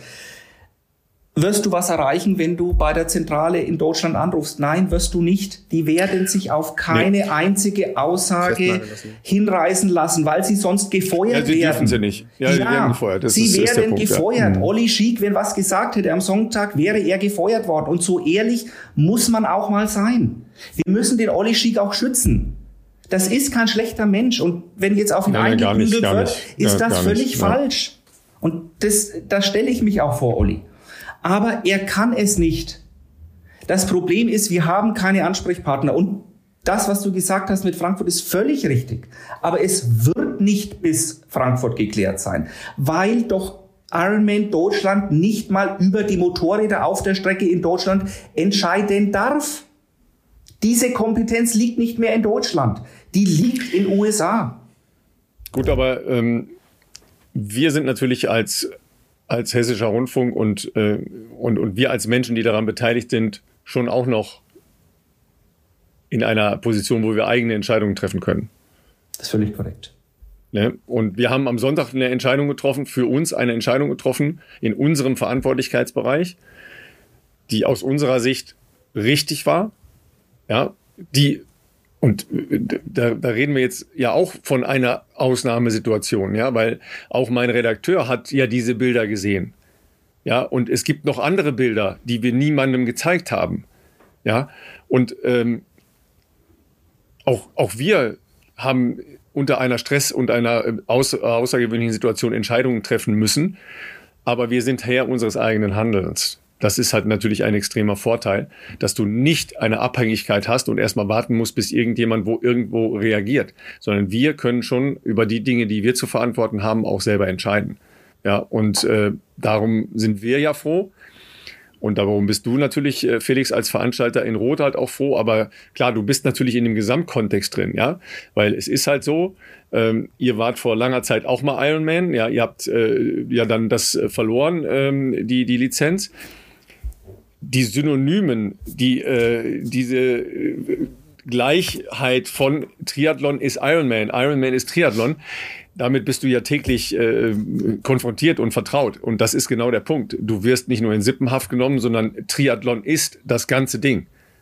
Wirst du was erreichen, wenn du bei der Zentrale in Deutschland anrufst? Nein, wirst du nicht. Die werden sich auf keine nee. einzige Aussage hinreißen lassen, weil sie sonst gefeuert ja, sie werden. Dürfen sie nicht. Ja, ja, sie werden gefeuert. Das sie ist, werden ist Punkt, gefeuert. Ja. Olli Schiek, wenn was gesagt hätte am Sonntag, wäre er gefeuert worden. Und so ehrlich muss man auch mal sein. Wir müssen den Olli Schiek auch schützen. Das ist kein schlechter Mensch. Und wenn jetzt auf ihn eingeprügelt wird, ist ja, das völlig nicht, falsch. Ja. Und das, da stelle ich mich auch vor, Olli. Aber er kann es nicht. Das Problem ist, wir haben keine Ansprechpartner. Und das, was du gesagt hast mit Frankfurt, ist völlig richtig. Aber es wird nicht bis Frankfurt geklärt sein, weil doch Ironman Deutschland nicht mal über die Motorräder auf der Strecke in Deutschland entscheiden darf. Diese Kompetenz liegt nicht mehr in Deutschland. Die liegt in den U S A. Gut, aber ähm, wir sind natürlich als als Hessischer Rundfunk und, äh, und, und wir als Menschen, die daran beteiligt sind, schon auch noch in einer Position, wo wir eigene Entscheidungen treffen können. Das ist völlig korrekt. Ne? Und wir haben am Sonntag eine Entscheidung getroffen, für uns eine Entscheidung getroffen, in unserem Verantwortlichkeitsbereich, die aus unserer Sicht richtig war. Ja, die Und da, da reden wir jetzt ja auch von einer Ausnahmesituation, ja, weil auch mein Redakteur hat ja diese Bilder gesehen. Ja, und es gibt noch andere Bilder, die wir niemandem gezeigt haben. Ja, und ähm, auch, auch wir haben unter einer Stress- und einer außer, außergewöhnlichen Situation Entscheidungen treffen müssen, aber wir sind Herr unseres eigenen Handelns. Das ist halt natürlich ein extremer Vorteil, dass du nicht eine Abhängigkeit hast und erstmal warten musst, bis irgendjemand wo irgendwo reagiert, sondern wir können schon über die Dinge, die wir zu verantworten haben, auch selber entscheiden. Ja, und äh, darum sind wir ja froh. Und darum bist du natürlich, äh, Felix, als Veranstalter in Rot halt auch froh. Aber klar, du bist natürlich in dem Gesamtkontext drin, ja, weil es ist halt so, ähm, ihr wart vor langer Zeit auch mal Ironman, ja, ihr habt äh, ja dann das äh, verloren, ähm, die, die Lizenz. Die Synonymen, die äh, diese äh, Gleichheit von Triathlon ist Ironman, Ironman ist Triathlon, damit bist du ja täglich äh, konfrontiert und vertraut. Und das ist genau der Punkt. Du wirst nicht nur in Sippenhaft genommen, sondern Triathlon ist das ganze Ding.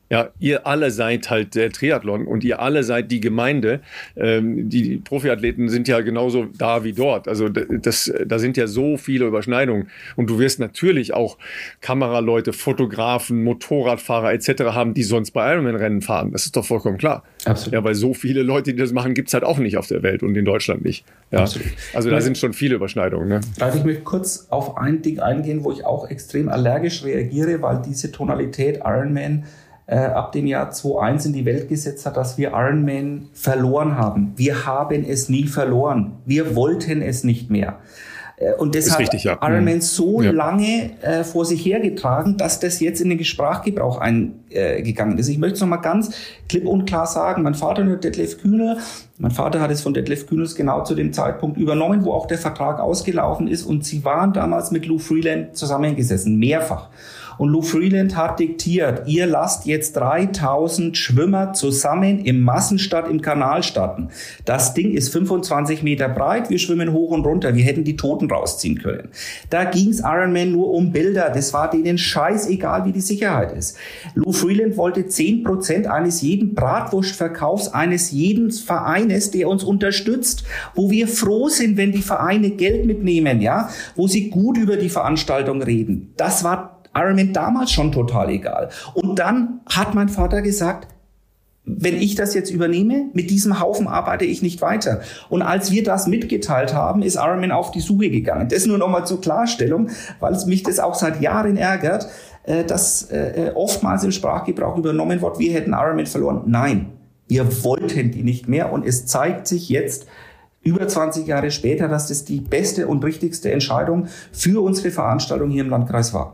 Ja, ihr alle seid halt der Triathlon und ihr alle seid die Gemeinde. Ähm, die Profiathleten sind ja genauso da wie dort. Also das, da sind ja so viele Überschneidungen. Und du wirst natürlich auch Kameraleute, Fotografen, Motorradfahrer et cetera haben, die sonst bei Ironman-Rennen fahren. Das ist doch vollkommen klar. Absolut. Ja, weil so viele Leute, die das machen, gibt's halt auch nicht auf der Welt und in Deutschland nicht. Ja. Absolut. Also da sind schon viele Überschneidungen. Ne? Darf ich möchte kurz auf ein Ding eingehen, wo ich auch extrem allergisch reagiere, weil diese Tonalität Ironman äh, ab dem Jahr zweitausendeins in die Welt gesetzt hat, dass wir Ironman verloren haben. Wir haben es nie verloren. Wir wollten es nicht mehr. Und das hat richtig, ja. Ironman so ja. lange äh, vor sich hergetragen, dass das jetzt in den Sprachgebrauch eingegangen äh, ist. Ich möchte es nochmal ganz klipp und klar sagen. Mein Vater und Detlef Kühne, mein Vater hat es von Detlef Kühnes genau zu dem Zeitpunkt übernommen, wo auch der Vertrag ausgelaufen ist. Und sie waren damals mit Lou Freeland zusammengesessen, mehrfach. Und Lou Freeland hat diktiert, ihr lasst jetzt dreitausend Schwimmer zusammen im Massenstart im Kanal starten. Das Ding ist fünfundzwanzig Meter breit, wir schwimmen hoch und runter, wir hätten die Toten rausziehen können. Da ging's Ironman nur um Bilder, das war denen scheißegal, wie die Sicherheit ist. Lou Freeland wollte zehn Prozent eines jeden Bratwurstverkaufs, eines jeden Vereines, der uns unterstützt, wo wir froh sind, wenn die Vereine Geld mitnehmen, ja, wo sie gut über die Veranstaltung reden. Das war Ironman damals schon total egal. Und dann hat mein Vater gesagt, wenn ich das jetzt übernehme, mit diesem Haufen arbeite ich nicht weiter. Und als wir das mitgeteilt haben, ist Ironman auf die Suche gegangen. Das nur nochmal zur Klarstellung, weil es mich das auch seit Jahren ärgert, dass oftmals im Sprachgebrauch übernommen wird, wir hätten Ironman verloren. Nein, wir wollten die nicht mehr. Und es zeigt sich jetzt, über zwanzig Jahre später, dass das die beste und richtigste Entscheidung für unsere Veranstaltung hier im Landkreis war.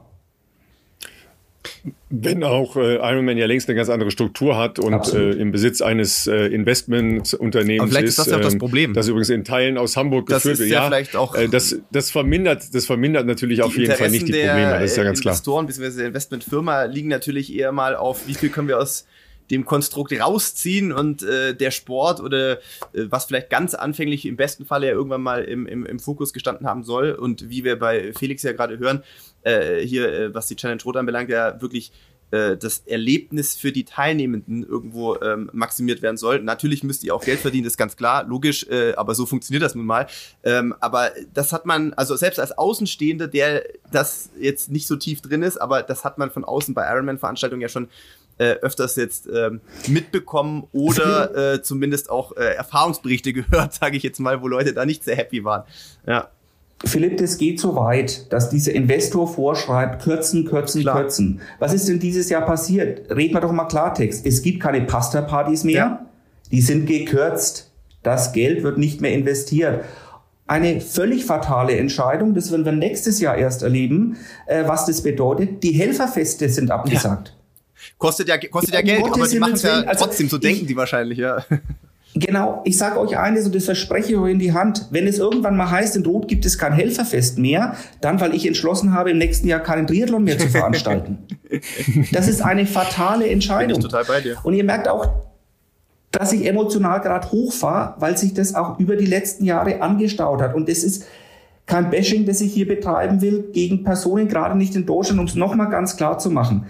Wenn auch äh, Ironman ja längst eine ganz andere Struktur hat und äh, im Besitz eines äh, Investmentunternehmens Aber vielleicht ist das ja auch das Problem. Das übrigens in Teilen aus Hamburg das geführt wird. Ja, ja, vielleicht auch äh, das, das vermindert, das vermindert natürlich auf jeden Fall nicht die Probleme. Das ist ja ganz klar. Die Investoren bzw. der Investmentfirma liegen natürlich eher mal auf, wie viel können wir aus dem Konstrukt rausziehen und äh, der Sport oder äh, was vielleicht ganz anfänglich im besten Falle ja irgendwann mal im, im, im Fokus gestanden haben soll und wie wir bei Felix ja gerade hören, äh, hier, äh, was die Challenge Rot anbelangt, ja wirklich äh, das Erlebnis für die Teilnehmenden irgendwo ähm, maximiert werden soll. Natürlich müsst ihr auch Geld verdienen, das ist ganz klar, logisch, äh, aber so funktioniert das nun mal. Ähm, aber das hat man, also selbst als Außenstehender, der das jetzt nicht so tief drin ist, aber das hat man von außen bei Ironman-Veranstaltungen ja schon Äh, öfters jetzt ähm, mitbekommen oder äh, zumindest auch äh, Erfahrungsberichte gehört, sage ich jetzt mal, wo Leute da nicht sehr happy waren. Ja. Philipp, das geht so weit, dass dieser Investor vorschreibt, kürzen, kürzen, Klar. kürzen. Was ist denn dieses Jahr passiert? Reden wir doch mal Klartext. Es gibt keine Pasta-Partys mehr. Ja. Die sind gekürzt. Das Geld wird nicht mehr investiert. Eine völlig fatale Entscheidung, das werden wir nächstes Jahr erst erleben, äh, was das bedeutet. Die Helferfeste sind abgesagt. Ja. Kostet ja, kostet ja, ja Geld, aber die machen es ja also trotzdem, so denken ich, die wahrscheinlich, ja. Genau, ich sage euch eines und das verspreche ich euch in die Hand. Wenn es irgendwann mal heißt, in Rot gibt es kein Helferfest mehr, dann, weil ich entschlossen habe, im nächsten Jahr keinen Triathlon mehr zu veranstalten. Das ist eine fatale Entscheidung. Bin ich total bei dir. Und ihr merkt auch, dass ich emotional gerade hochfahre, weil sich das auch über die letzten Jahre angestaut hat. Und das ist kein Bashing, das ich hier betreiben will, gegen Personen, gerade nicht in Deutschland, um es nochmal ganz klar zu machen.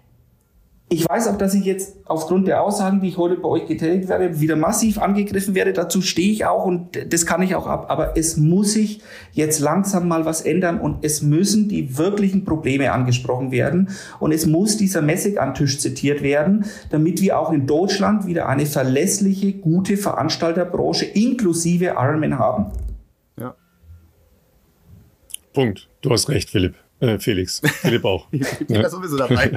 Ich weiß auch, dass ich jetzt aufgrund der Aussagen, die ich heute bei euch getätigt werde, wieder massiv angegriffen werde. Dazu stehe ich auch und das kann ich auch ab. Aber es muss sich jetzt langsam mal was ändern und es müssen die wirklichen Probleme angesprochen werden. Und es muss dieser Messig an Tisch zitiert werden, damit wir auch in Deutschland wieder eine verlässliche, gute Veranstalterbranche inklusive Ironman haben. Ja. Punkt. Du hast recht, Philipp. Äh, Felix. Philipp auch. Ich bin ja sowieso dabei.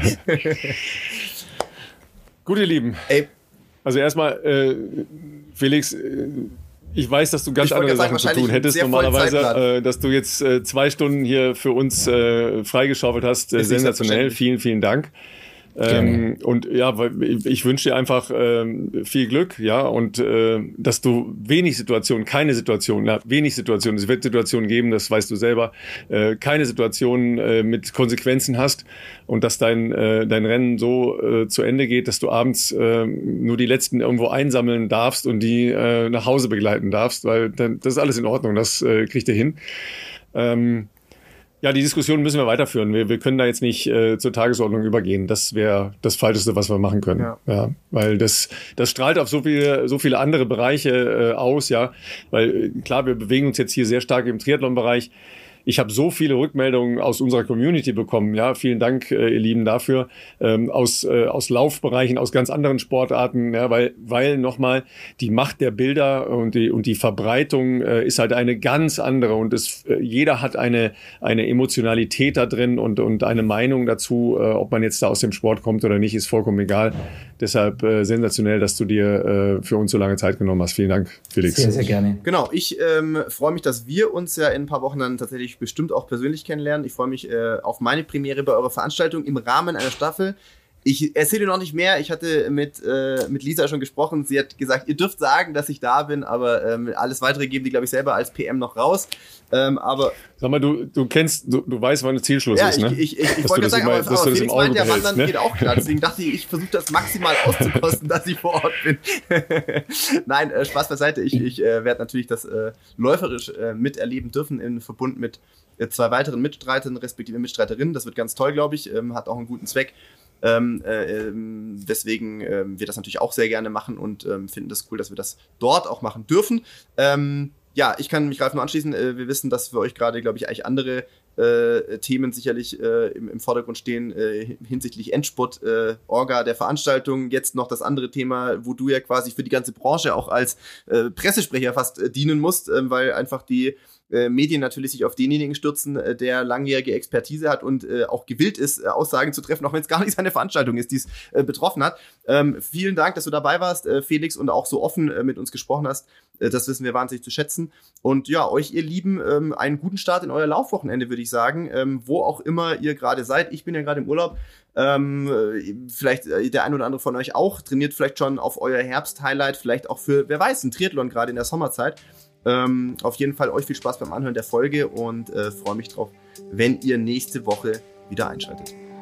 Gut, ihr Lieben. Ey. Also erstmal, äh, Felix, äh, ich weiß, dass du ganz andere Sachen zu tun hättest normalerweise, äh, dass du jetzt äh, zwei Stunden hier für uns äh, freigeschaufelt hast. Äh, sensationell. Vielen, vielen Dank. Ähm, und ja, ich wünsche dir einfach ähm, viel Glück, ja, und äh, dass du wenig Situationen, keine Situationen, na, wenig Situationen, es wird Situationen geben, das weißt du selber, äh, keine Situationen äh, mit Konsequenzen hast und dass dein äh, dein Rennen so äh, zu Ende geht, dass du abends äh, nur die letzten irgendwo einsammeln darfst und die äh, nach Hause begleiten darfst, weil dann, das ist alles in Ordnung, das äh, kriegt ihr hin. Ähm, Ja, die Diskussion müssen wir weiterführen. Wir, wir können da jetzt nicht äh, zur Tagesordnung übergehen. Das wäre das Falscheste, was wir machen können. Ja. Ja, weil das, das strahlt auf so viele, so viele andere Bereiche äh, aus. Ja, weil klar, wir bewegen uns jetzt hier sehr stark im Triathlon-Bereich. Ich habe so viele Rückmeldungen aus unserer Community bekommen. Ja, vielen Dank, äh, ihr Lieben, dafür. Ähm, aus, äh, aus Laufbereichen, aus ganz anderen Sportarten. Ja, weil, weil nochmal die Macht der Bilder und die, und die Verbreitung äh, ist halt eine ganz andere. Und es, äh, jeder hat eine, eine Emotionalität da drin und, und eine Meinung dazu. Äh, ob man jetzt da aus dem Sport kommt oder nicht, ist vollkommen egal. Deshalb äh, sensationell, dass du dir äh, für uns so lange Zeit genommen hast. Vielen Dank, Felix. Sehr, sehr gerne. Genau, ich ähm, freue mich, dass wir uns ja in ein paar Wochen dann tatsächlich bestimmt auch persönlich kennenlernen. Ich freue mich äh, auf meine Premiere bei eurer Veranstaltung im Rahmen einer Staffel. Ich erzähle noch nicht mehr. Ich hatte mit, äh, mit Lisa schon gesprochen. Sie hat gesagt, ihr dürft sagen, dass ich da bin, aber ähm, alles Weitere geben die, glaube ich, selber als P M noch raus. Ähm, aber Sag mal, du, du kennst, du, du weißt, wann der Zielschluss ja, ist, ne? Ich, ich, ich, ich wollte gerade sagen, immer, aber, aber Felix meint, der Wandern ne? geht auch klar. Deswegen dachte ich, ich versuche das maximal auszukosten, dass ich vor Ort bin. Nein, äh, Spaß beiseite. Ich, ich äh, werde natürlich das äh, läuferisch äh, miterleben dürfen, im Verbund mit äh, zwei weiteren Mitstreitern, respektive Mitstreiterinnen. Das wird ganz toll, glaube ich. Ähm, hat auch einen guten Zweck. Ähm, äh, deswegen äh, wir das natürlich auch sehr gerne machen und ähm, finden das cool, dass wir das dort auch machen dürfen. Ähm, ja, ich kann mich Ralf nur anschließen. Äh, wir wissen, dass für euch gerade, glaube ich, eigentlich andere äh, Themen sicherlich äh, im, im Vordergrund stehen äh, hinsichtlich Endspurt, äh, Orga der Veranstaltung. Jetzt noch das andere Thema, wo du ja quasi für die ganze Branche auch als äh, Pressesprecher fast äh, dienen musst, äh, weil einfach die äh, Medien natürlich sich auf denjenigen stürzen, äh, der langjährige Expertise hat und äh, auch gewillt ist, äh, Aussagen zu treffen, auch wenn es gar nicht seine Veranstaltung ist, die es äh, betroffen hat. Ähm, vielen Dank, dass du dabei warst, äh, Felix, und auch so offen äh, mit uns gesprochen hast. Äh, das wissen wir wahnsinnig zu schätzen. Und ja, euch, ihr Lieben, ähm, einen guten Start in euer Laufwochenende, würde ich sagen, ähm, wo auch immer ihr gerade seid. Ich bin ja gerade im Urlaub. Ähm, vielleicht äh, der ein oder andere von euch auch. Trainiert vielleicht schon auf euer Herbst-Highlight, vielleicht auch für, wer weiß, ein Triathlon gerade in der Sommerzeit. Ähm, auf jeden Fall euch viel Spaß beim Anhören der Folge und äh, freue mich drauf, wenn ihr nächste Woche wieder einschaltet.